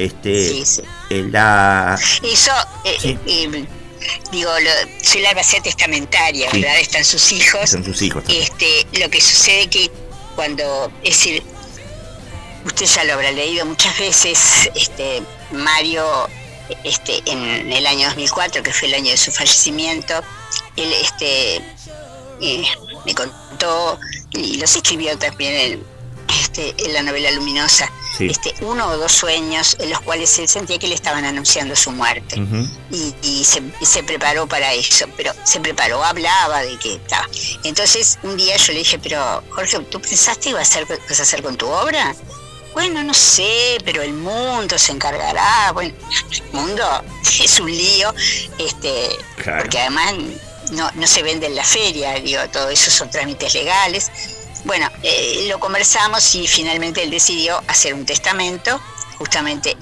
Soy la albacea testamentaria, ¿verdad? Están sus hijos. Están sus hijos. Lo que sucede que cuando, es decir, usted ya lo habrá leído muchas veces, Mario, en el año 2004, que fue el año de su fallecimiento, él, me contó, y los escribió también en la novela Luminosa, 1 o 2 sueños en los cuales él sentía que le estaban anunciando su muerte. Y se preparó para eso, pero hablaba de que estaba. Entonces un día yo le dije, pero Jorge, ¿tú pensaste que vas a hacer con tu obra? Bueno, no sé, pero el mundo se encargará. Bueno, el mundo es un lío, claro, porque además no se vende en la feria, todo eso son trámites legales. Bueno, lo conversamos y finalmente él decidió hacer un testamento, justamente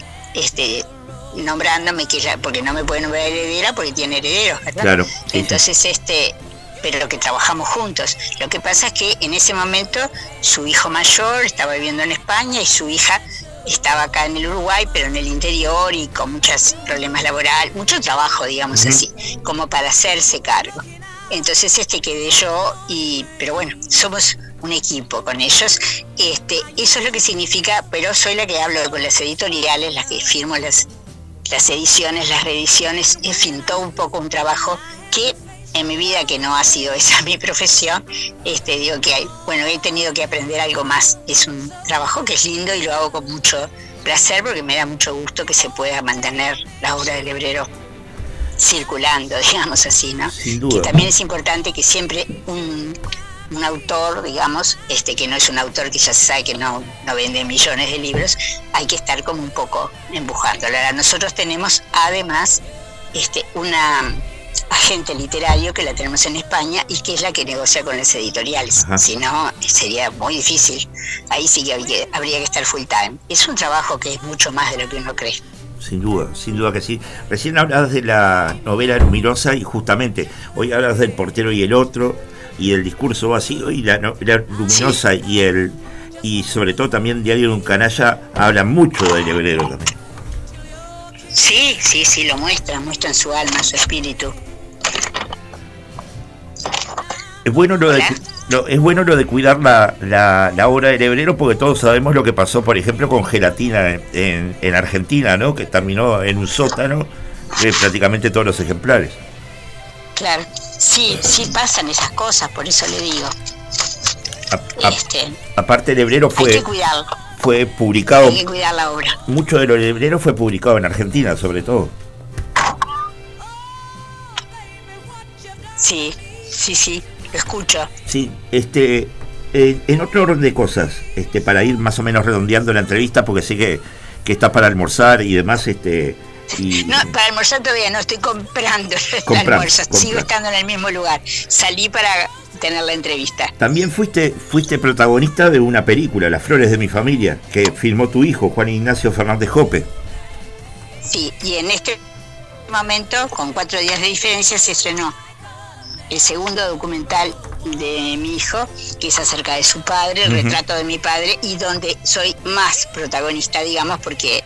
nombrándome, porque no me puede nombrar heredera porque tiene herederos, ¿verdad? Claro. Entonces, pero que trabajamos juntos. Lo que pasa es que en ese momento su hijo mayor estaba viviendo en España y su hija estaba acá en el Uruguay, pero en el interior y con muchos problemas laborales, mucho trabajo, digamos así, como para hacerse cargo. Entonces quedé yo, pero bueno, somos un equipo con ellos. Eso es lo que significa, pero soy la que hablo con las editoriales, la que firmo las ediciones, las reediciones, en fin, todo un poco un trabajo que en mi vida, que no ha sido esa mi profesión, digo que he tenido que aprender algo más. Es un trabajo que es lindo y lo hago con mucho placer porque me da mucho gusto que se pueda mantener la obra del Lebrero circulando, digamos así, ¿no? Sin duda. Que también es importante que siempre un autor, digamos, que no es un autor que ya se sabe que no vende millones de libros, hay que estar como un poco empujándolo. Ahora, nosotros tenemos además una agente literario que la tenemos en España y que es la que negocia con las editoriales. Si no, sería muy difícil. Ahí sí que habría que estar full time. Es un trabajo que es mucho más de lo que uno cree. Sin duda que sí. Recién hablabas de la novela Luminosa y justamente hoy hablas del Portero y el Otro y el Discurso Vacío, y la Luminosa y sobre todo también Diario de un Canalla hablan mucho del Lebrero también. Sí, lo muestran su alma, su espíritu. Es bueno lo de cuidar la obra del Lebrero, porque todos sabemos lo que pasó, por ejemplo, con Gelatina en Argentina, ¿no? Que terminó en un sótano prácticamente todos los ejemplares. Claro, sí pasan esas cosas, por eso le digo. Aparte, el Lebrero hay que cuidarlo. Fue publicado. Hay que cuidar la obra. Mucho de los Lebreros fue publicado en Argentina, sobre todo. Sí. lo escucho. Sí, en otro orden de cosas, para ir más o menos redondeando la entrevista, porque sé que está para almorzar y demás, No, para almorzar todavía no, estoy comprando el almuerzo, sigo estando en el mismo lugar. Salí para tener la entrevista. También fuiste protagonista de una película, Las Flores de mi Familia, que filmó tu hijo, Juan Ignacio Fernández Jope. Sí, y en este momento, con 4 días de diferencia, se estrenó el segundo documental de mi hijo, que es acerca de su padre, el retrato de mi padre, y donde soy más protagonista, digamos, porque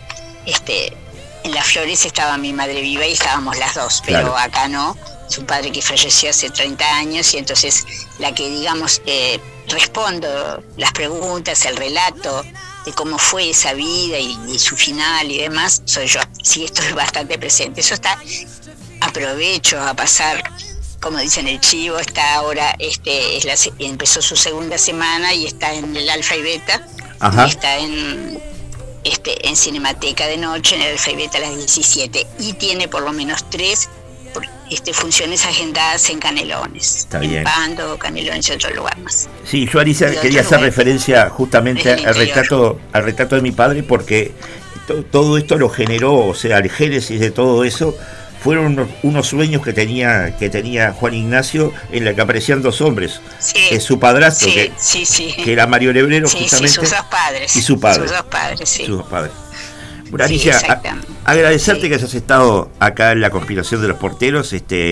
en Las Flores estaba mi madre viva y estábamos las dos, pero claro, acá no, su padre que falleció hace 30 años, y entonces la que, digamos, respondo las preguntas, el relato de cómo fue esa vida y su final y demás, soy yo. Sí, estoy bastante presente. Eso está, aprovecho a pasar, como dicen el chivo, está ahora, empezó su segunda semana y está en el Alfa y Beta. Ajá. Y está en Cinemateca de noche, en el Alfa y Beta a las 17, y tiene por lo menos 3 funciones agendadas en Canelones. Está bien. En Pando, Canelones y otro lugar más. Sí, yo, Alicia, quería hacer referencia justamente al retrato de mi padre, porque todo esto lo generó, o sea, el génesis de todo eso fueron unos sueños que tenía Juan Ignacio, en la que aparecían 2 hombres. Sí, su padrastro, que era Mario Lebrero, justamente. Sí, sus 2 padres. Y su padre. Sus 2 padres, sí. Sus 2 padres. Bueno, Alicia, agradecerte que hayas estado acá en La Conspiración de los Porteros.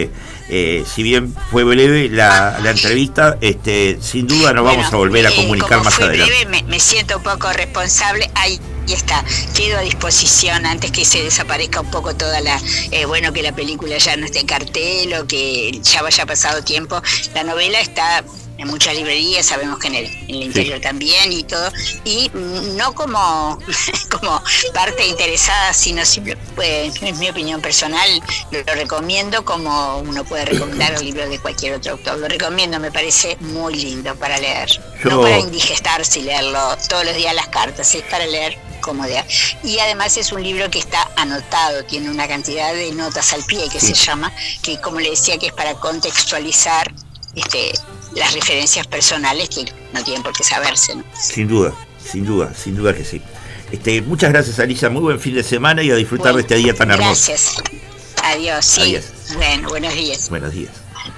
Si bien fue breve la entrevista, sin duda nos vamos a volver a comunicar más adelante. Breve, me siento un poco responsable. Ahí está, quedo a disposición antes que se desaparezca un poco toda que la película ya no esté en cartel o que ya haya pasado tiempo. La novela está en muchas librerías, sabemos que en el interior también y todo, y no como parte interesada, sino simplemente, es mi opinión personal, lo recomiendo como uno puede recomendar un libro de cualquier otro autor. Lo recomiendo, me parece muy lindo para leer, no para indigestarse y leerlo todos los días las cartas, es para leer comodidad. Y además es un libro que está anotado, tiene una cantidad de notas al pie que se llama, que como le decía, que es para contextualizar las referencias personales que no tienen por qué saberse, ¿no? Sin duda que sí. Muchas gracias, Alicia, muy buen fin de semana y a disfrutar de este día tan hermoso. Gracias. Adiós, sí. Adiós. Bueno, buenos días. Buenos días.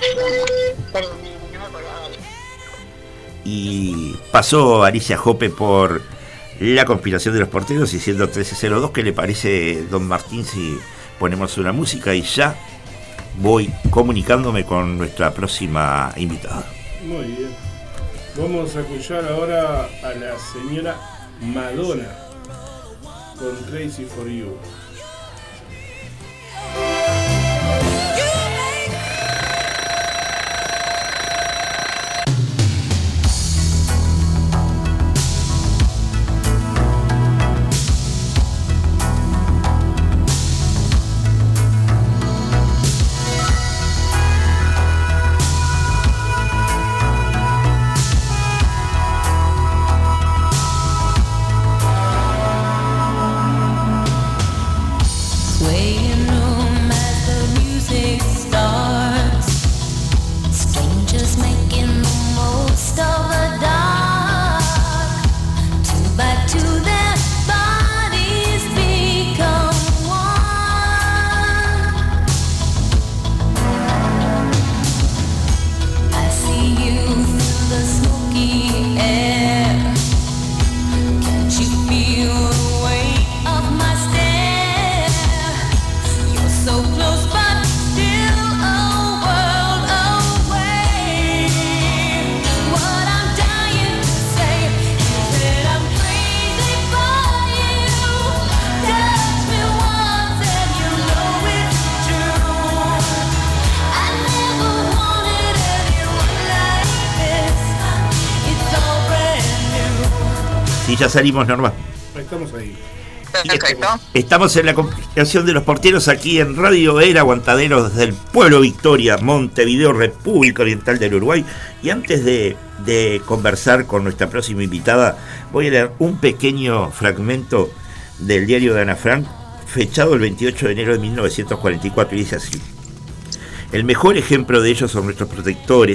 Y pasó Alicia Jope por La Conspiración de los Porteros y siendo 13:02, ¿qué le parece, don Martín, si ponemos una música y ya voy comunicándome con nuestra próxima invitada? Muy bien. Vamos a escuchar ahora a la señora Madonna con Crazy for You. Y ya salimos, Norma. Estamos ahí. Perfecto. Estamos en La Conspiración de los Porteros, aquí en Radio El Aguantadero, desde el pueblo Victoria, Montevideo, República Oriental del Uruguay. Y antes de conversar con nuestra próxima invitada, voy a leer un pequeño fragmento del diario de Ana Frank, fechado el 28 de enero de 1944, y dice así: el mejor ejemplo de ellos son nuestros protectores,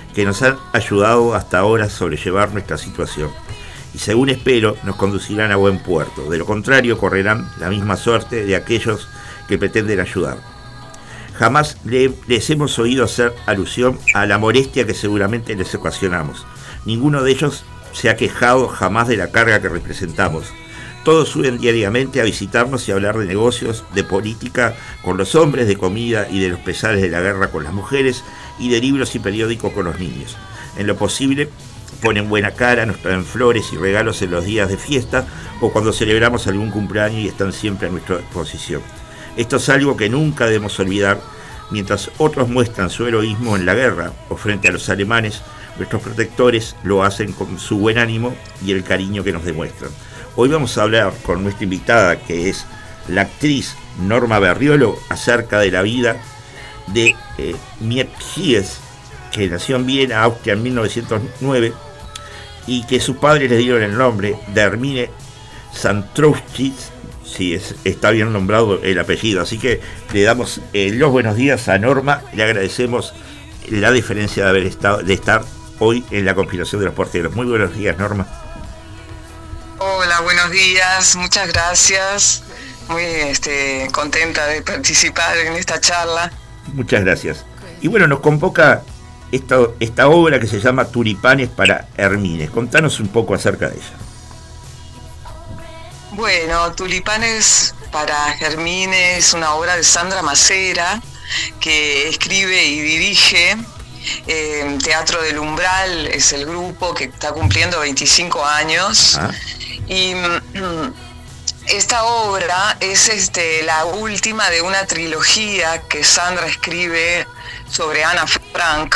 que nos han ayudado hasta ahora a sobrellevar nuestra situación y según espero nos conducirán a buen puerto. De lo contrario correrán la misma suerte de aquellos que pretenden ayudar. Jamás les hemos oído hacer alusión a la molestia que seguramente les ocasionamos. Ninguno de ellos se ha quejado jamás de la carga que representamos. Todos suben diariamente a visitarnos y a hablar de negocios, de política con los hombres, de comida y de los pesares de la guerra con las mujeres y de libros y periódicos con los niños. En lo posible ponen buena cara, nos traen flores y regalos en los días de fiesta o cuando celebramos algún cumpleaños y están siempre a nuestra disposición. Esto es algo que nunca debemos olvidar. Mientras otros muestran su heroísmo en la guerra o frente a los alemanes, nuestros protectores lo hacen con su buen ánimo y el cariño que nos demuestran. Hoy vamos a hablar con nuestra invitada, que es la actriz Norma Berriolo, acerca de la vida de Miep Gies, que nació en Viena, Austria, en 1909, y que sus padres le dieron el nombre de Hermine Santrowitz, si está bien nombrado el apellido. Así que le damos los buenos días a Norma, le agradecemos la diferencia de estar hoy en la conspiración de los porteros. Muy buenos días, Norma. Hola, buenos días, muchas gracias. Muy contenta de participar en esta charla. Muchas gracias. Y bueno, nos convoca esta obra que se llama Tulipanes para Hermine. Contanos un poco acerca de ella. Bueno, Tulipanes para Hermine es una obra de Sandra Macera, que escribe y dirige. Teatro del Umbral es el grupo que está cumpliendo 25 años. Y esta obra es la última de una trilogía que Sandra escribe sobre Ana Frank,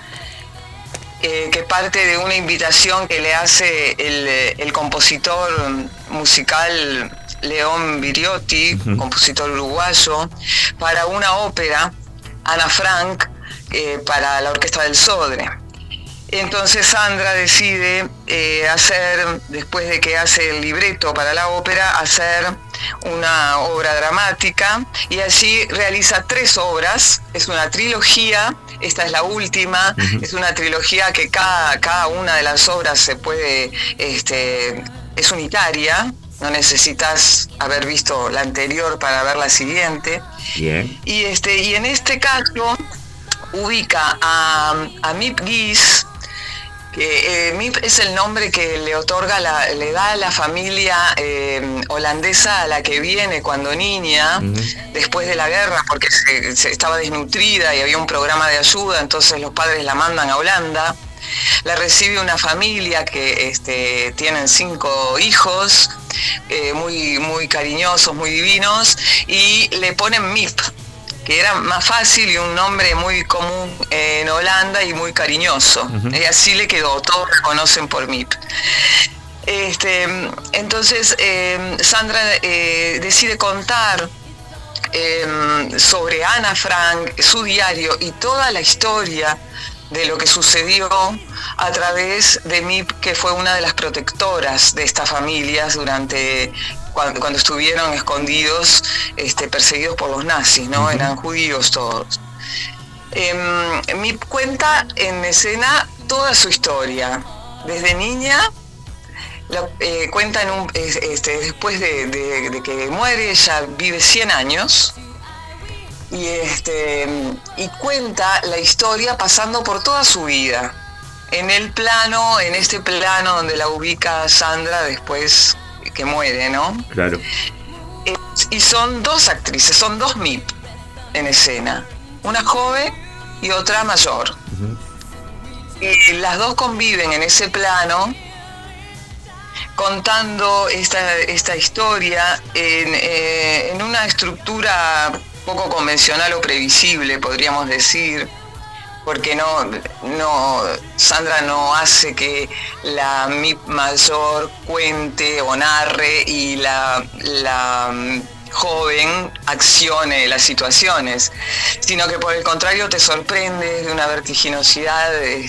que parte de una invitación que le hace el compositor musical León Viriotti, compositor uruguayo, para una ópera, Ana Frank, para la Orquesta del Sodre. Entonces Sandra decide después de que hace el libreto para la ópera, hacer una obra dramática, y allí realiza 3 obras. Es una trilogía, esta es la última. Es una trilogía que cada una de las obras se puede, es unitaria, no necesitas haber visto la anterior para ver la siguiente. Bien. Y en este caso ubica a Miep Gies, que Miep es el nombre que le otorga, le da a la familia holandesa a la que viene cuando niña, después de la guerra, porque se estaba desnutrida y había un programa de ayuda, entonces los padres la mandan a Holanda. La recibe una familia que tienen 5 hijos, muy, muy cariñosos, muy divinos, y le ponen Miep, que era más fácil y un nombre muy común en Holanda y muy cariñoso. Y así le quedó, todos la conocen por Miep. Entonces Sandra decide contar sobre Ana Frank, su diario y toda la historia de lo que sucedió a través de Miep, que fue una de las protectoras de estas familias cuando estuvieron escondidos, perseguidos por los nazis, ¿no? Eran judíos todos. Miep cuenta en escena toda su historia. Desde niña, cuenta después de que muere, ella vive 100 años, y cuenta la historia pasando por toda su vida. En este plano donde la ubica Sandra después que muere, ¿no? Claro. Y son 2 actrices, son 2 Miep en escena, una joven y otra mayor. Y las 2 conviven en ese plano, contando esta historia en una estructura poco convencional o previsible, podríamos decir, porque Sandra no hace que la Miep mayor cuente o narre y la joven accione las situaciones, sino que por el contrario te sorprende de una vertiginosidad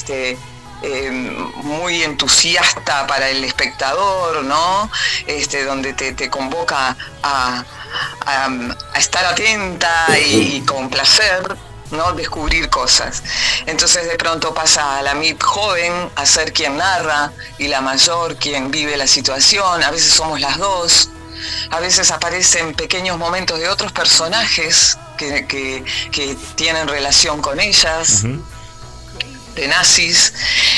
muy entusiasta para el espectador, ¿no? Donde te convoca a estar atenta y con placer. ¿no? Descubrir cosas. Entonces de pronto pasa a la MIP joven a ser quien narra y la mayor quien vive la situación. A veces somos las dos. A veces aparecen pequeños momentos de otros personajes que tienen relación con ellas. Uh-huh. De nazis,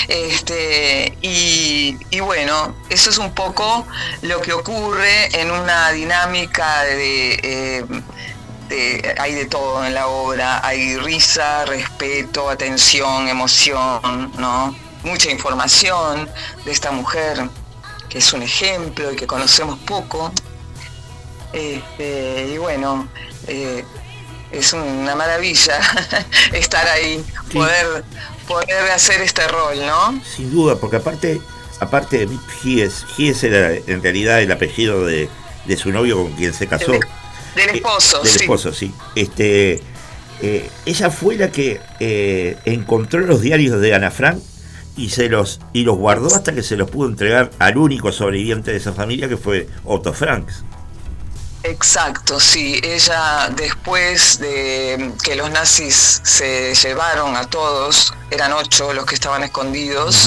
y bueno, eso es un poco lo que ocurre en una dinámica hay de todo en la obra, hay risa, respeto, atención, emoción, ¿no? Mucha información de esta mujer, que es un ejemplo y que conocemos poco, y bueno, es una maravilla estar ahí, sí. Poder hacer este rol, ¿no? Sin duda, porque aparte de Gies era en realidad el apellido de su novio con quien se casó. Del esposo, del esposo, sí. Ella fue la que encontró los diarios de Ana Frank y los guardó hasta que se los pudo entregar al único sobreviviente de esa familia, que fue Otto Franks. Exacto, sí. Ella, después de que los nazis se llevaron a todos, eran 8 los que estaban escondidos,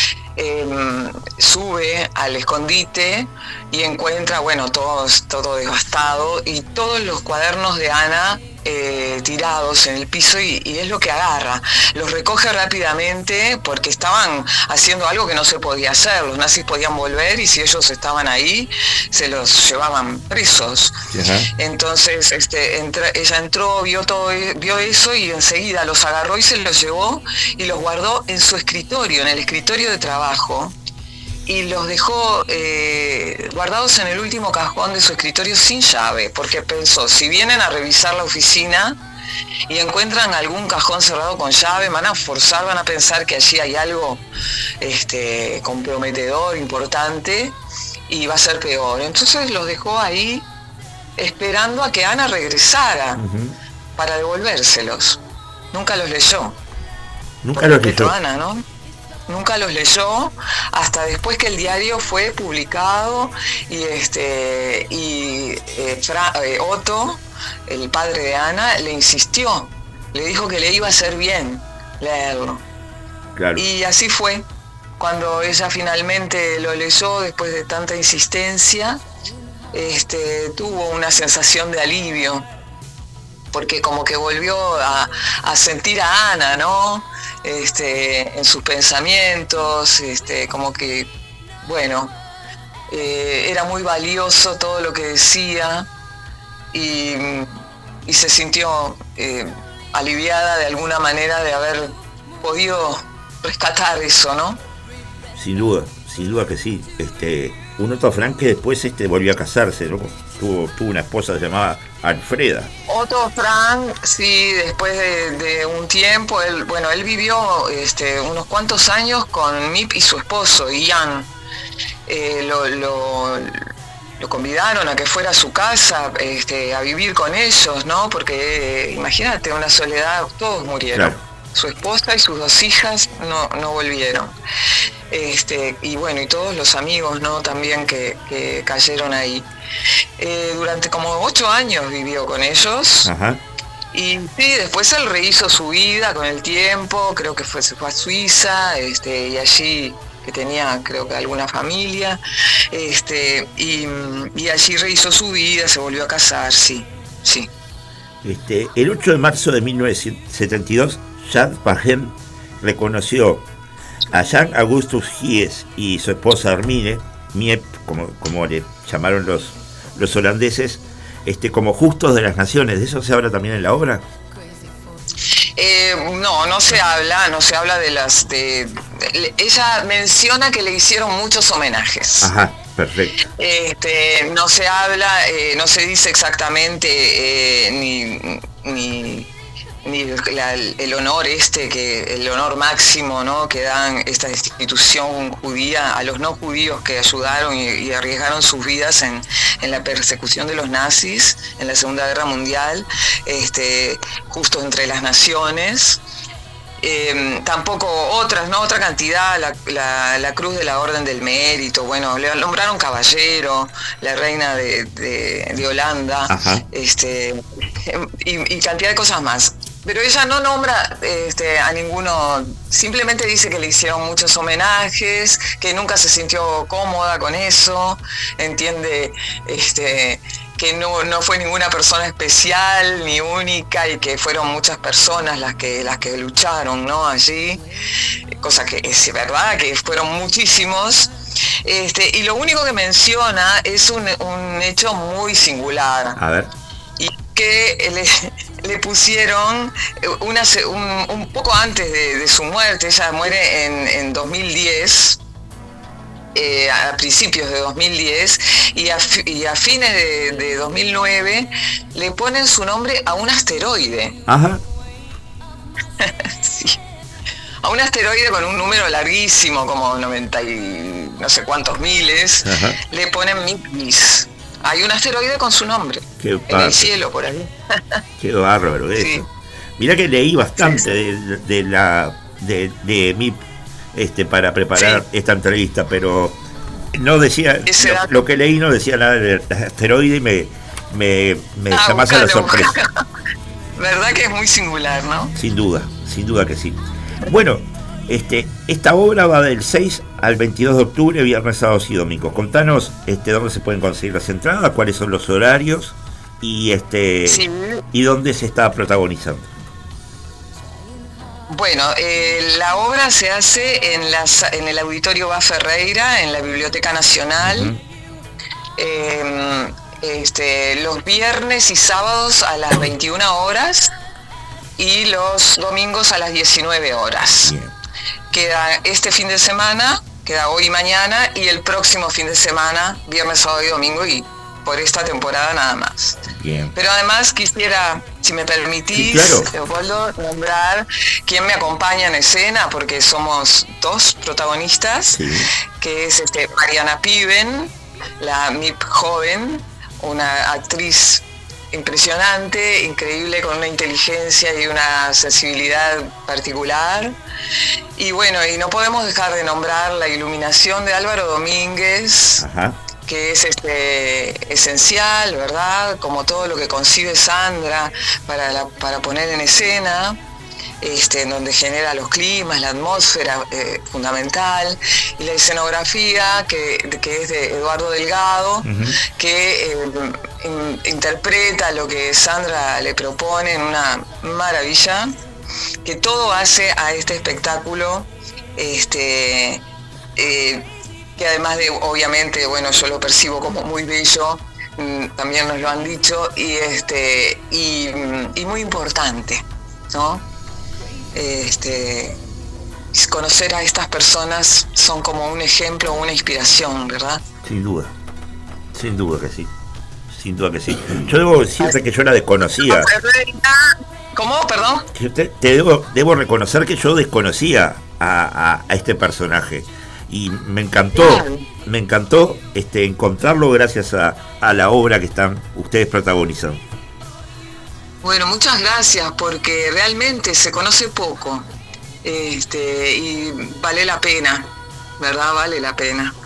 sube al escondite y encuentra, bueno, todo devastado y todos los cuadernos de Ana tirados en el piso, y es lo que agarra. Los recoge rápidamente porque estaban haciendo algo que no se podía hacer. Los nazis podían volver y si ellos estaban ahí se los llevaban presos. Uh-huh. Entonces ella entró, vio eso y enseguida los agarró y se los llevó y los guardó en su escritorio, en el escritorio de trabajo, y los dejó guardados en el último cajón de su escritorio sin llave, porque pensó, si vienen a revisar la oficina y encuentran algún cajón cerrado con llave, van a pensar que allí hay algo comprometedor, importante, y va a ser peor. Entonces los dejó ahí esperando a que Ana regresara, uh-huh, para devolvérselos. Nunca los leyó. Nunca los leyó. Ana, ¿no? Nunca los leyó hasta después que el diario fue publicado y Otto, el padre de Ana, le insistió, le dijo que le iba a hacer bien leerlo. Claro. Y así fue. Cuando ella finalmente lo leyó, después de tanta insistencia, tuvo una sensación de alivio, porque como que volvió a sentir a Ana, ¿no? En sus pensamientos, como que, bueno, era muy valioso todo lo que decía y se sintió aliviada de alguna manera de haber podido rescatar eso, ¿no? Sin duda que sí. Un Otto Frank que después volvió a casarse, ¿no? Tuvo una esposa llamada Alfreda. Otto Frank, sí, después de un tiempo, él vivió unos cuantos años con Mip y su esposo, Ian. Lo convidaron a que fuera a su casa a vivir con ellos, ¿no? Porque imagínate, una soledad, todos murieron. Claro. Su esposa y sus 2 hijas no volvieron. Y bueno, y todos los amigos, ¿no? También que cayeron ahí. Durante como 8 años vivió con ellos. Ajá. Y sí, después él rehizo su vida con el tiempo, creo que se fue a Suiza, y allí que tenía, creo que alguna familia, y allí rehizo su vida, se volvió a casar, sí. El 8 de marzo de 1972, Yad Vashem reconoció a Jan Augustus Gies y su esposa Hermine, Miep, como le llamaron los holandeses, como justos de las naciones. ¿De eso se habla también en la obra? No se habla de las... ella menciona que le hicieron muchos homenajes. Ajá, perfecto. No se habla, no se dice exactamente ni el honor el honor máximo, ¿no? Que dan esta institución judía a los no judíos que ayudaron y arriesgaron sus vidas en la persecución de los nazis en la Segunda Guerra Mundial, justo entre las naciones. Tampoco otra cantidad, la Cruz de la Orden del Mérito, bueno, le nombraron caballero, la reina de Holanda, y cantidad de cosas más. Pero ella no nombra a ninguno, simplemente dice que le hicieron muchos homenajes, que nunca se sintió cómoda con eso, entiende que no fue ninguna persona especial ni única y que fueron muchas personas las que lucharon, ¿no? Allí, cosa que es verdad, que fueron muchísimos. Y lo único que menciona es un hecho muy singular. A ver. Y que le pusieron un poco antes de su muerte. Ella muere en 2010, a principios de 2010, y a fines de 2009 le ponen su nombre a un asteroide. Ajá. Sí. A un asteroide con un número larguísimo, como 90 y no sé cuántos miles. Ajá. Le ponen Mipnis. Hay un asteroide con su nombre en el cielo por ahí. Qué bárbaro eso. Sí. Mirá que leí bastante de MIP para preparar esta entrevista, pero no decía lo que leí no decía nada del asteroide y me llamás a la sorpresa. Verdad que es muy singular, ¿no? Sin duda que sí. Bueno, esta obra va del 6 al 22 de octubre, viernes, sábados y domingos. Contanos dónde se pueden conseguir las entradas, cuáles son los horarios y y dónde se está protagonizando. Bueno, la obra se hace en el Auditorio Bas Ferreira, en la Biblioteca Nacional, los viernes y sábados a las 21 horas y los domingos a las 19 horas. Bien. Queda este fin de semana, queda hoy y mañana, y el próximo fin de semana, viernes, sábado y domingo, y por esta temporada nada más. Bien. Pero además quisiera, si me permitís, Leopoldo, nombrar quién me acompaña en escena, porque somos dos protagonistas, que es Mariana Piven, la MIP joven, una actriz impresionante, increíble, con una inteligencia y una sensibilidad particular. Y bueno, y no podemos dejar de nombrar la iluminación de Álvaro Domínguez. Ajá. Que es esencial, ¿verdad? Como todo lo que concibe Sandra para poner en escena, en donde genera los climas, la atmósfera fundamental, y la escenografía que es de Eduardo Delgado, que interpreta lo que Sandra le propone en una maravilla, que todo hace a este espectáculo, que además de, obviamente, bueno, yo lo percibo como muy bello, también nos lo han dicho, y muy importante, ¿no? Conocer a estas personas son como un ejemplo, una inspiración, ¿verdad? Sin duda que sí. Yo debo decirte que yo la desconocía. ¿Cómo? Perdón. Debo reconocer que yo desconocía a este personaje. Y me encantó encontrarlo gracias a la obra que están ustedes protagonizando. Bueno, muchas gracias, porque realmente se conoce poco, y vale la pena, ¿verdad? Vale la pena.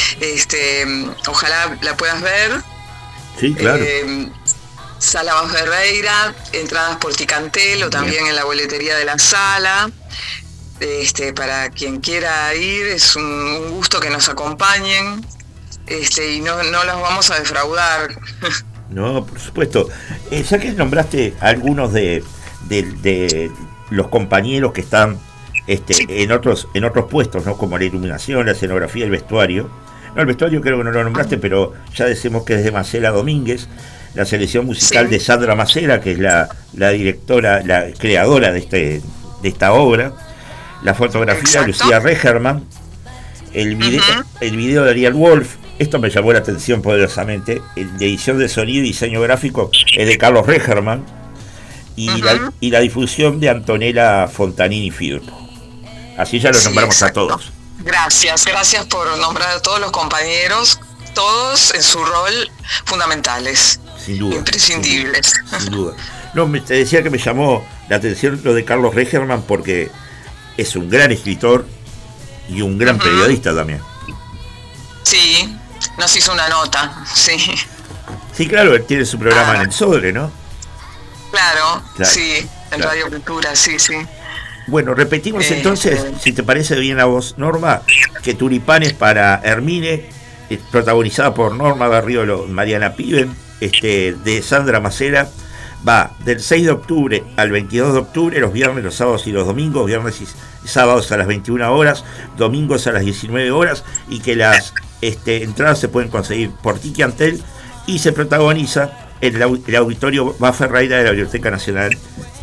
Ojalá la puedas ver. Sí, claro. Sala Bas Ferreira, entradas por Ticantel o también en la boletería de la sala. Para quien quiera ir, es un gusto que nos acompañen, y no los vamos a defraudar. No, por supuesto. Ya que nombraste algunos de los compañeros que están en otros puestos, ¿no? Como la iluminación, la escenografía, el vestuario. No, el vestuario creo que no lo nombraste, pero ya decimos que es de Marcela Domínguez, la selección musical de Sandra Macera, que es la directora, la creadora de esta obra. La fotografía, Lucía Regerman, el video de Ariel Wolf. Esto me llamó la atención poderosamente. De edición de sonido y diseño gráfico es de Carlos Regerman, y la difusión de Antonella Fontanini Firpo. Así ya los nombramos a todos. Gracias por nombrar a todos los compañeros, todos en su rol fundamentales, sin duda, imprescindibles. Sin duda. No, te decía que me llamó la atención lo de Carlos Regerman, porque es un gran escritor y un gran periodista también. Sí, nos hizo una nota, sí. Sí, claro, él tiene su programa en el Sodre, ¿no? Claro, sí. En Radio Cultura, sí. Bueno, repetimos entonces, si te parece bien a vos, Norma, que Tulipanes para Hermine, protagonizada por Norma Barriolo, Mariana Piven, de Sandra Macera, va del 6 de octubre al 22 de octubre, los viernes, los sábados y los domingos, viernes y sábados a las 21 horas, domingos a las 19 horas, y que las entradas se pueden conseguir por Ticantel, y se protagoniza en el auditorio Va Ferreira de la Biblioteca Nacional.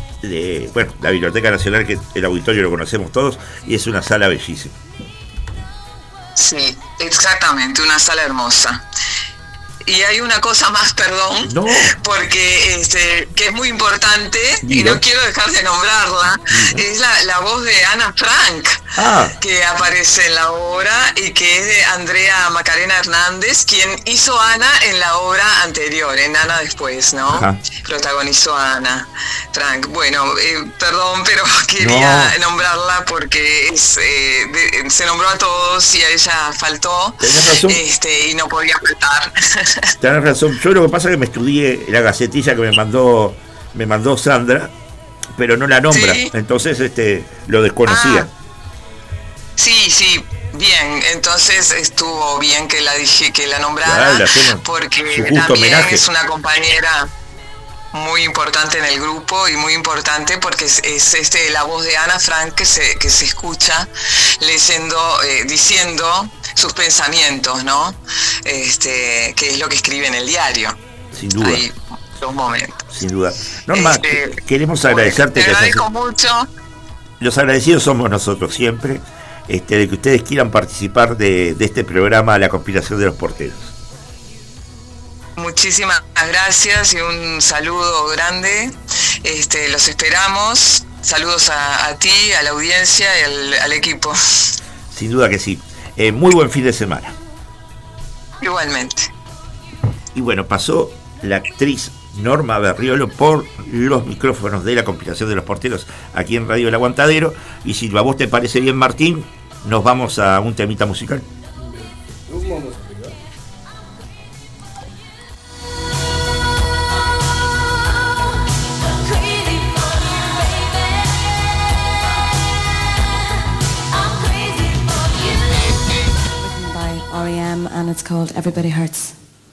La Biblioteca Nacional, que el auditorio lo conocemos todos, y es una sala bellísima. Sí, exactamente, una sala hermosa. Y hay una cosa más, perdón, porque que es muy importante y no quiero dejar de nombrarla, es la voz de Ana Frank, que aparece en la obra y que es de Andrea Macarena Hernández, quien hizo a Ana en la obra anterior, en Ana Después, ¿no? Ajá. Protagonizó a Ana Frank. Bueno, perdón, pero quería nombrarla porque se nombró a todos y a ella faltó, y no podía faltar. Tenés razón. Yo lo que pasa es que me estudié la gacetilla que me mandó Sandra, pero no la nombra. ¿Sí? Entonces lo desconocía. Sí, bien. Entonces estuvo bien que la nombrara, porque también es una compañera muy importante en el grupo, y muy importante porque es la voz de Ana Frank que se escucha leyendo, diciendo sus pensamientos, ¿no? Que es lo que escribe en el diario. Sin duda. Hay los momentos. Sin duda. Norma, queremos agradecerte. Te agradezco mucho. Los agradecidos somos nosotros siempre, de que ustedes quieran participar de este programa, La Conspiración de los Porteros. Muchísimas gracias y un saludo grande. Los esperamos. Saludos a ti, a la audiencia y al equipo. Sin duda que sí. Muy buen fin de semana. Igualmente. Y bueno, pasó la actriz Norma Barriolo por los micrófonos de La Conspiración de los Porteros aquí en Radio El Aguantadero. Y si a vos te parece bien, Martín, nos vamos a un temita musical. R.E.M. and it's called Everybody Hurts.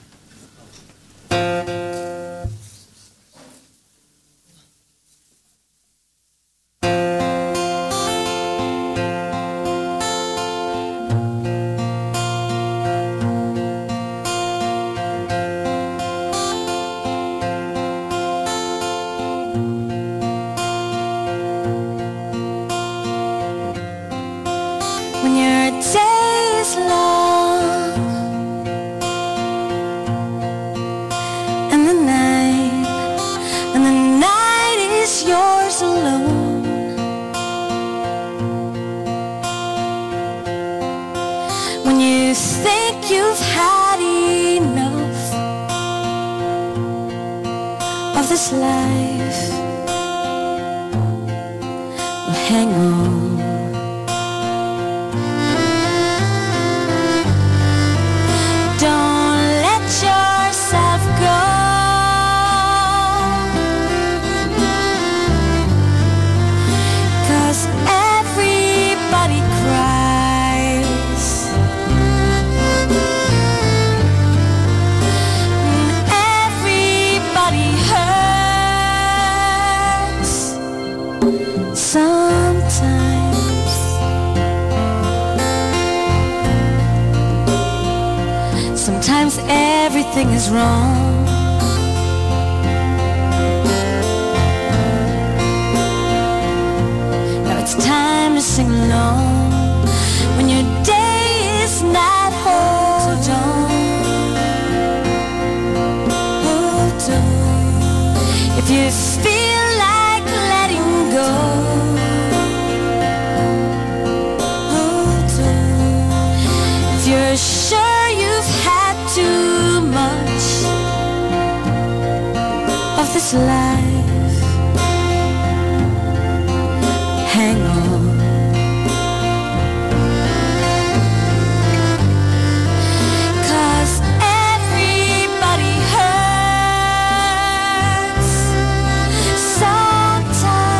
When your day is long and the night is yours alone, when you think you've had enough of this life, well, hang on. Don't let yourself go, 'cause everybody cries, everybody hurts sometimes. Sometimes everything is wrong. Now it's time to sing along. When your day is not, hold on. Hold on. If you feel like letting go, hold on. If you're sure you've had too much of this life, hang on. 'Cause everybody hurts sometimes.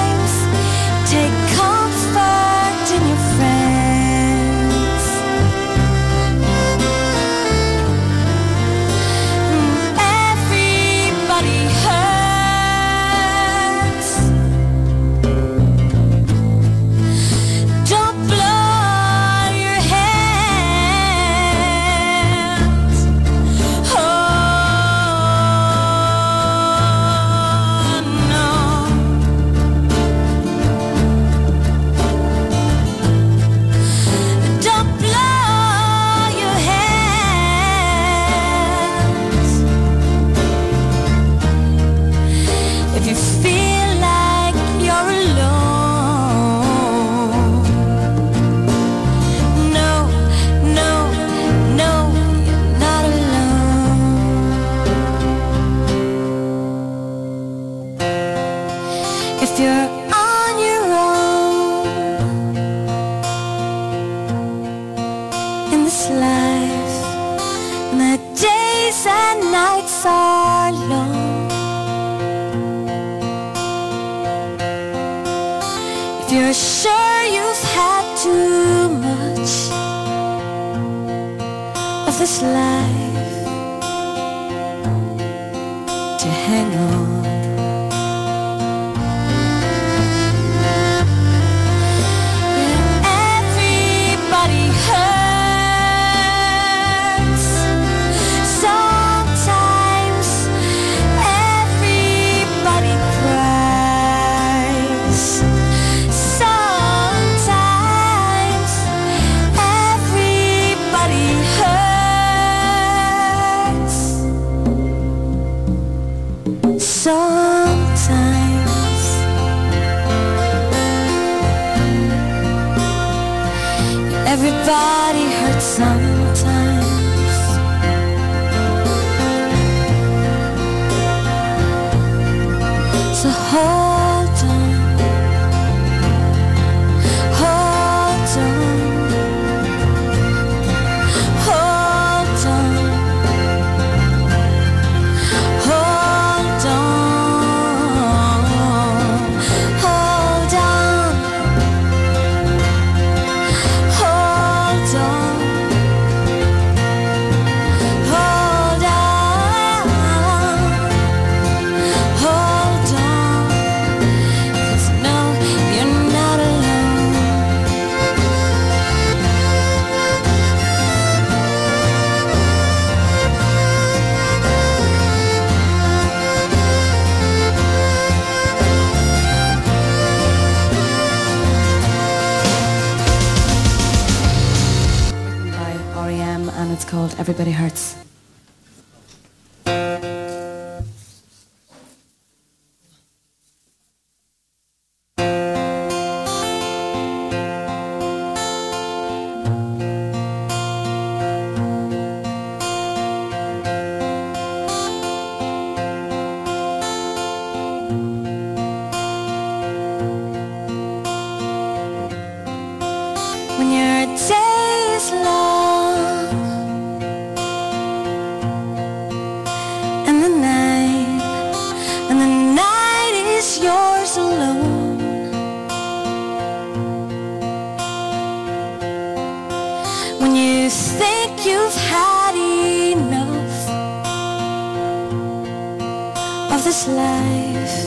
if you're on your own in this life, and the days and nights are long, if you're sure you've had too much of this life to hang on. Everybody hurts sometimes, everybody cries sometimes, everybody hurts sometimes. Everybody hurts sometimes. So hold on, hold on, hold on, hold on, hold on. Hold on, hold on, 'cause no, you're not alone. By R.E.M. and it's called Everybody Hurts. When your day is long and the night is yours alone, when you think you've had enough of this life,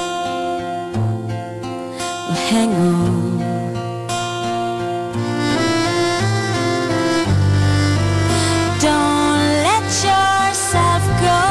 well, hang on. Don't let yourself go,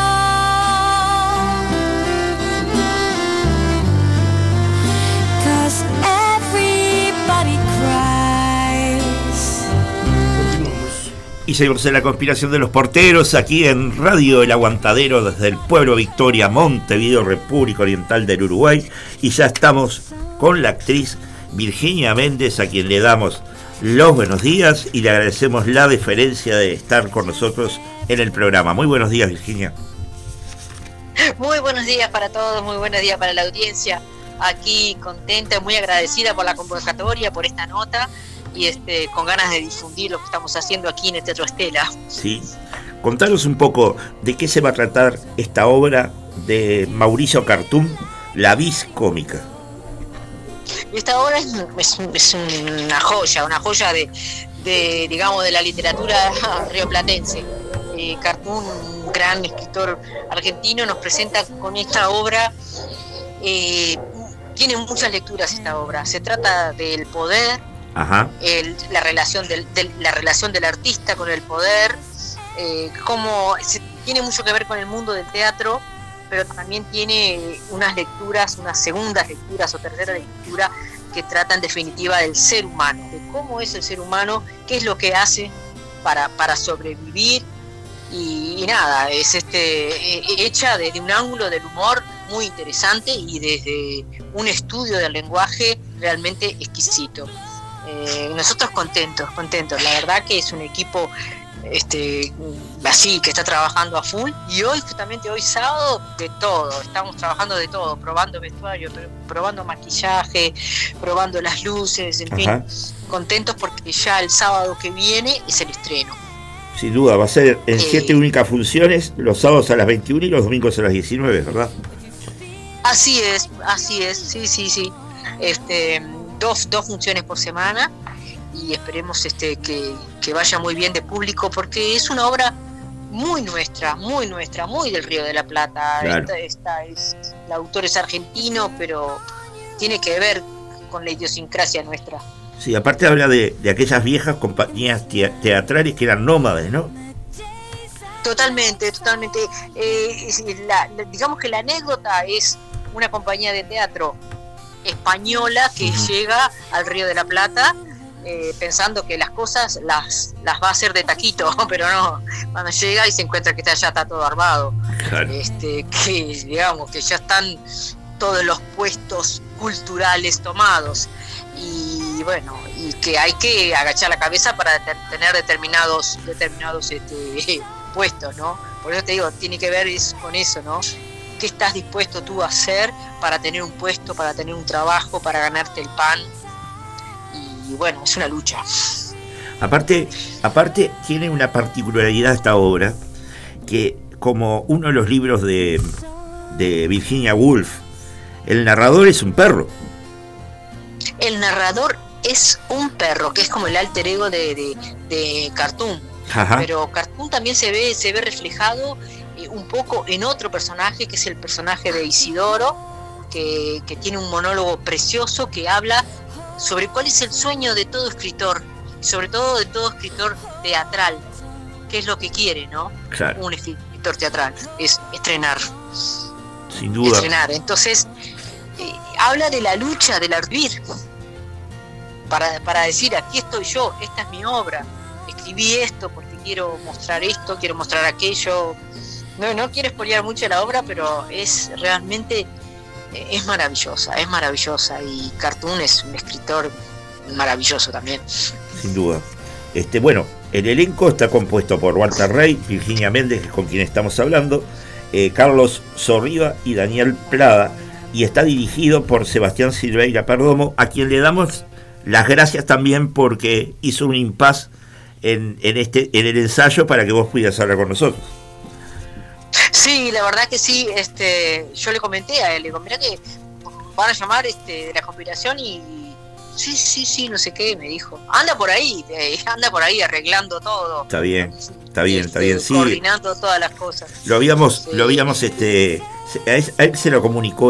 'cause everybody cries. Y seguimos en la conspiración de los porteros aquí en Radio El Aguantadero desde el pueblo Victoria, Montevideo, República Oriental del Uruguay. Y ya estamos con la actriz Virginia Méndez, a quien le damos los buenos días y le agradecemos la deferencia de estar con nosotros en el programa. Muy buenos días, Virginia. Muy buenos días para todos, muy buenos días para la audiencia. Aquí contenta, muy agradecida por la convocatoria, por esta nota y con ganas de difundir lo que estamos haciendo aquí en el Teatro Estela. Sí. Contanos un poco de qué se va a tratar esta obra de Mauricio Cartún, La Vis Cómica. Esta obra es una joya de digamos, de la literatura rioplatense. Cartún, un gran escritor argentino, nos presenta con esta obra. Tiene muchas lecturas esta obra. Se trata del poder, Ajá. La relación del artista con el poder, tiene mucho que ver con el mundo del teatro, pero también tiene unas segundas lecturas o tercera lectura que trata en definitiva del ser humano, de cómo es el ser humano, qué es lo que hace para sobrevivir y nada, es hecha desde un ángulo del humor muy interesante y desde un estudio del lenguaje realmente exquisito. Nosotros contentos, la verdad que es un equipo así, que está trabajando a full. Y hoy, justamente hoy sábado, de todo, estamos trabajando de todo, probando vestuario, probando maquillaje, probando las luces, en fin, contentos porque ya el sábado que viene es el estreno. Sin duda, va a ser en 7 únicas funciones, los sábados a las 21 y los domingos a las 19, ¿verdad? Así es, sí. Dos funciones por semana, y esperemos que vaya muy bien de público, porque es una obra muy nuestra, muy del Río de la Plata. Claro. El autor es argentino, pero tiene que ver con la idiosincrasia nuestra. Sí, aparte habla de aquellas viejas compañías teatrales que eran nómades, ¿no? Totalmente. Digamos que la anécdota es una compañía de teatro española que llega al Río de la Plata pensando que las cosas las va a hacer de taquito, pero no, cuando llega y se encuentra que ya está todo armado. Claro. Que digamos que ya están todos los puestos culturales tomados, y bueno, y que hay que agachar la cabeza para tener determinados puestos, ¿no? Por eso te digo, tiene que ver con eso, ¿no? ¿Qué estás dispuesto tú a hacer para tener un puesto, para tener un trabajo, para ganarte el pan? Y bueno, es una lucha. Aparte tiene una particularidad esta obra, que como uno de los libros de Virginia Woolf, el narrador es un perro. El narrador es un perro, que es como el alter ego de Cartoon. Ajá. Pero Cartoon también se ve reflejado un poco en otro personaje, que es el personaje de Isidoro, que tiene un monólogo precioso que habla sobre cuál es el sueño de todo escritor, sobre todo de todo escritor teatral, qué es lo que quiere, ¿no? Claro. Un escritor teatral es estrenar. Sin duda. Estrenar. Entonces habla de la lucha del ardid para decir, aquí estoy yo, esta es mi obra, escribí esto porque quiero mostrar esto, quiero mostrar aquello. No quiero spoilear mucho la obra, pero es realmente es maravillosa, y Cartoon es un escritor maravilloso también. Sin duda. Bueno, el elenco está compuesto por Walter Rey, Virginia Méndez, que es con quien estamos hablando, Carlos Zorriba y Daniel Prada, y está dirigido por Sebastián Silveira Perdomo, a quien le damos las gracias también porque hizo un impasse en el ensayo para que vos pudieras hablar con nosotros. Sí, la verdad que sí. Yo le comenté a él, le digo, mirá que van a llamar de la conspiración, y sí, no sé qué, me dijo. Anda por ahí arreglando todo. Está bien, sí. Coordinando todas las cosas. Lo habíamos, a él se lo comunicó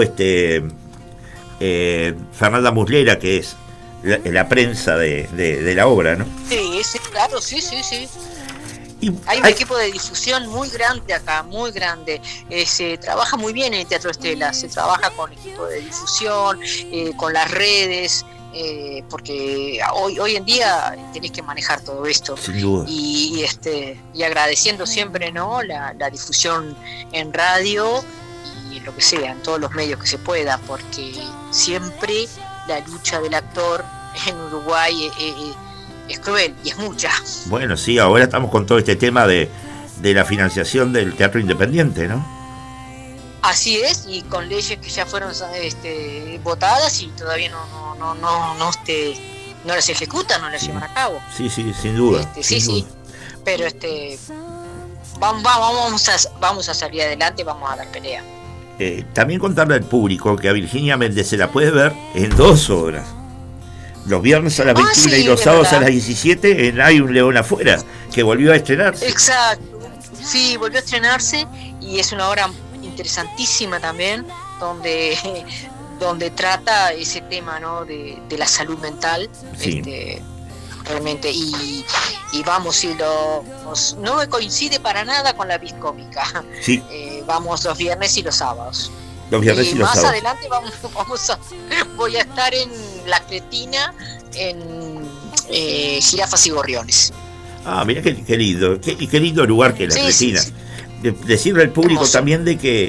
Fernanda Muslera, que es la prensa de la obra, ¿no? Sí, claro, sí. Hay un equipo de difusión muy grande acá, muy grande. Se trabaja muy bien en el Teatro Estela, se trabaja con equipo de difusión, con las redes, porque hoy en día tenés que manejar todo esto. Sin duda. Y agradeciendo siempre, ¿no?, la difusión en radio y en lo que sea, en todos los medios que se pueda, porque siempre la lucha del actor en Uruguay es cruel y es mucha. Bueno, sí, ahora estamos con todo este tema de la financiación del teatro independiente, ¿no? Así es, y con leyes que ya fueron votadas y todavía no las ejecutan, no las llevan a cabo. Sí, sin duda. Sí. Pero vamos a salir adelante, vamos a dar pelea. También contarle al público que a Virginia Méndez se la puede ver en 2 obras. Los viernes a las 21 y los sábados a las 17 en Hay un león afuera, que volvió a estrenarse. Exacto, sí, volvió a estrenarse, y es una obra interesantísima también, donde trata ese tema, ¿no?, de la salud mental. Sí. Realmente, y vamos, no me coincide para nada con la biscómica. Sí. Vamos los viernes y los sábados. Los viernes y los más sábados. Adelante voy a estar en La Cretina, en Jirafas y Gorriones. Ah, mira qué lindo, qué lindo lugar que es La Cretina. Sí. Decirle al público hermoso. También de que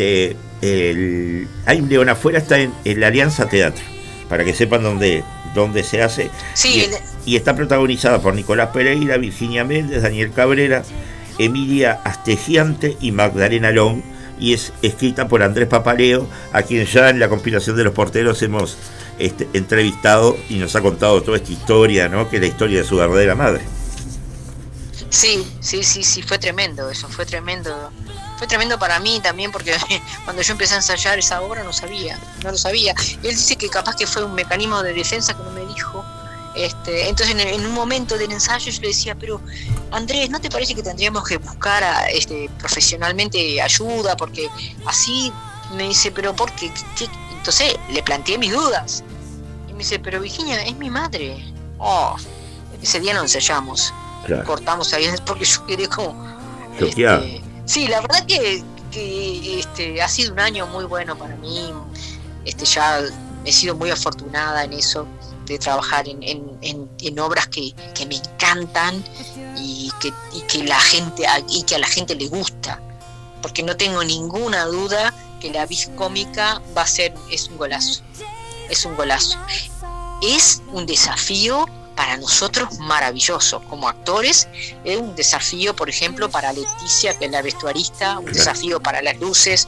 Hay un león afuera está en la Alianza Teatro, para que sepan dónde se hace. Sí, y está protagonizada por Nicolás Pereira, Virginia Méndez, Daniel Cabrera, Emilia Astegiante y Magdalena Long, y es escrita por Andrés Papaleo, a quien ya en la compilación de Los Porteros hemos entrevistado y nos ha contado toda esta historia, ¿no? Que es la historia de su verdadera madre. Sí, fue tremendo eso, fue tremendo para mí también, porque cuando yo empecé a ensayar esa obra no lo sabía. Él dice que capaz que fue un mecanismo de defensa que no me dijo. Entonces en un momento del ensayo yo le decía, pero Andrés, ¿no te parece que tendríamos que buscar profesionalmente ayuda? Porque así, me dice, pero ¿por qué? Entonces le planteé mis dudas. Y me dice, pero Virginia, es mi madre. Ese día no ensayamos. Claro. Cortamos ahí porque yo quedé como... sí, la verdad que ha sido un año muy bueno para mí. Ya he sido muy afortunada en eso, de trabajar en obras que me encantan y que a la gente le gusta, porque no tengo ninguna duda que la vis cómica es un golazo, es un desafío para nosotros maravilloso como actores. Es un desafío, por ejemplo, para Leticia, que es la vestuarista, un desafío para las luces.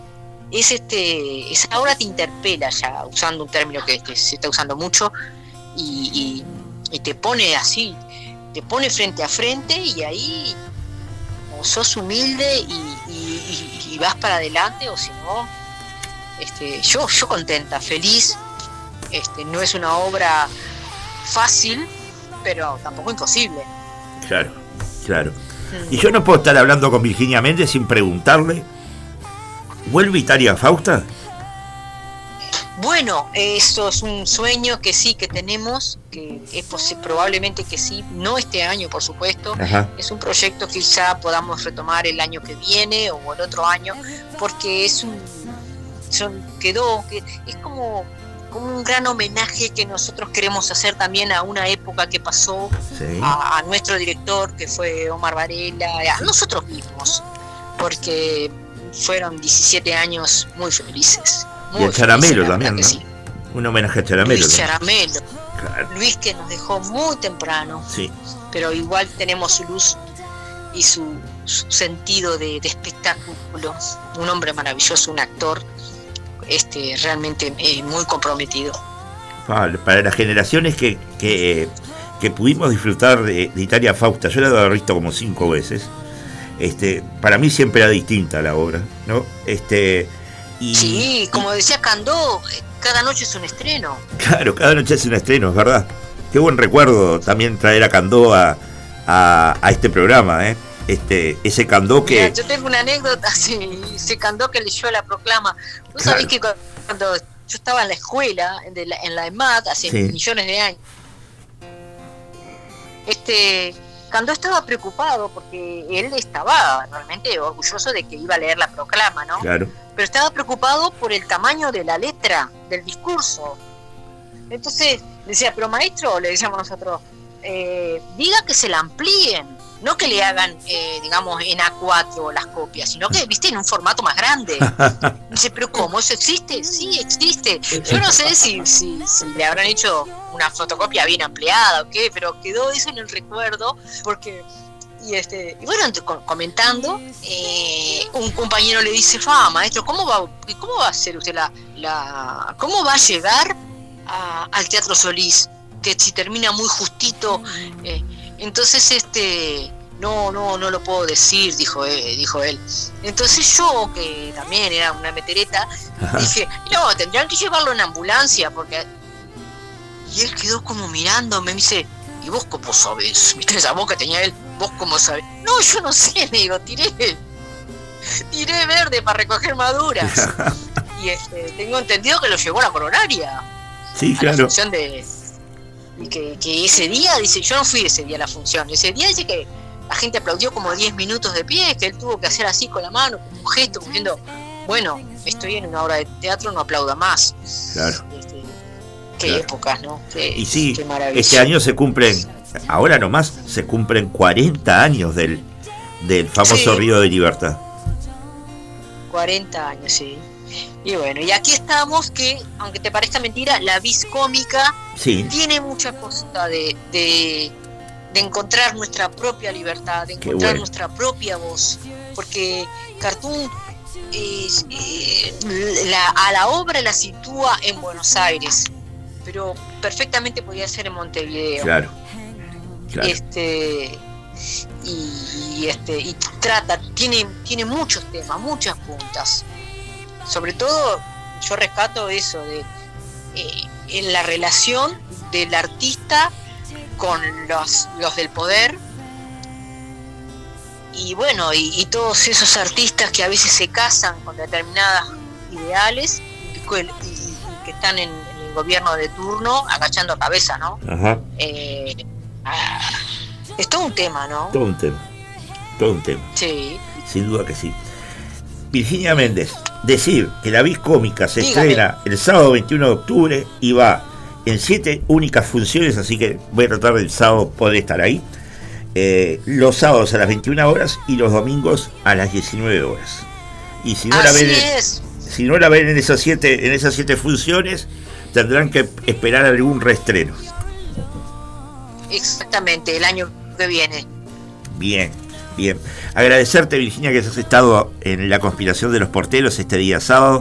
Esa obra te interpela, ya usando un término que se está usando mucho, y te pone así, te pone frente a frente, y ahí o sos humilde y vas para adelante, o si no, yo contenta, feliz. No es una obra fácil, pero tampoco imposible. Claro. Y yo no puedo estar hablando con Virginia Méndez sin preguntarle, ¿vuelve Italia Fausta? Bueno, eso es un sueño que sí, que tenemos, que es probablemente que sí, no este año, por supuesto. Ajá. Es un proyecto que ya podamos retomar el año que viene o el otro año, porque es como un gran homenaje que nosotros queremos hacer también a una época que pasó, sí, a nuestro director, que fue Omar Varela, a nosotros mismos, porque fueron 17 años muy felices. Y a Charamelo también, ¿no? Sí. Un homenaje a Charamelo. Luis Charamelo. Claro. Luis, que nos dejó muy temprano, sí, pero igual tenemos su luz y su sentido de espectáculo. Un hombre maravilloso, un actor realmente muy comprometido. Para las generaciones que pudimos disfrutar de Italia Fausta, yo la he visto como 5 veces. Para mí siempre era distinta la obra, ¿no? Sí, como decía Candó, cada noche es un estreno. Claro, cada noche es un estreno, es verdad. Qué buen recuerdo también traer a Candó a este programa, ¿eh? Ese Candó que... Mira, yo tengo una anécdota, sí, ese Candó que leyó la proclama. Vos sabés que cuando yo estaba en la escuela, en la EMAD, hace millones de años, Candó estaba preocupado porque él estaba realmente orgulloso de que iba a leer la proclama, ¿no? Claro. Pero estaba preocupado por el tamaño de la letra, del discurso. Entonces decía, pero maestro, le decíamos nosotros, diga que se la amplíen, no que le hagan, digamos, en A4 las copias, sino que, viste, en un formato más grande. Dice, pero ¿cómo? ¿Eso existe? Sí, existe. Yo no sé si le habrán hecho una fotocopia bien ampliada o qué, pero quedó eso en el recuerdo, porque... Y bueno, comentando, un compañero le dice, maestro, ¿cómo va a hacer usted cómo va a llegar al Teatro Solís? Que si termina muy justito, entonces no lo puedo decir, dijo él. Entonces yo, que también era una metereta, dije, no, tendrían que llevarlo en ambulancia, porque... Y él quedó como mirándome, me dice, ¿y vos cómo sabés? ¿Viste esa voz que tenía él? ¿Vos cómo sabés? No, yo no sé, me digo, tiré verde para recoger maduras. Y tengo entendido que lo llevó a la coronaria. Sí, a claro. La función y que ese día, dice, yo no fui ese día a la función, ese día dice que la gente aplaudió como 10 minutos de pie, que él tuvo que hacer así con la mano, como un gesto, como diciendo, bueno, estoy en una obra de teatro, no aplauda más. Claro. Qué épocas, ¿no? Y sí, este año se cumplen, ahora nomás, se cumplen 40 años del famoso Río de Libertad. 40 años, sí. Y bueno, y aquí estamos que, aunque te parezca mentira, la vis cómica tiene mucha cosa de encontrar nuestra propia libertad, de encontrar nuestra propia voz, porque Cartoon a la obra la sitúa en Buenos Aires, pero perfectamente podía ser en Montevideo. Claro. Y trata, tiene muchos temas, muchas puntas. Sobre todo yo rescato eso de en la relación del artista con los del poder, y bueno, y todos esos artistas que a veces se casan con determinadas ideales y que están en el gobierno de turno agachando cabeza, ¿no? Ajá. Es todo un tema, ¿no? Todo un tema. Sí. Sin duda que sí. Virginia Méndez, decir que la vis cómica se estrena el sábado 21 de octubre y va en 7 únicas funciones, así que voy a tratar del sábado poder estar ahí. Los sábados a las 21 horas y los domingos a las 19 horas. Y si no la ven en esas 7 funciones, tendrán que esperar algún reestreno. Exactamente, el año que viene. Bien. Agradecerte, Virginia, que has estado en la conspiración de los porteros este día sábado,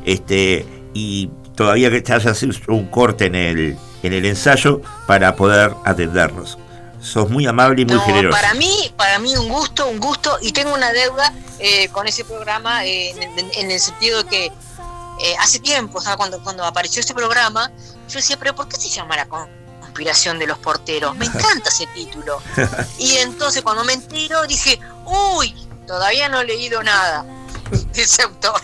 y todavía que te hayas hecho un corte en el ensayo para poder atendernos. Sos muy amable y muy generoso. Para mí un gusto, y tengo una deuda con ese programa en el sentido de que hace tiempo, o sea, cuando apareció ese programa, yo decía, pero ¿por qué se llama la conspiración de los porteros? Me encanta ese título. Y entonces cuando me entero dije, uy, todavía no he leído nada de ese autor.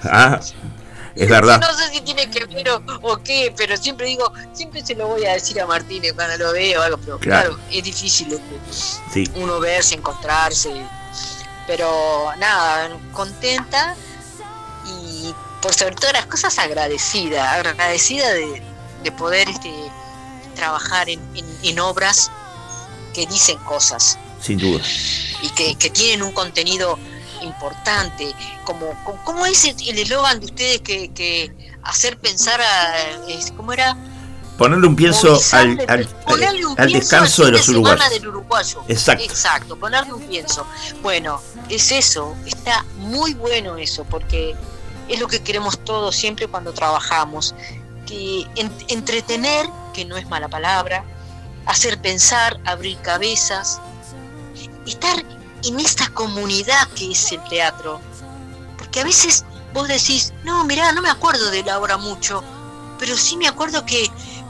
Es verdad. No sé si tiene que ver o qué, pero siempre se lo voy a decir a Martínez cuando lo veo o algo, pero claro es difícil uno verse, encontrarse, pero nada, contenta y por sobre todas las cosas agradecida de poder trabajar en obras que dicen cosas. Sin duda. Y que tienen un contenido importante, como es el eslogan de ustedes, que hacer pensar ¿cómo era? Ponerle un pienso al descanso de los uruguayos. Del uruguayo. Exacto, ponerle un pienso. Bueno, es eso, está muy bueno eso, porque es lo que queremos todos siempre cuando trabajamos, que entretener, que no es mala palabra, hacer pensar, abrir cabezas, estar en esta comunidad que es el teatro, porque a veces vos decís, no, mirá, no me acuerdo de la obra mucho, pero sí me acuerdo que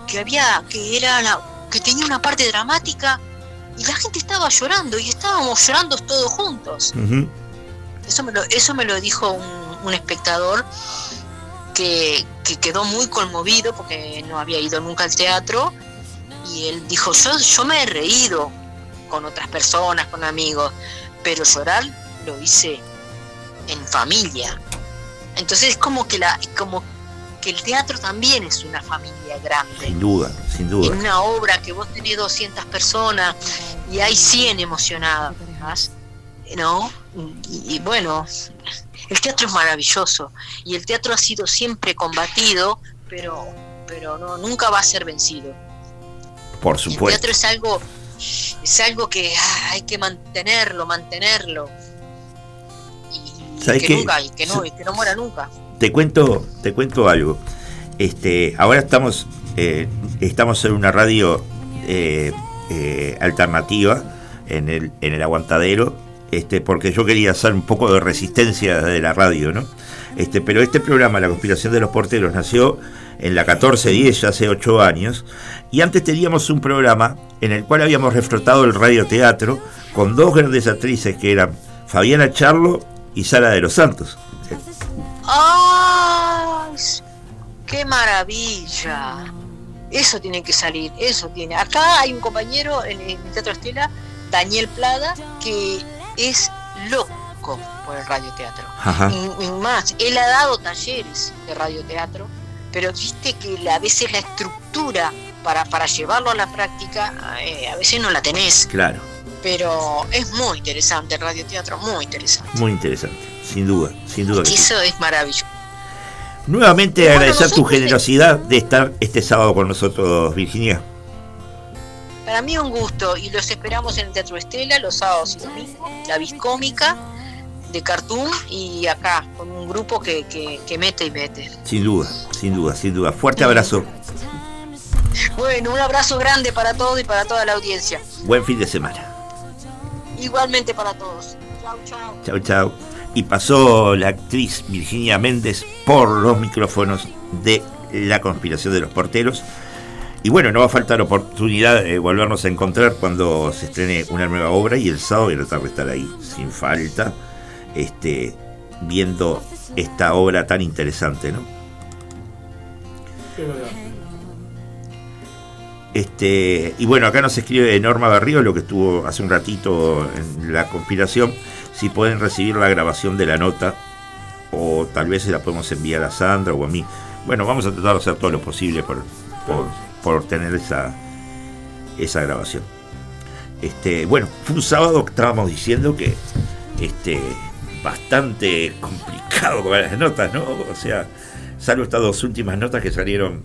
tenía una parte dramática y la gente estaba llorando y estábamos llorando todos juntos. Uh-huh. Eso me lo dijo un espectador que quedó muy conmovido porque no había ido nunca al teatro, y él dijo, yo me he reído con otras personas, con amigos, pero llorar lo hice en familia. Entonces es como que el teatro también es una familia grande. Sin duda. En una obra que vos tenés 200 personas y hay 100 emocionadas, ¿no? Y bueno, el teatro es maravilloso y el teatro ha sido siempre combatido, pero no, nunca va a ser vencido. Por supuesto. El teatro es algo que hay que mantenerlo y que no muera nunca. Te cuento algo. Ahora estamos en una radio alternativa en el Aguantadero, porque yo quería hacer un poco de resistencia de la radio, ¿no? Pero este programa, La Conspiración de los Porteros, nació en la 1410, ya hace 8 años, y antes teníamos un programa en el cual habíamos reflotado el radioteatro con 2 grandes actrices que eran Fabiana Charlo y Sara de los Santos. ¡Ay! ¡Qué maravilla! Eso tiene que salir, Acá hay un compañero en el Teatro Estela, Daniel Plada, que es loco por el radioteatro. Y más, él ha dado talleres de radioteatro, pero viste que a veces la estructura para llevarlo a la práctica, a veces no la tenés. Claro. Pero es muy interesante el radioteatro, muy interesante. Muy interesante, sin duda. Eso es maravilloso. Nuevamente agradecer tu generosidad de estar este sábado con nosotros, Virginia. Para mí un gusto, y los esperamos en el Teatro Estela los sábados y domingos, la Viscómica de Cartoon, y acá con un grupo que mete y mete. Sin duda. Fuerte abrazo. Bueno, un abrazo grande para todos y para toda la audiencia. Buen fin de semana. Igualmente para todos. Chau. Y pasó la actriz Virginia Méndez por los micrófonos de La Conspiración de los Porteros. Y bueno, no va a faltar oportunidad de volvernos a encontrar cuando se estrene una nueva obra, y el sábado y la tarde estar ahí, sin falta, viendo esta obra tan interesante, ¿no? Y bueno, acá nos escribe Norma Berrío, que estuvo hace un ratito en La Conspiración, si pueden recibir la grabación de la nota, o tal vez se la podemos enviar a Sandra o a mí. Bueno, vamos a tratar de hacer todo lo posible por tener esa grabación. Bueno, fue un sábado que estábamos diciendo que bastante complicado con las notas, ¿no? O sea, salvo estas dos últimas notas que salieron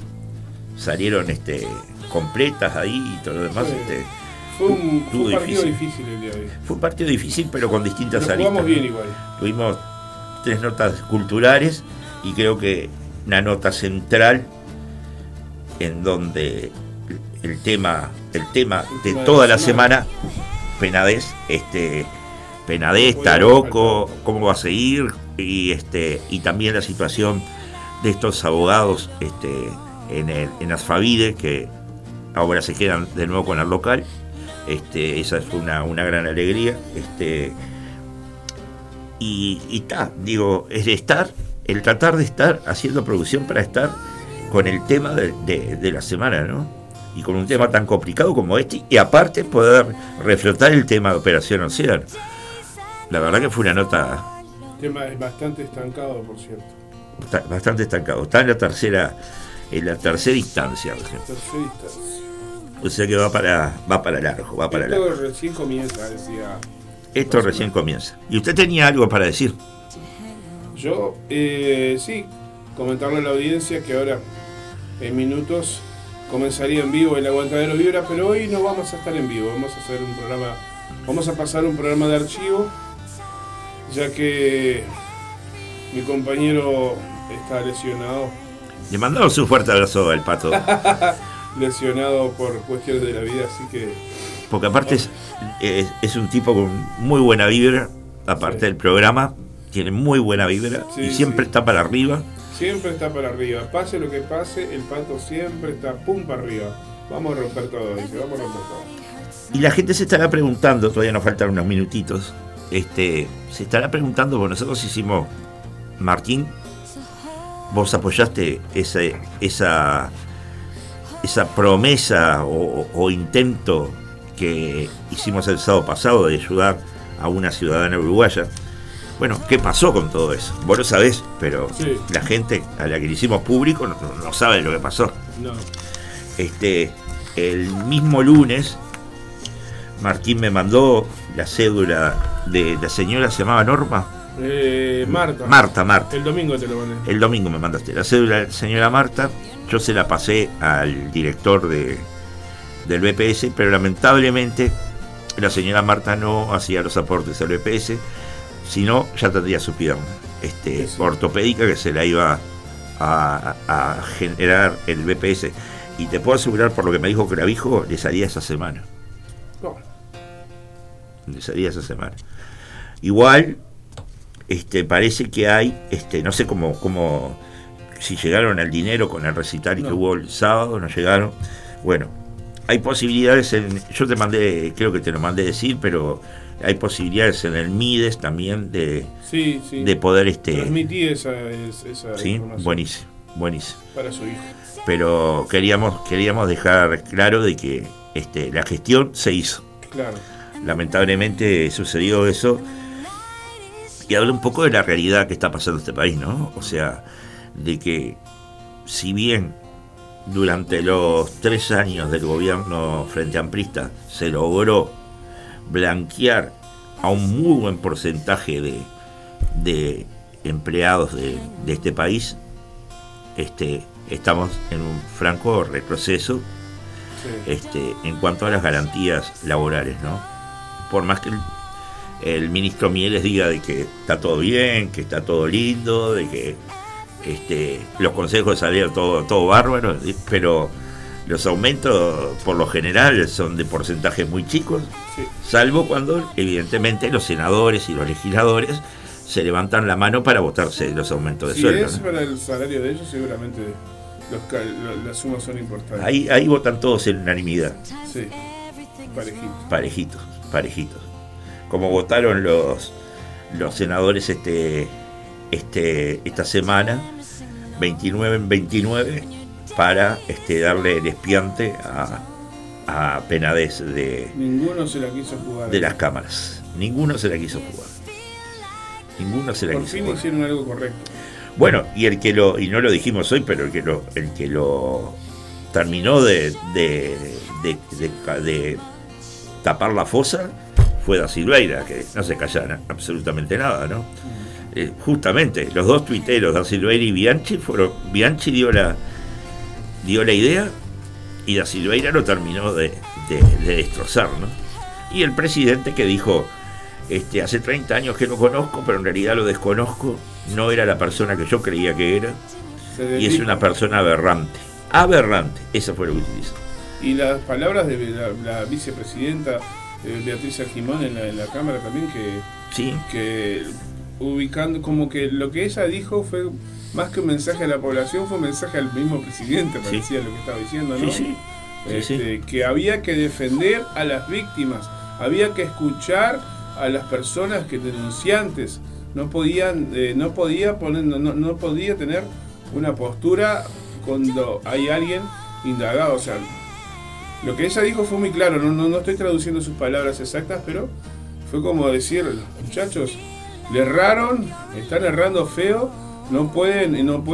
completas ahí y todo lo demás. Fue un partido difícil el día de hoy. Fue un partido difícil, pero con distintas aristas. Jugamos bien igual. Tuvimos 3 notas culturales y creo que una nota central en donde el tema de toda la semana, Penades, Taroco, cómo va a seguir, y también la situación de estos abogados en Asfavide, que ahora se quedan de nuevo con el local. Esa fue una gran alegría. Y el tratar de estar haciendo producción para estar con el tema de la semana, ¿no? Y con un tema tan complicado como este, y aparte poder reflotar el tema de Operación Océano. La verdad que fue una nota... El tema es bastante estancado, por cierto. Bastante estancado. Está en la tercera instancia. O sea que va para largo, Esto recién comienza, decía. Esto recién comienza. ¿Y usted tenía algo para decir? Yo, sí, comentarle a la audiencia que ahora, en minutos, comenzaría en vivo el Aguantadero Vibra, pero hoy no vamos a estar en vivo, vamos a pasar un programa de archivo, ya que mi compañero está lesionado. Le mandamos un fuerte abrazo al Pato. Lesionado por cuestiones de la vida, así que... Porque aparte es un tipo con muy buena vibra, aparte del programa, tiene muy buena vibra, y siempre está para arriba. Siempre está para arriba, pase lo que pase, el Pato siempre está pum para arriba. Vamos a romper todo, dice, vamos a romper todo. Y la gente se estará preguntando, todavía nos faltan unos minutitos, se estará preguntando, porque nosotros hicimos, Martín, vos apoyaste esa promesa o intento que hicimos el sábado pasado de ayudar a una ciudadana uruguaya. Bueno, ¿qué pasó con todo eso? Vos lo sabés, pero la gente a la que le hicimos público no sabe lo que pasó. No. El mismo lunes, Martín me mandó la cédula de la señora, ¿se llamaba Norma? Marta. El domingo te lo mandé. El domingo me mandaste la cédula de la señora Marta. Yo se la pasé al director del BPS, pero lamentablemente la señora Marta no hacía los aportes al BPS, sino ya tendría su pierna ortopédica que se la iba a generar el BPS. Y te puedo asegurar, por lo que me dijo Clavijo, le salía esa semana. Le salía esa semana. Igual, parece que hay, no sé cómo si llegaron al dinero con el recital que hubo el sábado, no llegaron. Bueno, hay posibilidades yo te mandé, creo que te lo mandé decir, pero hay posibilidades en el MIDES también de poder transmití esa sí, información. Buenísimo. Para su hijo. Pero queríamos dejar claro de que la gestión se hizo. Claro. Lamentablemente sucedió eso. Y habla un poco de la realidad que está pasando en este país, ¿no? O sea, de que si bien durante los 3 años del gobierno frente amplista se logró blanquear a un muy buen porcentaje de empleados de este país, estamos en un franco retroceso en cuanto a las garantías laborales, ¿no? Por más que el ministro Mieles diga de que está todo bien, que está todo lindo, de que los consejos salieron todo bárbaro, pero los aumentos por lo general son de porcentajes muy chicos, salvo cuando evidentemente los senadores y los legisladores se levantan la mano para votarse los aumentos de sueldo. Si es, ¿no?, para el salario de ellos, seguramente las sumas son importantes. Ahí votan todos en unanimidad. Sí, parejitos. Como votaron los senadores esta semana, 29 en 29, para darle el espiante a Penades ninguno se la quiso jugar de las cámaras. Ninguno se la quiso jugar. Por fin hicieron algo correcto. Bueno, y no lo dijimos hoy, pero el que lo terminó de tapar la fosa fue Da Silveira, que no se callan absolutamente nada, ¿no? Justamente los dos tuiteros, Da Silveira y Bianchi dio la idea y Da Silveira lo terminó de destrozar, ¿no? Y el presidente, que dijo, hace 30 años que lo conozco, pero en realidad lo desconozco, no era la persona que yo creía que era, y es una persona aberrante, eso fue lo que utilizó. Y las palabras de la vicepresidenta Beatriz Argimón en la Cámara también, que ubicando, como que lo que ella dijo fue más que un mensaje a la población, fue un mensaje al mismo presidente, parecía lo que estaba diciendo, ¿no? Que había que defender a las víctimas, había que escuchar a las personas que denunciantes, no podía tener una postura cuando hay alguien indagado. O sea, lo que ella dijo fue muy claro, no estoy traduciendo sus palabras exactas, pero fue como decir, muchachos, le erraron, están errando feo, no pueden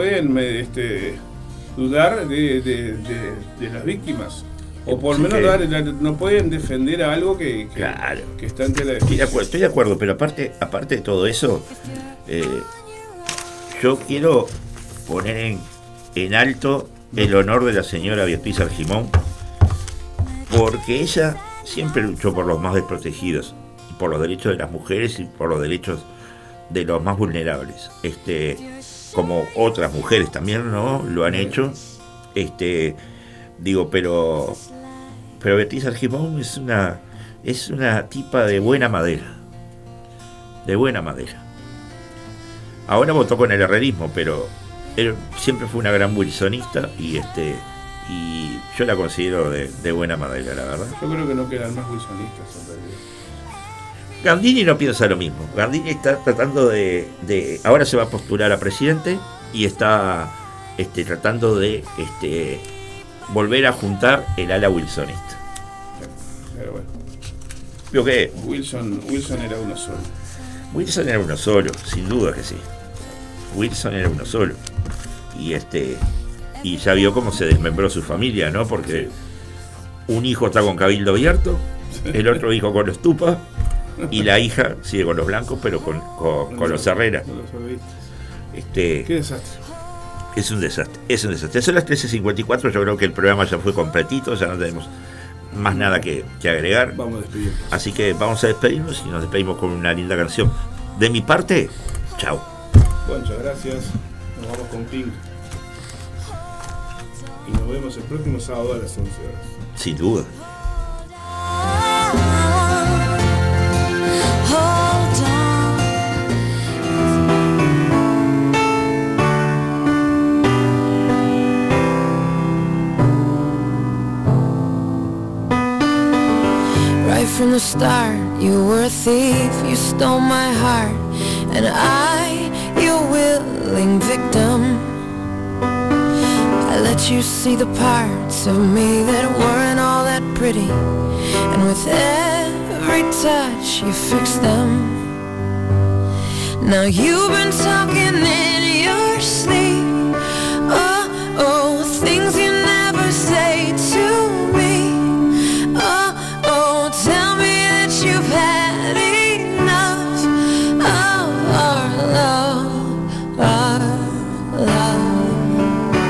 dudar de las víctimas. O por lo menos no pueden defender a algo que está ante la defensa. Estoy de acuerdo, pero aparte de todo eso, yo quiero poner en alto el honor de la señora Beatriz Argimón, porque ella siempre luchó por los más desprotegidos, y por los derechos de las mujeres y por los derechos de los más vulnerables, como otras mujeres también, ¿no?, lo han hecho, pero Beatriz Argimón es una tipa de buena madera, ahora votó con el herrerismo, pero él siempre fue una gran wilsonista, y yo la considero de buena madera, la verdad. Yo creo que no quedan más wilsonistas en realidad. Gandini no piensa lo mismo. Gandini está tratando ahora se va a postular a presidente y está tratando de volver a juntar el ala wilsonista. Pero bueno. ¿Vio qué? Wilson era uno solo. Wilson era uno solo, sin duda que sí. Wilson era uno solo. Y ya vio cómo se desmembró su familia, ¿no? Porque un hijo está con Cabildo Abierto, el otro hijo con los Tupas, y la hija sigue con los blancos, pero con los Herrera. Qué desastre. Es un desastre. Son las 13:54, yo creo que el programa ya fue completito, ya no tenemos más nada que agregar. Vamos a despedirnos. Así que vamos a despedirnos y nos despedimos con una linda canción. De mi parte, chao. Muchas gracias. Nos vamos con Pink. Y nos vemos el próximo sábado a las 11 horas. Sin duda. Right from the start, you were a thief, you stole my heart, and I, your willing victim. I let you see the parts of me that weren't all that pretty, and with every touch you fixed them. Now you've been talking in your sleep, oh, things you never say to me. Oh, tell me that you've had enough of our love, our love.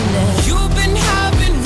understand that you've been having